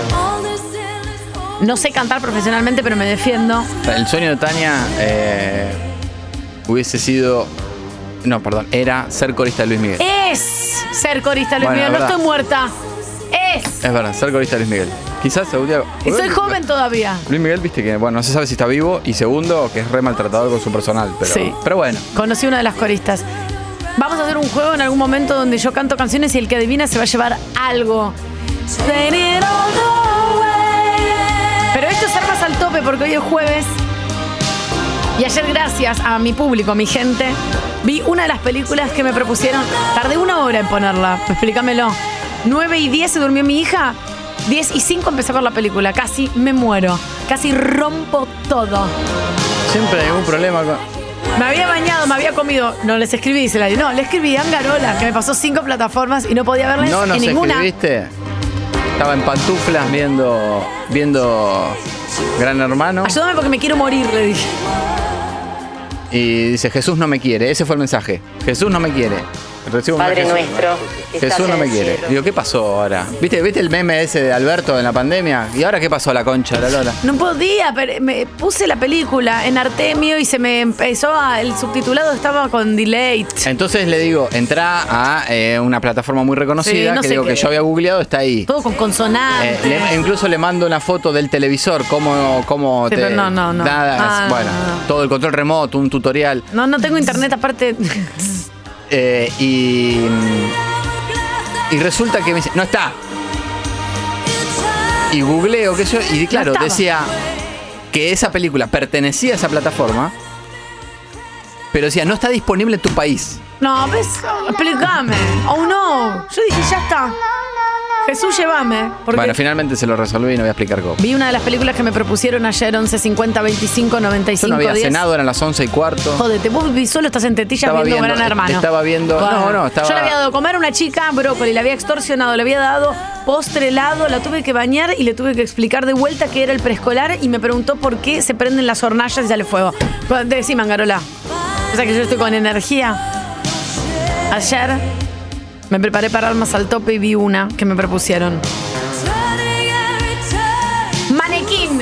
no sé cantar profesionalmente, pero me defiendo. El sueño de Tania eh, hubiese sido... No, perdón. Era ser corista de Luis Miguel. Es ser corista, Luis Bueno, Miguel. No verdad. estoy muerta. Es. Es verdad, ser corista de Luis Miguel. Quizás algún día... Y soy joven todavía. Luis Miguel, viste que, bueno, no se sabe si está vivo. Y segundo, que es re maltratador con su personal. Pero, Sí. pero bueno. Conocí una de las coristas. Vamos a hacer un juego en algún momento donde yo canto canciones y el que adivina se va a llevar algo. Pero esto es armas al tope porque hoy es jueves. Y ayer, gracias a mi público, a mi gente, vi una de las películas que me propusieron. Tardé una hora en ponerla, explícamelo. nueve y diez se durmió mi hija. diez y cinco empecé a ver la película. Casi me muero. Casi rompo todo. Siempre hay un problema con... Me había bañado, me había comido. No les escribí, dice Lali. No, le escribí a Angarola, que me pasó cinco plataformas y no podía verlas No nos en ninguna. escribiste. Estaba en pantuflas viendo, viendo Gran Hermano. Ayúdame porque me quiero morir, le dije. Y dice, Jesús no me quiere. Ese fue el mensaje. Jesús no me quiere. Recibo un Padre Jesús. nuestro, que estás Jesús no en me el quiere. cielo. Digo, ¿qué pasó ahora? ¿Viste, ¿Viste el meme ese de Alberto en la pandemia? ¿Y ahora qué pasó a la concha de la lora? No podía, pero me puse la película en Artemio y se me empezó a. El subtitulado estaba con delay. Entonces le digo, entra a eh, una plataforma muy reconocida, Sí, no que sé digo qué. que yo había googleado, está ahí. Todo con consonantes. Eh, le- incluso le mando una foto del televisor, cómo, cómo Sí, te... pero no, no, no. Nada, Ah, bueno, no, no. todo el control remoto, un tutorial. No, no tengo internet aparte. Eh, y, y resulta que me dice, no está. Y googleo, qué sé yo, y claro, estaba. decía que esa película pertenecía a esa plataforma, pero decía, no está disponible en tu país. No, ves, explícame. Oh no. Yo dije, ya está. Jesús, llévame. Porque Bueno, finalmente se lo resolví y no voy a explicar cómo. vi una de las películas que me propusieron ayer, once cincuenta veinticinco noventa y Yo cinco no había diez. cenado, eran las once y cuarto. Jodete, vos vivís solo, estás en tetillas Estaba viendo, viendo, Gran Hermano. estaba viendo- no, no, estaba- Yo le había dado de comer a una chica brócoli, le había extorsionado, le había dado postre helado, la tuve que bañar y le tuve que explicar de vuelta que era el preescolar y me preguntó por qué se prenden las hornallas y sale fuego. Decime, Angarola. O sea que yo estoy con energía. Ayer me preparé para armas al tope y vi una que me propusieron. Manequín.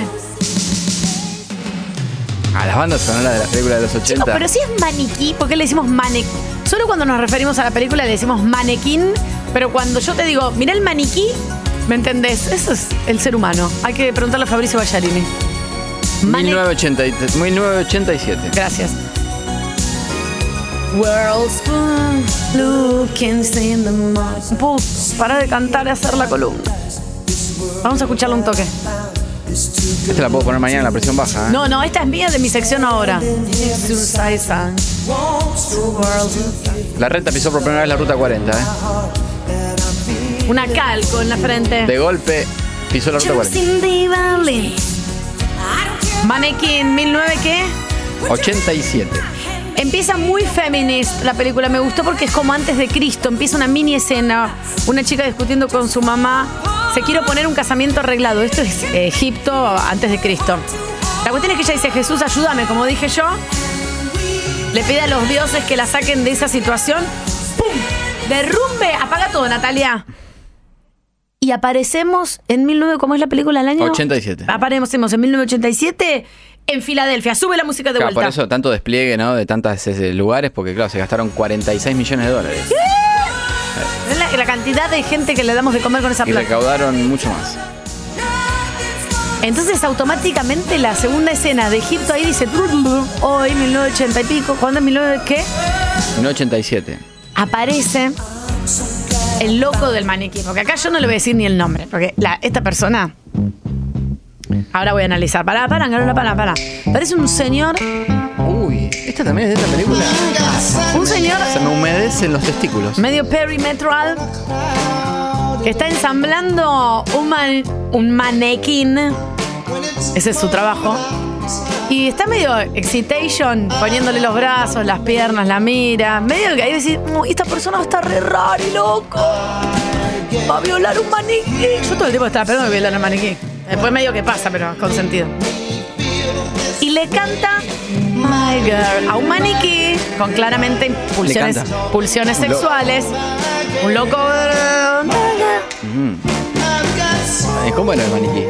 A las bandas sonoras de las películas de los ochenta. Chicos, pero si es maniquí, ¿por qué le decimos manequín? Solo cuando nos referimos a la película le decimos manequín, pero cuando yo te digo, mirá el maniquí, ¿me entendés? Eso es el ser humano. Hay que preguntarle a Fabricio Ballarini. mil novecientos ochenta y- mil novecientos ochenta y siete. Gracias. World's looking in the moon. Puf, para de cantar y hacer la columna. Vamos a escucharlo un toque. Esta la puedo poner mañana en la presión baja, ¿eh? No, no, esta es mía de mi sección ahora. La Reta pisó por primera vez la ruta cuarenta, ¿eh? Una calco en la frente. De golpe pisó la ruta cuarenta. Manequín, ¿mil nueve qué? ochenta y siete. Empieza muy feminist la película. Me gustó porque es como antes de Cristo. Empieza una mini escena. Una chica discutiendo con su mamá. Se quiere poner un casamiento arreglado. Esto es eh, Egipto antes de Cristo. La cuestión es que ella dice, Jesús, ayúdame, como dije yo. Le pide a los dioses que la saquen de esa situación. ¡Pum! Derrumbe. Apaga todo, Natalia. Y aparecemos en mil nueve, ¿cómo es la película del año? ochenta y siete. Aparecemos en mil novecientos ochenta y siete en Filadelfia. Sube la música de Claro, vuelta. por eso tanto despliegue, ¿no? De tantos eh, lugares, porque claro, se gastaron cuarenta y seis millones de dólares. Es la, la cantidad de gente que le damos de comer con esa Y plata. recaudaron mucho más. Entonces automáticamente la segunda escena de Egipto ahí dice hoy mil novecientos ochenta y pico, ¿cuándo es mil novecientos qué? mil novecientos ochenta y siete. Aparece el loco del maniquí, porque acá yo no le voy a decir ni el nombre, porque la, esta persona ahora voy a analizar. Pará, pará, pará, pará, pará. Parece un señor. Uy, esta también es de esta película. Un señor Se me humedecen los testículos. medio perimetral que está ensamblando un, man, un manequín. Ese es su trabajo. Y está medio excitation, poniéndole los brazos, las piernas, la mira. Medio que ahí decís, "Oh, esta persona está re rara y loco. Va a violar un maniquí." Yo todo el tiempo estaba esperando que violara un maniquí. Después medio que pasa, pero con sentido. Y le canta My Girl a un maniquí con claramente pulsiones, canta. pulsiones Un lo- sexuales. Un loco. Mm. Ay, ¿Cómo era el maniquí?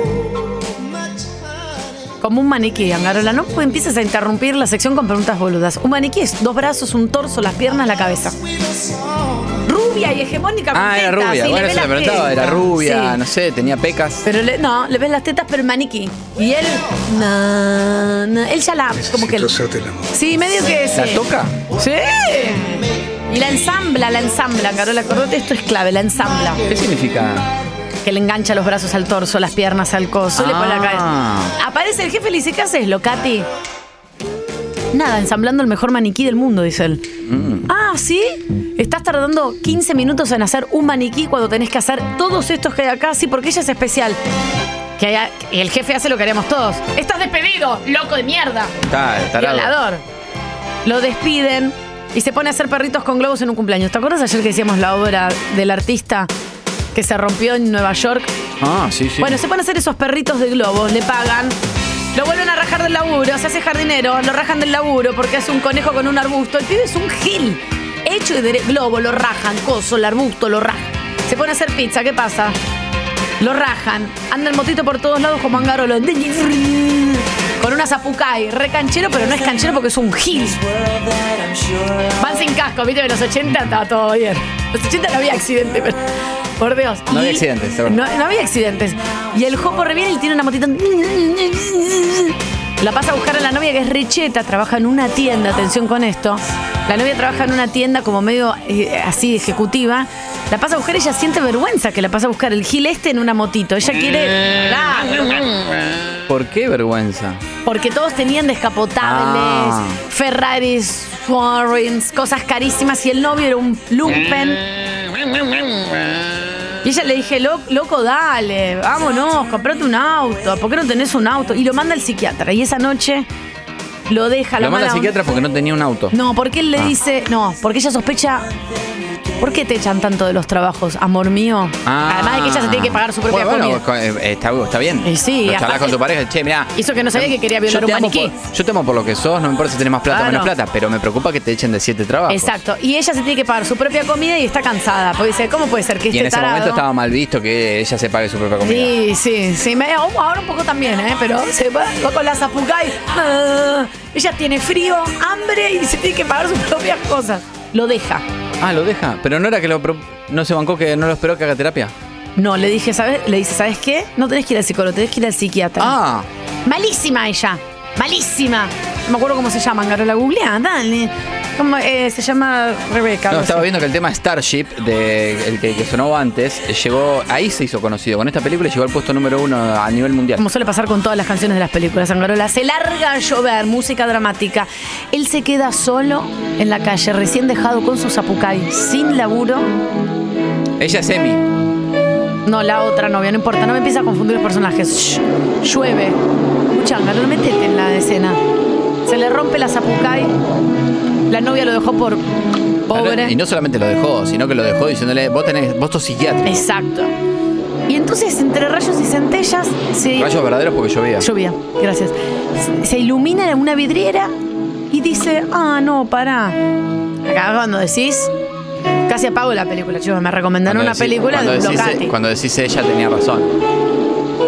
Como un maniquí, Angarola. No pues empieces a interrumpir la sección con preguntas boludas. Un maniquí es dos brazos, un torso, las piernas, la cabeza. Rubia y hegemónica. Ah, era contenta, rubia. sí, Bueno, le eso ves le las preguntaba. Era tetas. rubia, Sí. no sé, tenía pecas. Pero le- no, le ves las tetas, pero el maniquí. Y él, no, no, él ya la, como que... Sí, medio que ¿La sí. toca? Sí. Y la ensambla, la ensambla, Carola, acordate, esto es clave, la ensambla. ¿Qué significa? Que le engancha los brazos al torso, las piernas al coso, le pone la cabeza. Ah. Aparece el jefe y le dice, ¿qué haces, Locati? Nada, ensamblando el mejor maniquí del mundo, dice él. Mm. Ah, ¿sí? Estás tardando quince minutos en hacer un maniquí cuando tenés que hacer todos estos que hay acá. Sí, porque ella es especial. Que haya- y el jefe hace lo que haríamos todos. ¡Estás despedido, loco de mierda! Está, tarado. Violador. Lo despiden y se pone a hacer perritos con globos en un cumpleaños. ¿Te acuerdas ayer que decíamos la obra del artista que se rompió en Nueva York? Ah, sí, sí. Bueno, se pone a hacer esos perritos de globos, le pagan, lo vuelven a rajar del laburo, se hace jardinero, lo rajan del laburo porque hace un conejo con un arbusto. El pibe es un gil. Hecho de globo, lo rajan, coso, el arbusto, lo rajan. Se pone a hacer pizza, ¿qué pasa? Lo rajan, anda el motito por todos lados como Angarolo. Con una zapucay, re canchero, pero no es canchero porque es un gil. Van sin casco, viste, en los ochenta estaba todo bien. En los ochenta no había accidente, pero... Por Dios. No había Y- accidentes, seguro. No, no había accidentes. Y el jopo reviene y tiene una motita. La pasa a buscar a la novia que es richeta, trabaja en una tienda, atención con esto. La novia trabaja en una tienda como medio eh, así ejecutiva. La pasa a buscar, ella siente vergüenza que la pasa a buscar el gil este en una motito. Ella quiere. Claro, ¿Por qué vergüenza? porque todos tenían descapotables, Ah. Ferraris, Warrens, cosas carísimas y el novio era un lumpen. Y ella le dije, "Lo- loco, dale, vámonos, comprate un auto. ¿Por qué no tenés un auto?" Y lo manda al psiquiatra. Y esa noche lo deja la Lo manda mala al psiquiatra porque no tenía un auto. No, porque él le Ah. dice, no, porque ella sospecha. ¿Por qué te echan tanto de los trabajos, amor mío? Ah. Además de que ella se tiene que pagar su propia Bueno, comida. bueno, eh, está, está bien. Y sí, Lo charlás aparte- con tu pareja, che, mirá. Y eso que no sabía que quería violar yo te un amo maniquí. por- yo te amo por lo que sos, no me importa si tenés más plata o Claro. menos plata, pero me preocupa que te echen de siete trabajos. Exacto. Y ella se tiene que pagar su propia comida y está cansada. Porque dice, ¿cómo puede ser que Y este en ese tarado? momento estaba mal visto que ella se pague su propia comida. Sí, sí, sí. Me, ahora un poco también, ¿eh? Pero se va, va con la zapucay. Ah, ella tiene frío, hambre y se tiene que pagar sus propias cosas. Lo deja. Ah, lo deja. Pero no era que lo pro- no se bancó, que no lo esperó que haga terapia. No, le dije, ¿sabes? Le dice, ¿sabes qué? No tenés que ir al psicólogo, tenés que ir al psiquiatra. Ah. Malísima ella. Malísima. No me acuerdo cómo se llama, Angarola, la googleá, dale. ¿Cómo, eh, se llama Rebeca? No, algo estaba así. viendo que el tema Starship, de, el que, que sonó antes, eh, llegó, ahí se hizo conocido. Con esta película llegó al puesto número uno a nivel mundial. Como suele pasar con todas las canciones de las películas, Angarola. Se larga a llover, música dramática. Él se queda solo en la calle, recién dejado con su zapucay, sin laburo. Ella es Emi. No, la otra novia, no importa, no me empieza a confundir los personajes. Shh, llueve. Escucha, Angarola, métete en la escena. Se le rompe la zapucay. La novia lo dejó por pobre. Y no solamente lo dejó, sino que lo dejó diciéndole, vos tenés, vos sos psiquiatra. Exacto. Y entonces, entre rayos y centellas, se... Rayos verdaderos porque llovía. Llovía, gracias. Se- Se ilumina en una vidriera y dice, ah, no, pará. Acá cuando decís, casi apago la película, chicos. Me recomendaron Cuando una decís- película cuando de un decís, Locati. cuando decís ella tenía razón. Ahí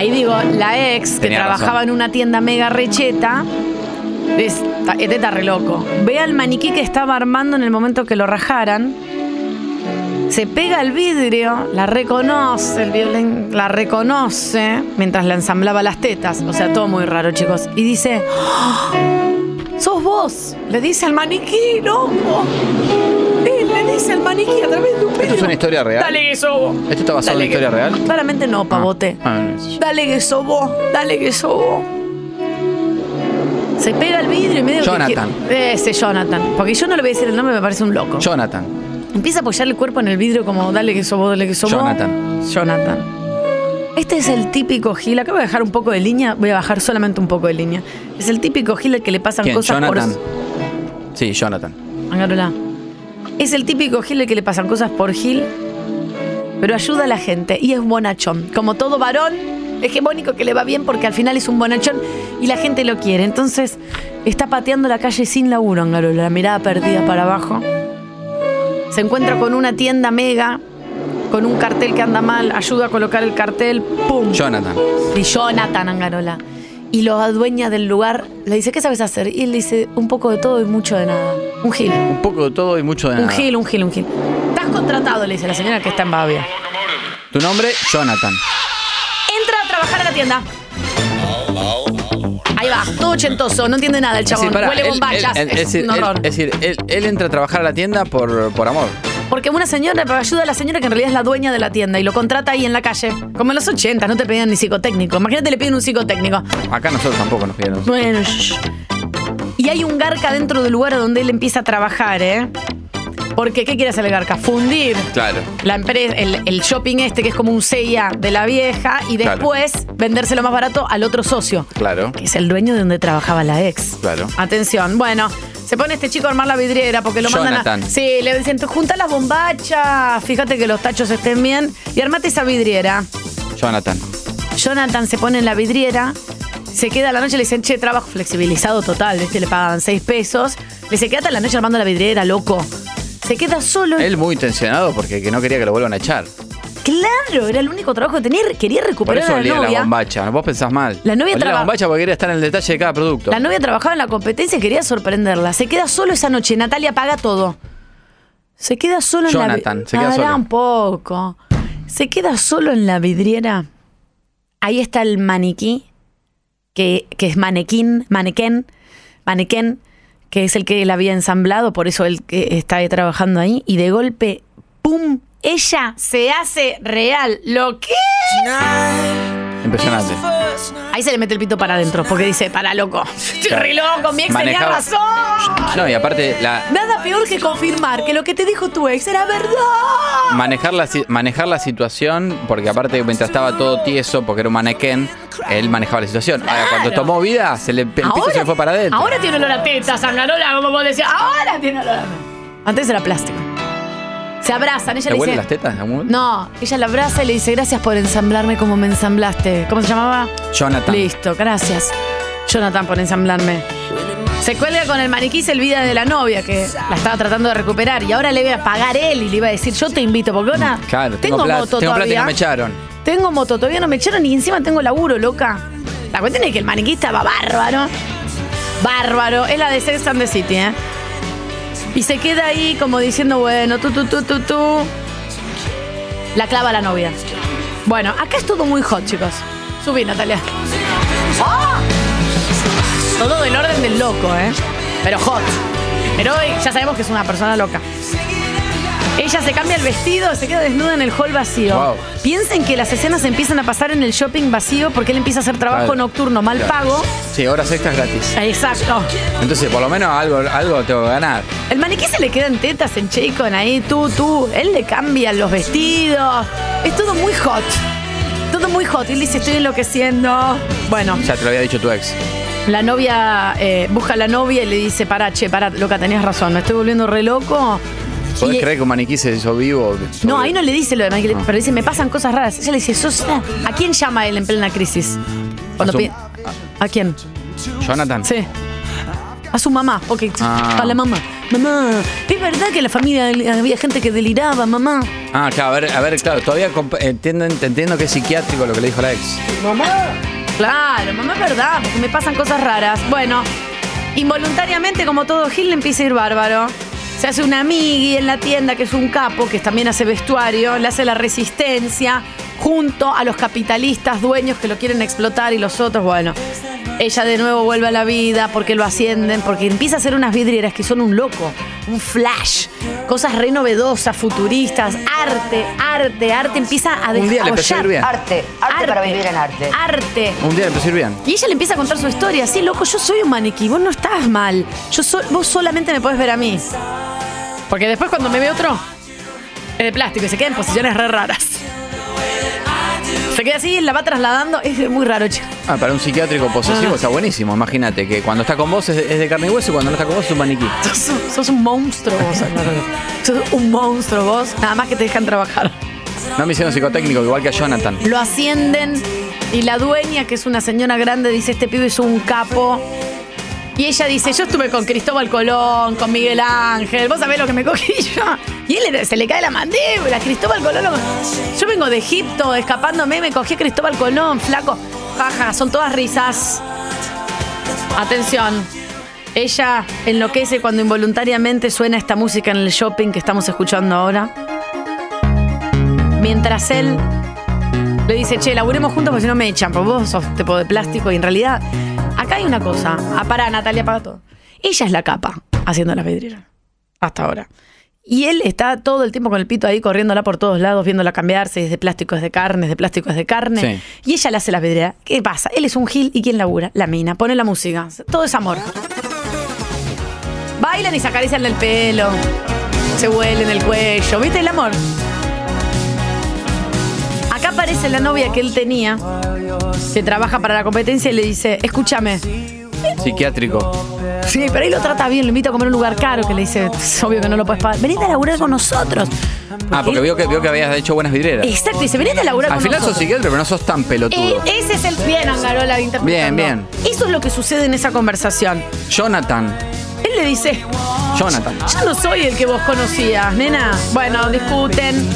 Ahí digo, la ex que Tenía trabajaba razón. en una tienda mega recheta, es, este está re loco. Ve al maniquí que estaba armando en el momento que lo rajaran, se pega al vidrio, la reconoce, el violín la reconoce mientras la ensamblaba las tetas. O sea, todo muy raro, chicos. Y dice, ¡Oh! ¡Sos vos! Le dice al maniquí, loco. Él le dice al maniquí a través de un vidrio. ¿Esto es una historia real? Dale que sos vos. ¿Esto está basado Dale en una que- historia real? Claramente no, pavote. Ah, no sé. Dale que sos vos, dale que sos vos. Se pega al vidrio y medio Jonathan. que... Ese Jonathan. Porque yo no le voy a decir el nombre, me parece un loco. Jonathan. Empieza a apoyar el cuerpo en el vidrio como dale que sos vos, dale que sos vos. Jonathan. Jonathan. Este es el típico Gil. Acá voy a dejar un poco de línea, voy a bajar solamente un poco de línea. Es el típico Gil al que le pasan ¿Quién? cosas Jonathan. por... Sí, Jonathan. Angarola. Es el típico Gil al que le pasan cosas por Gil, pero ayuda a la gente y es bonachón. Como todo varón hegemónico que le va bien porque al final es un bonachón y la gente lo quiere. Entonces está pateando la calle sin laburo, Angarola, la mirada perdida para abajo. Se encuentra con una tienda mega, con un cartel que anda mal, ayuda a colocar el cartel, ¡pum! Jonathan. Y Jonathan, Angarola. Y lo adueña del lugar, le dice, ¿qué sabes hacer? Y él dice, un poco de todo y mucho de nada. Un Gil. Un poco de todo y mucho de Un nada. Gil, un Gil, un Gil. Estás contratado, le dice la señora que está en Bavia. Tu nombre, Jonathan. Entra a trabajar a la tienda. Ahí va, todo ochentoso, no entiende nada el Es chabón. decir, pará, Huele él- bombachas. él- él- es es decir, un horror. él- es decir, él, él entra a trabajar a la tienda por, por amor. Porque una señora ayuda a la señora que en realidad es la dueña de la tienda y lo contrata ahí en la calle. Como en los ochenta, no te pedían ni psicotécnico. Imagínate, le piden un psicotécnico. Acá nosotros tampoco nos pidieron. Bueno, shh. Y hay un garca dentro del lugar donde él empieza a trabajar, ¿eh? Porque, ¿qué quiere hacer el garca? Fundir Claro. la empresa, el, el shopping este que es como un C I A de la vieja y Claro. después vendérselo más barato al otro socio, Claro. que es el dueño de donde trabajaba la ex. Claro. Atención, bueno, se pone este chico a armar la vidriera porque lo mandan Jonathan. a... Sí, le dicen, "Tú junta las bombachas, fíjate que los tachos estén bien y armate esa vidriera". Jonathan. Jonathan se pone en la vidriera, se queda a la noche, le dicen, che, trabajo flexibilizado total, ¿viste? Le pagan seis pesos. Le dice, quédate a la noche armando la vidriera, loco. Se queda solo. Él muy tensionado porque que no quería que lo vuelvan a echar. Claro, era el único trabajo que tenía. Quería Por recuperar eso a la olía la novia. bombacha. Vos pensás mal. La novia Olía la traba- bombacha porque quería estar en el detalle de cada producto. La novia trabajaba en la competencia y quería sorprenderla. Se queda solo esa noche. Natalia paga todo. Se queda solo en Jonathan, la se queda Pará solo. un poco. Se queda solo en la vidriera. Ahí está el maniquí, que, que es manequín, manequén, manequén, que es el que él había ensamblado, por eso él que está ahí trabajando ahí. Y de golpe, ¡pum! Ella se hace real. ¿Lo qué? Impresionante. Ahí se le mete el pito para adentro, porque dice, para loco. Estoy re loco, mi ex tenía Manejaba- razón. No, y aparte, la, Nada peor que confirmar que lo que te dijo tu ex era verdad. manejar, la, si- manejar la situación, porque aparte mientras estaba todo tieso, porque era un manequén, él manejaba la situación. Ahora, cuando tomó vida, se le, el pito se le fue para adentro. Ahora tiene olor a teta, Sangarola, como vos decías. Ahora tiene olor a... Antes era plástico. Se abrazan, ella ¿Le le huelen dice... las tetas en algún momento? No, ella la abraza y le dice, gracias por ensamblarme como me ensamblaste. ¿Cómo se llamaba? Jonathan. Listo, gracias. Jonathan por ensamblarme. Se cuelga con el maniquí y se olvida de la novia que la estaba tratando de recuperar. Y ahora le iba a pagar él y le iba a decir, yo te invito, porque ahora Claro, tengo, tengo plata, moto tengo plata y todavía. no me echaron. Tengo moto, todavía no me echaron y encima tengo laburo, loca. La cuestión es que el maniquí estaba bárbaro. Bárbaro. Es la de Sex and the City, ¿eh? Y se queda ahí como diciendo, bueno, tú, tú, tú, tú, tú. La clava a la novia. Bueno, acá es todo muy hot, chicos. Subí, Natalia. ¡Oh! Todo del orden del loco, ¿eh? Pero hot. Pero hoy ya sabemos que es una persona loca. Ella se cambia el vestido, se queda desnuda en el hall vacío. Wow. Piensen que las escenas empiezan a pasar en el shopping vacío porque él empieza a hacer trabajo Claro. nocturno mal Claro. pago. Sí, horas extras gratis. Exacto. Entonces, por lo menos algo, algo tengo que ganar. El maniquí se le quedan tetas en Chacon ahí, tú, tú. Él le cambia los vestidos. Es todo muy hot. Todo muy hot. Y él dice, estoy enloqueciendo. Bueno, Ya te lo había dicho tu ex. la novia eh, busca a la novia y le dice, pará, che, pará, loca, tenías razón, me estoy volviendo re loco. ¿Podés Y- creer que un maniquí se hizo vivo? No, ahí no le dice lo de maniquí, No. pero dice, me pasan cosas raras. Ella le dice, ¿sos ¿a quién llama él en plena crisis? Cuando A su- pi- ¿A quién? Jonathan. Sí. A su mamá, ok. Ah. A la mamá. mamá, ¿es verdad que en la familia había gente que deliraba, mamá? Ah, claro, a ver, a ver, claro, todavía comp- entiendo, entiendo que es psiquiátrico lo que le dijo la ex. ¿Mamá? Claro, mamá, es verdad, porque me pasan cosas raras. Bueno, involuntariamente, como todo Gil, le empieza a ir bárbaro. Se hace una amigui en la tienda, que es un capo, que también hace vestuario, le hace la resistencia, junto a los capitalistas dueños que lo quieren explotar y los otros, bueno. Ella de nuevo vuelve a la vida porque lo ascienden, porque empieza a hacer unas vidrieras que son un loco, un flash, cosas re novedosas, futuristas, arte, arte, arte, empieza a desarrollar. Un día le empezó a ir bien. Arte, arte, arte para vivir en arte. Arte. Un día le empezó a ir bien. Y ella le empieza a contar su historia. Sí, loco, yo soy un maniquí, vos no estás mal. Yo so- vos solamente me podés ver a mí. Porque después cuando me ve otro, es de plástico y se queda en posiciones re raras. Se queda así y la va trasladando. Es muy raro, chico. Ah, para un psiquiátrico posesivo Ah. está buenísimo. Imagínate que cuando está con vos es, es de carne y hueso y cuando no está con vos es un maniquí. Sos, sos un monstruo vos, Álvaro. Sos un monstruo vos. Nada más que te dejan trabajar. No me hicieron psicotécnico igual que a Jonathan. Lo ascienden y la dueña, que es una señora grande, dice, este pibe es un capo. Y ella dice, yo estuve con Cristóbal Colón, con Miguel Ángel, vos sabés lo que me cogí yo. Y él se le cae la mandíbula, Cristóbal Colón. Yo vengo de Egipto, escapándome, me cogí a Cristóbal Colón, flaco. Jaja, son todas risas. Atención. Ella enloquece cuando involuntariamente suena esta música en el shopping que estamos escuchando ahora. Mientras él le dice, che, laburemos juntos porque si no me echan, porque vos sos tipo de plástico. Y en realidad, acá hay una cosa. Ah, pará, Natalia, apaga todo. Ella es la capa haciendo las vidrieras. Hasta ahora. Y él está todo el tiempo con el pito ahí corriéndola por todos lados, viéndola cambiarse, es de plástico, es de carne, es de plástico, es de carne. Sí. Y ella le hace las vidrieras. ¿Qué pasa? Él es un gil y ¿quién labura? La mina. Pone la música. Todo es amor. Bailan y se acarician el pelo. Se huelen el cuello. ¿Viste el amor? Acá aparece la novia que él tenía, que trabaja para la competencia y le dice, escúchame. Psiquiátrico. Sí, pero ahí lo trata bien, lo invita a comer un lugar caro, que le dice, es obvio que no lo puedes pagar. Venite a laburar con nosotros. Ah, porque vio que, vio que habías hecho buenas vidrieras. Exacto, dice, venite a laburar Al con final nosotros. sos psiquiatra, pero no sos tan pelotudo. Eh, ese es el bien, Angarola, interpretando. Bien, bien. Eso es lo que sucede en esa conversación. Jonathan. Él le dice, Jonathan. yo no soy el que vos conocías, nena. Bueno, discuten.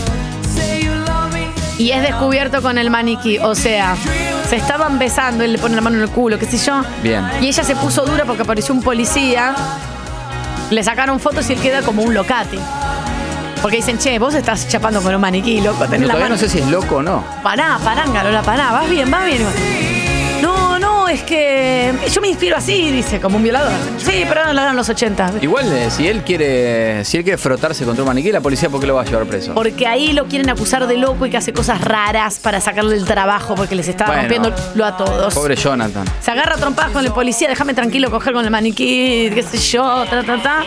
Y es descubierto con el maniquí. O sea, se estaban besando, él le pone la mano en el culo, qué sé yo. Bien. Y ella se puso dura porque apareció un policía. Le sacaron fotos y él queda como un locati. Porque dicen, che, vos estás chapando con un maniquí, loco. Tenés No, la todavía mano. no sé si es loco o no. Pará, pará, Angarola, pará. Vas bien, vas bien. No, no, es que yo me inspiro así, dice, como un violador. Sí, pero no lo eran los ochenta. Igual, eh, si él quiere si él quiere frotarse contra un maniquí, la policía, ¿por qué lo va a llevar preso? Porque ahí lo quieren acusar de loco y que hace cosas raras para sacarle el trabajo porque les está Bueno, rompiéndolo a todos. Pobre Jonathan. Se agarra a trompadas con el policía, déjame tranquilo coger con el maniquí, qué sé yo, ta, ta, ta.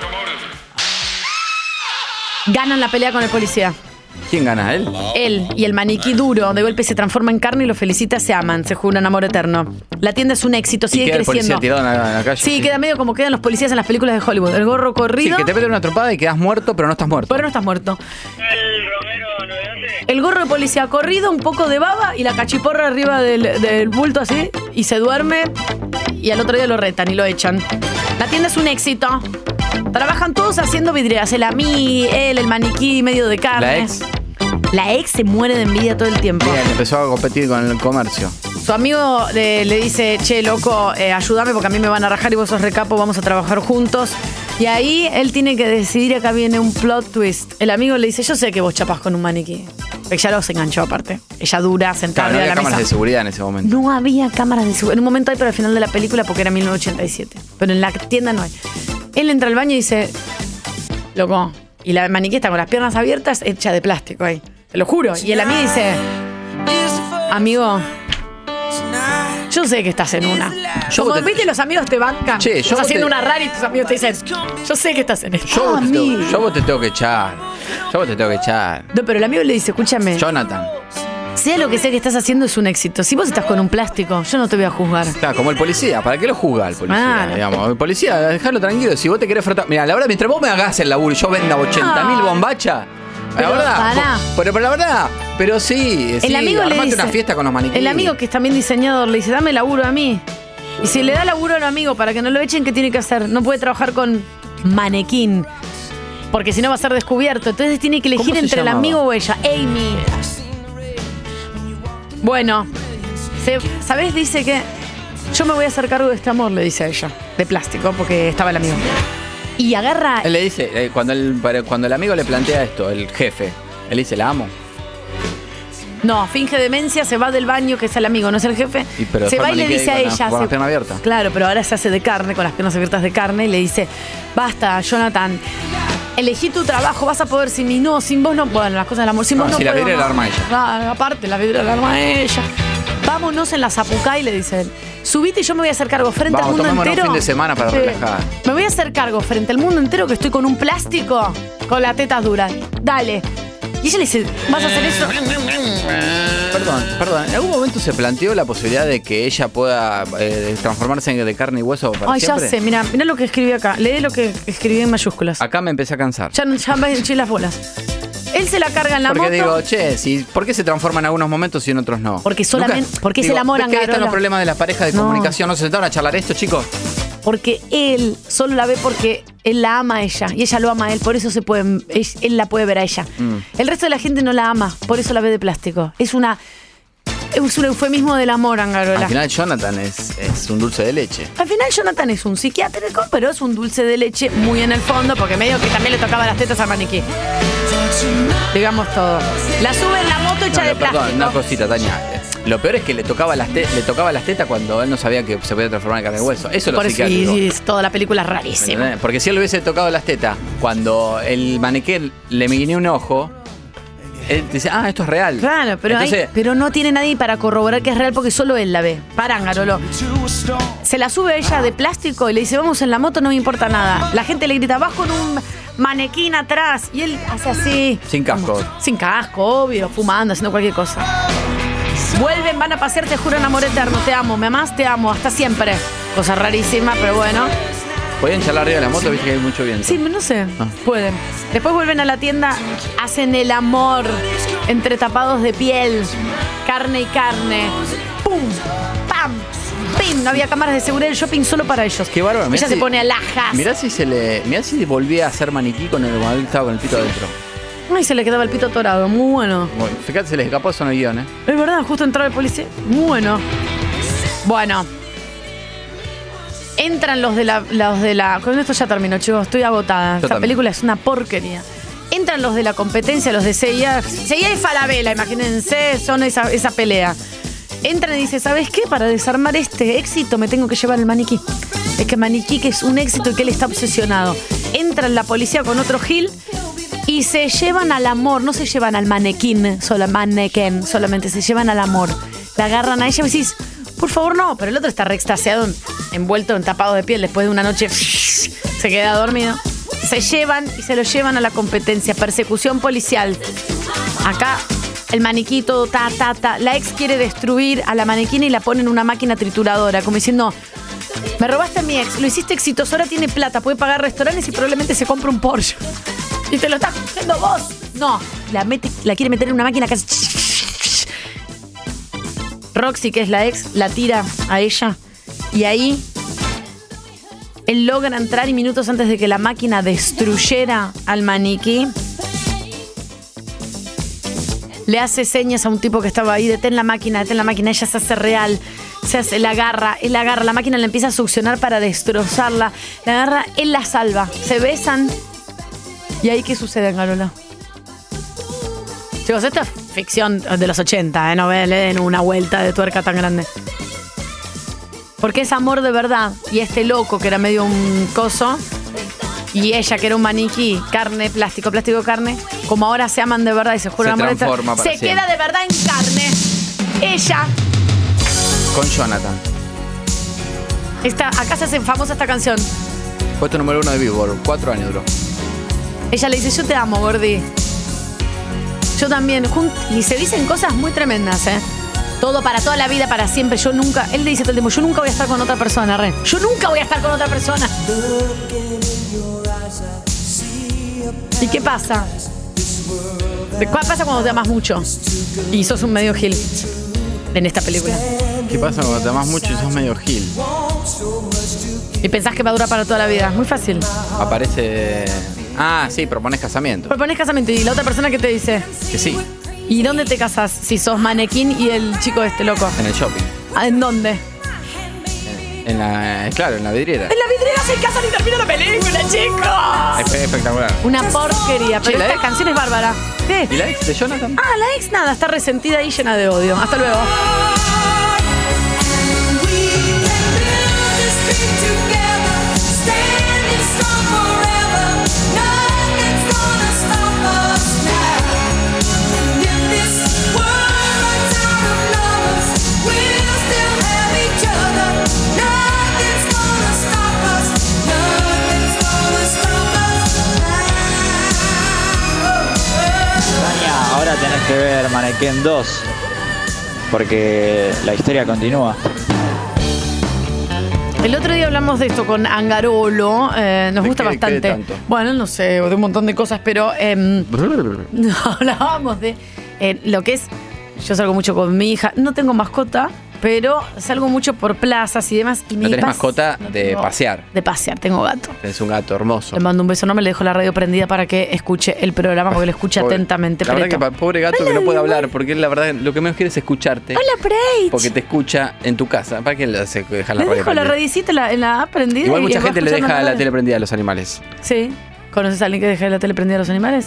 Ganan la pelea con el policía. ¿Quién gana? ¿Él? Él y el maniquí duro de golpe se transforma en carne y lo felicita, se aman, se juran amor eterno. La tienda es un éxito, sigue ¿Y queda el creciendo. policía tirado en la, en la calle? Sí, queda medio como quedan los policías en las películas de Hollywood. El gorro Sí, corrido, que te meten una trompada y quedas muerto, pero no estás muerto. pero no estás muerto. El gorro de policía corrido, un poco de baba y la cachiporra arriba del, del bulto así, y se duerme y al otro día lo retan y lo echan. La tienda es un éxito. Trabajan todos haciendo vidrieras. El amí, él, el maniquí medio de carne. La ex. La ex se muere de envidia todo el tiempo. Bien, empezó a competir con el comercio. Su amigo eh, le dice, che, loco, eh, ayúdame porque a mí me van a rajar y vos sos recapo, vamos a trabajar juntos. Y ahí él tiene que decidir, acá viene un plot twist. El amigo le dice, yo sé que vos chapás con un maniquí. Ella los enganchó aparte. Ella dura, sentada Claro, no arriba de había la cámaras mesa. de seguridad en ese momento. No había cámaras de seguridad. En un momento hay, pero al final de la película porque era mil novecientos ochenta y siete. Pero en la tienda no hay. Él entra al baño y dice, loco, y la maniquí está con las piernas abiertas hecha de plástico ahí. Te lo juro. Y el amigo dice, amigo, yo sé que estás en una. Yo Como te- viste, los amigos te bancan. Che, yo estás vos haciendo te- una rara y tus amigos te dicen, yo sé que estás en esto. Yo, Ah, vos te tengo, amigo. yo vos te tengo que echar. Yo vos te tengo que echar. No, pero el amigo le dice, escúchame, Jonathan. sea lo que sea que estás haciendo es un éxito. Si vos estás con un plástico, yo no te voy a juzgar. Claro, como el policía. ¿Para qué lo juzga el policía? Claro. Digamos? El policía, déjalo tranquilo. Si vos te querés frotar. Mira, la verdad, mientras vos me hagas el laburo y yo venda ochenta mil bombachas. La Pero verdad. pará. Pero, pero la verdad. Pero sí. El sí, amigo le armate dice, una fiesta con los maniquíes. el amigo que es también diseñador le dice, dame laburo a mí. Y si le da laburo al amigo para que no lo echen, ¿qué tiene que hacer? No puede trabajar con manequín. Porque si no va a ser descubierto. Entonces tiene que elegir entre el amigo o ella. Amy. Bueno, se, ¿sabés? Dice que yo me voy a hacer cargo de este amor, le dice a ella. De plástico, porque estaba el amigo. Y agarra... Él le dice, eh, cuando, el, cuando el amigo le plantea esto, el jefe, él dice, la amo. No, finge demencia, se va del baño, que es el amigo, no es el jefe. Y pero se va y le dice a con ella. La, con se, la pierna abierta. Claro, pero ahora se hace de carne, con las piernas abiertas de carne, y le dice, basta, Jonathan, elegí tu trabajo, vas a poder sin mí, no, sin vos no. Bueno, las cosas del amor, sin no, vos no si puedo. la vidriera no. la arma ella. Ah, aparte, la vidriera la arma ella. Vámonos en la Zapucay, le dice él. Subite y yo me voy a hacer cargo frente Vamos, al mundo entero. un fin de semana para sí. relajar. Me voy a hacer cargo frente al mundo entero que estoy con un plástico con las tetas duras. Dale. Y ella le dice, ¿vas a hacer eso? Perdón, perdón. ¿En algún momento se planteó la posibilidad de que ella pueda eh, transformarse en de carne y hueso para Ay, siempre? ya sé, mira, mira lo que escribí acá. Lee lo que escribí en mayúsculas. Acá me empecé a cansar. Ya, ya me eché las bolas. Él se la carga en la porque moto. digo, che, si, ¿por qué se transforma en algunos momentos y en otros no? Porque solamente, Nunca, porque digo, es el amor, ¿ves que ahí están Angarola? los problemas de las parejas de No. comunicación? ¿No se sentaron a charlar esto, chicos? Porque él solo la ve porque él la ama a ella y ella lo ama a él, por eso se puede, él, él la puede ver a ella. Mm. El resto de la gente no la ama, por eso la ve de plástico. Es una es un eufemismo del amor, Angarola. Al final Jonathan es, es un dulce de leche. Al final Jonathan es un psiquiátrico, pero es un dulce de leche muy en el fondo, porque medio que también le tocaba las tetas al maniquí. Digamos todo. La sube en la moto hecha No, de no, perdón, plástico. una cosita, Tania. Lo peor es que le tocaba las te- le tocaba las tetas cuando él no sabía que se podía transformar en carne de hueso. Eso es lo Por eso, psiquiátrico. sí, sí, toda la película es rarísima. ¿Entendés? Porque si él le hubiese tocado las tetas cuando el maniquí le miguineó un ojo, él dice, ah, esto es real. Claro, pero, hay- Entonces, pero no tiene nadie para corroborar que es real porque solo él la ve. Parángarolo. Se la sube a ella de plástico y le dice, vamos en la moto, no me importa nada. La gente le grita, vas con un manequín atrás. Y él hace así. sin casco. Sin casco, obvio, fumando, haciendo cualquier cosa. Vuelven, van a pasear, te juro, en amor eterno. Te amo, me amás, te amo, hasta siempre. Cosa rarísima, pero bueno. ¿Podían charlar arriba de la moto? Viste que hay mucho viento. Sí, no sé, Ah. pueden. Después vuelven a la tienda, hacen el amor entre tapados de piel, carne y carne. ¡Pum! ¡Pam! ¡Pim! No había cámaras de seguridad del shopping solo para ellos. Qué bárbaro. Ella mirá se si- pone alhajas. Mirá si se le. Mirá si volvía a ser maniquí con el, cuando él estaba con el pito adentro. Ay, se le quedaba el pito atorado. Muy bueno. Bueno, fíjate, se les escapó eso en el guión, ¿eh? Es verdad, justo entró el policía. Muy bueno. Bueno. Entran los de la. Los de la con esto ya terminó, chicos. Estoy agotada. Yo Esta también. película es una porquería. Entran los de la competencia, los de C I A. C I A y Falabella, imagínense, son esa, esa pelea. Entran y dice, ¿sabes qué? Para desarmar este éxito me tengo que llevar el maniquí. Es que maniquí que es un éxito y que él está obsesionado. Entran la policía con otro Gil y se llevan al amor. No se llevan al manequín, solo manequén, solamente se llevan al amor. La agarran a ella y decís, por favor no, pero el otro está re extasiado, envuelto en tapado de piel después de una noche, se queda dormido. Se llevan y se lo llevan a la competencia, persecución policial. Acá el maniquí todo ta, ta, ta. La ex quiere destruir a la maniquina y la pone en una máquina trituradora, como diciendo, me robaste a mi ex, lo hiciste exitoso, ahora tiene plata, puede pagar restaurantes y probablemente se compra un Porsche. Y te lo estás cogiendo vos. No, la, mete, la quiere meter en una máquina que hace... Roxy, que es la ex, la tira a ella y ahí él logra entrar y minutos antes de que la máquina destruyera al maniquí, le hace señas a un tipo que estaba ahí, detén la máquina, detén la máquina, ella se hace real, se hace, la agarra, él la agarra, la máquina le empieza a succionar para destrozarla, la agarra, él la salva, se besan y ahí ¿qué sucede, Angarola? Chicos, esto es ficción de los ochenta, ¿eh? No le den una vuelta de tuerca tan grande. Porque es amor de verdad. Y este loco, que era medio un coso, y ella, que era un maniquí, carne, plástico, plástico, carne, como ahora se aman de verdad y se juran Se amor eterno, transforma para se siempre. queda de verdad en carne. Ella, Con Jonathan. esta, acá se hace famosa esta canción. Puesto número uno de Billboard. Cuatro años duró. Ella le dice, yo te amo, Gordi. Yo también. Jun- y se dicen cosas muy tremendas, ¿eh? Todo para toda la vida, para siempre. Yo nunca... Él le dice todo el tiempo, yo nunca voy a estar con otra persona, Re. Yo nunca voy a estar con otra persona. ¿Y qué pasa? ¿Qué pasa cuando te amas mucho? Y sos un medio gil en esta película. ¿Qué pasa cuando te amas mucho y sos medio gil? Y pensás que va a durar para toda la vida. Muy fácil. Aparece. Ah, sí, propones casamiento. Propones casamiento y la otra persona que te dice. Que sí. ¿Y dónde te casás si sos manequín y el chico este loco? En el shopping. Ah, ¿en dónde? En la. Claro, en la vidriera. En la vidriera se casan y termina la película, chicos. Es espectacular. Una porquería, pero Che, esta ex? canción es bárbara. ¿Qué? ¿Y la ex de Jonathan? Ah, la ex nada, está resentida y llena de odio. Hasta luego. Ahora tenés que ver Mannequin dos, porque la historia continúa. El otro día hablamos de esto con Angarolo, eh, nos ¿De gusta qué- qué bastante. de tanto? Bueno, no sé, de un montón de cosas, pero eh, no, hablábamos de eh, lo que es. Yo salgo mucho con mi hija, no tengo mascota, pero salgo mucho por plazas y demás. Y No mi tenés pas- mascota no de tengo- pasear. De pasear, tengo gato. Tenés un gato hermoso. Le mando un beso, no me le dejo la radio prendida para que escuche el programa, porque lo escucha Pobre- atentamente. La verdad que Preto. pa- pobre gato que no puede hablar, porque él, la verdad lo que menos quiere es escucharte. Hola, Preach. Porque te escucha en tu casa. ¿Para qué le hace dejar la Le radio dejo la prendida? radicita en la, en la app prendida. Igual y mucha va gente le escuchando deja la radio. tele prendida a los animales. Sí. ¿Conoces a alguien que deje la tele prendida a los animales?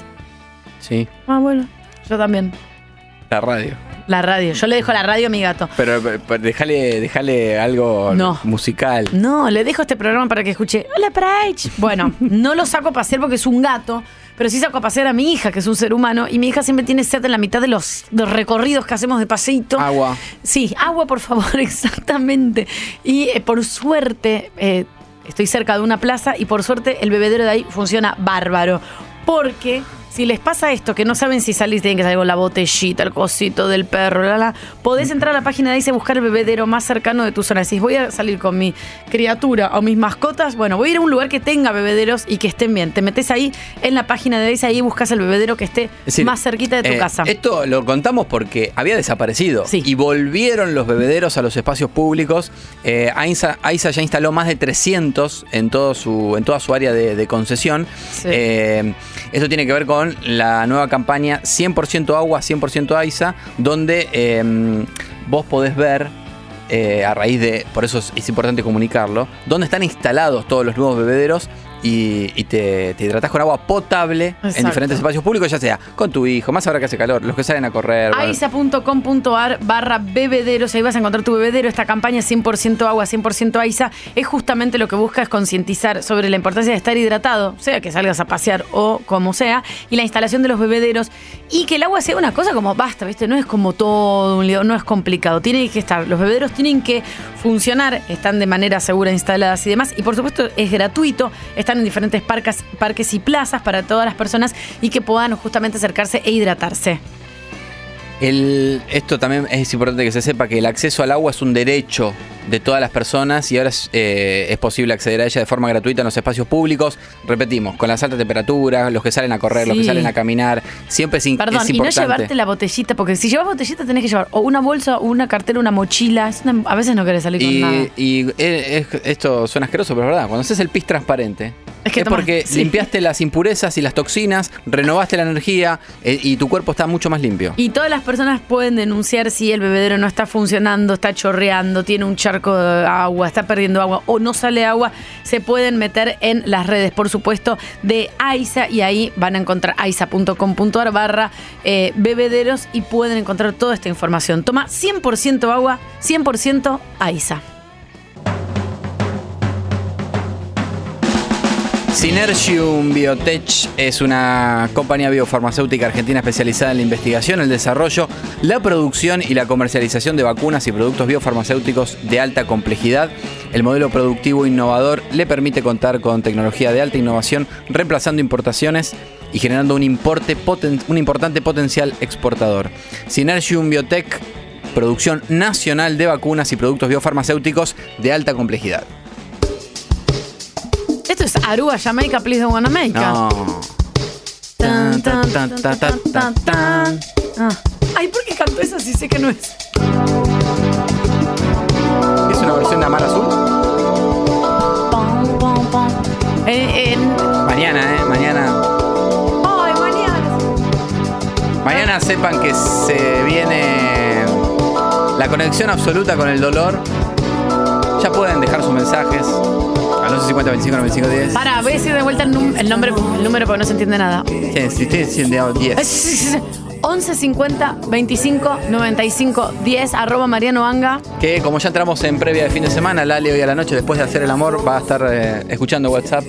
Sí. Ah, bueno. Yo también. La radio. La radio. Yo le dejo la radio a mi gato. Pero, pero déjale, déjale algo No. musical. No, le dejo este programa para que escuche. Hola, Praich. Bueno, no lo saco a pasear porque es un gato, pero sí saco a pasear a mi hija, que es un ser humano, y mi hija siempre tiene sed en la mitad de los, de los recorridos que hacemos de paseíto. Agua. Sí, agua, por favor, exactamente. Y eh, por suerte, eh, estoy cerca de una plaza y por suerte el bebedero de ahí funciona bárbaro. Porque si les pasa esto, que no saben si salís, tienen que salir con la botellita, el cosito del perro, la, la, podés entrar a la página de ahí y buscar el bebedero más cercano de tu zona. Si voy a salir con mi criatura o mis mascotas, bueno, voy a ir a un lugar que tenga bebederos y que estén bien. Te metes ahí en la página de ahí, ahí buscas el bebedero que esté Es decir, más cerquita de tu eh, casa. Esto lo contamos porque había desaparecido y volvieron los bebederos a los espacios públicos. Eh, AISA, AISA ya instaló más de trescientos en, todo su, en toda su área de, de concesión. Sí. Eh, esto tiene que ver con la nueva campaña cien por ciento agua, cien por ciento AISA, donde eh, vos podés ver, eh, a raíz de, por eso es, es importante comunicarlo, dónde están instalados todos los nuevos bebederos. Y, y te, te hidratás con agua potable Exacto. en diferentes espacios públicos, ya sea con tu hijo, más ahora que hace calor, los que salen a correr. bueno. aisa.com.ar barra bebederos, ahí vas a encontrar tu bebedero. Esta campaña cien por ciento agua, cien por ciento AISA es justamente lo que busca es concientizar sobre la importancia de estar hidratado, sea que salgas a pasear o como sea, y la instalación de los bebederos, y que el agua sea una cosa como basta, ¿viste? No es como todo un lío, no es complicado, tiene que estar, los bebederos tienen que funcionar, están de manera segura instaladas y demás, y por supuesto es gratuito, están en diferentes parques, parques y plazas para todas las personas y que puedan justamente acercarse e hidratarse. El, esto también es importante que se sepa que el acceso al agua es un derecho de todas las personas y ahora es, eh, es posible acceder a ella de forma gratuita en los espacios públicos. Repetimos, con las altas temperaturas, los que salen a correr, Sí. los que salen a caminar, siempre es, in- Perdón, es y no importante. llevarte la botellita, porque si llevas botellita tenés que llevar o una bolsa, o una cartera, una mochila. Es una- a veces no querés salir con nada. Y, y eh, es- esto suena asqueroso, pero es verdad. Cuando haces el pis transparente, Es es, que tomás- porque sí. limpiaste las impurezas y las toxinas, renovaste la energía eh, y tu cuerpo está mucho más limpio. Y todas las personas pueden denunciar si el bebedero no está funcionando, está chorreando, tiene un charco de agua, está perdiendo agua o no sale agua. Se pueden meter en las redes, por supuesto, de AISA y ahí van a encontrar aisa.com.ar barra eh, bebederos y pueden encontrar toda esta información. Toma cien por ciento agua, cien por ciento AISA. Synergium Biotech es una compañía biofarmacéutica argentina especializada en la investigación, el desarrollo, la producción y la comercialización de vacunas y productos biofarmacéuticos de alta complejidad. El modelo productivo innovador le permite contar con tecnología de alta innovación, reemplazando importaciones y generando un, importe poten- un importante potencial exportador. Synergium Biotech, producción nacional de vacunas y productos biofarmacéuticos de alta complejidad. Esto es Aruba, Jamaica, Please Don't Wanna Make. No. Tan, tan, tan, tan, tan, tan, tan. Ah. Ay, ¿por qué canto eso si sé que no es? ¿Es una versión de Amar Azul? Pam, En, en- Mañana, ¿eh? Mañana. Ay, mañana. Mañana sepan que se viene la conexión absoluta con el dolor. Ya pueden dejar sus mensajes al once cincuenta veinticinco noventa y cinco diez. Para, voy a decir de vuelta el, num- el nombre, el número porque no se entiende nada. Sí, sí, estoy diciendo diez. once cincuenta veinticinco noventa y cinco diez, arroba Mariano Anga. Que como ya entramos en previa de fin de semana, Lali hoy a la noche, después de hacer el amor, va a estar eh, escuchando WhatsApp.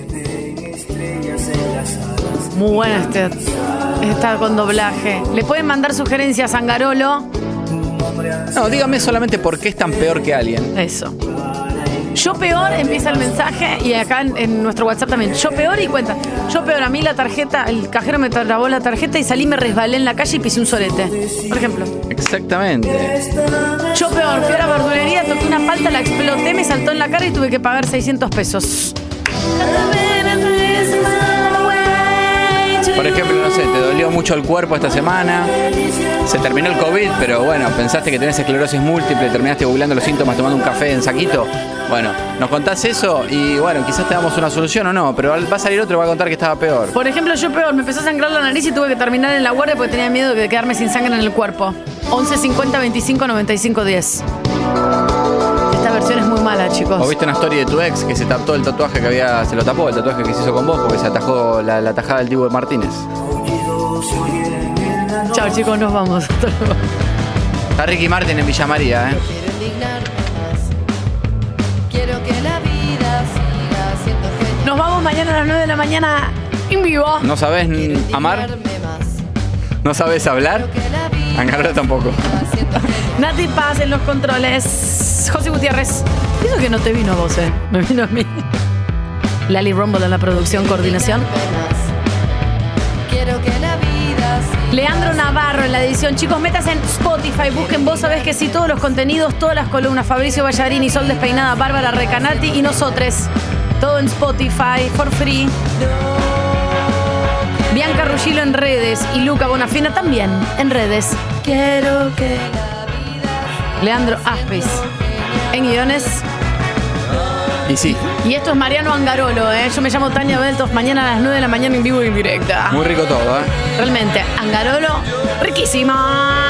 Muy bueno este. Está con doblaje. Le pueden mandar sugerencias a Angarolo. No, dígame solamente por qué es tan peor que alguien. Eso. Yo peor, empieza el mensaje y acá en, en nuestro WhatsApp también. Yo peor y cuenta. Yo peor, a mí la tarjeta, el cajero me trabó la tarjeta y salí, me resbalé en la calle y pisé un sorete. Por ejemplo. Exactamente. Yo peor, fui a la verdulería, toqué una palta, la exploté, me saltó en la cara y tuve que pagar seiscientos pesos. Por ejemplo, no sé, te dolió mucho el cuerpo esta semana, se terminó el COVID, pero bueno, pensaste que tenés esclerosis múltiple, terminaste googleando los síntomas tomando un café en saquito. Bueno, nos contás eso y bueno, quizás te damos una solución o no, pero va a salir otro y va a contar que estaba peor. Por ejemplo, yo peor, me empezó a sangrar la nariz y tuve que terminar en la guardia porque tenía miedo de quedarme sin sangre en el cuerpo. once cincuenta veinticinco noventa y cinco diez. Esta versión es muy mala, chicos. O viste una story de tu ex que se tapó el tatuaje que había, se lo tapó, el tatuaje que se hizo con vos porque se atajó la, la tajada del Dibu de Martínez. Chao, chicos, nos vamos. Está Ricky Martin en Villa María, ¿eh? Quiero que la vida siga siendo genial. Nos vamos mañana a las nueve de la mañana en vivo. ¿No sabés amar? ¿No sabés hablar? Angarolo tampoco. Nati Paz en los controles. José Gutiérrez. Eso que no te vino a vos, eh. Me vino a mí. Lali Rumble en la producción, coordinación. Quiero que la vida siga. Leandro Navarro en la edición. Chicos, métanse en Spotify, busquen Vos Sabés Que Sí, todos los contenidos, todas las columnas. Fabricio Ballarini, Sol Despeinada, Bárbara Recanati y nosotros. Todo en Spotify, for free. Bianca Ruggilo en redes y Luca Bonafina también en redes. Quiero que Leandro Aspis en guiones. Y sí. Y esto es Mariano Angarolo, ¿eh? Yo me llamo Tania Beltoff. Mañana a las nueve de la mañana en vivo y en directa. Muy rico todo, ¿eh? Realmente, Angarolo, riquísima.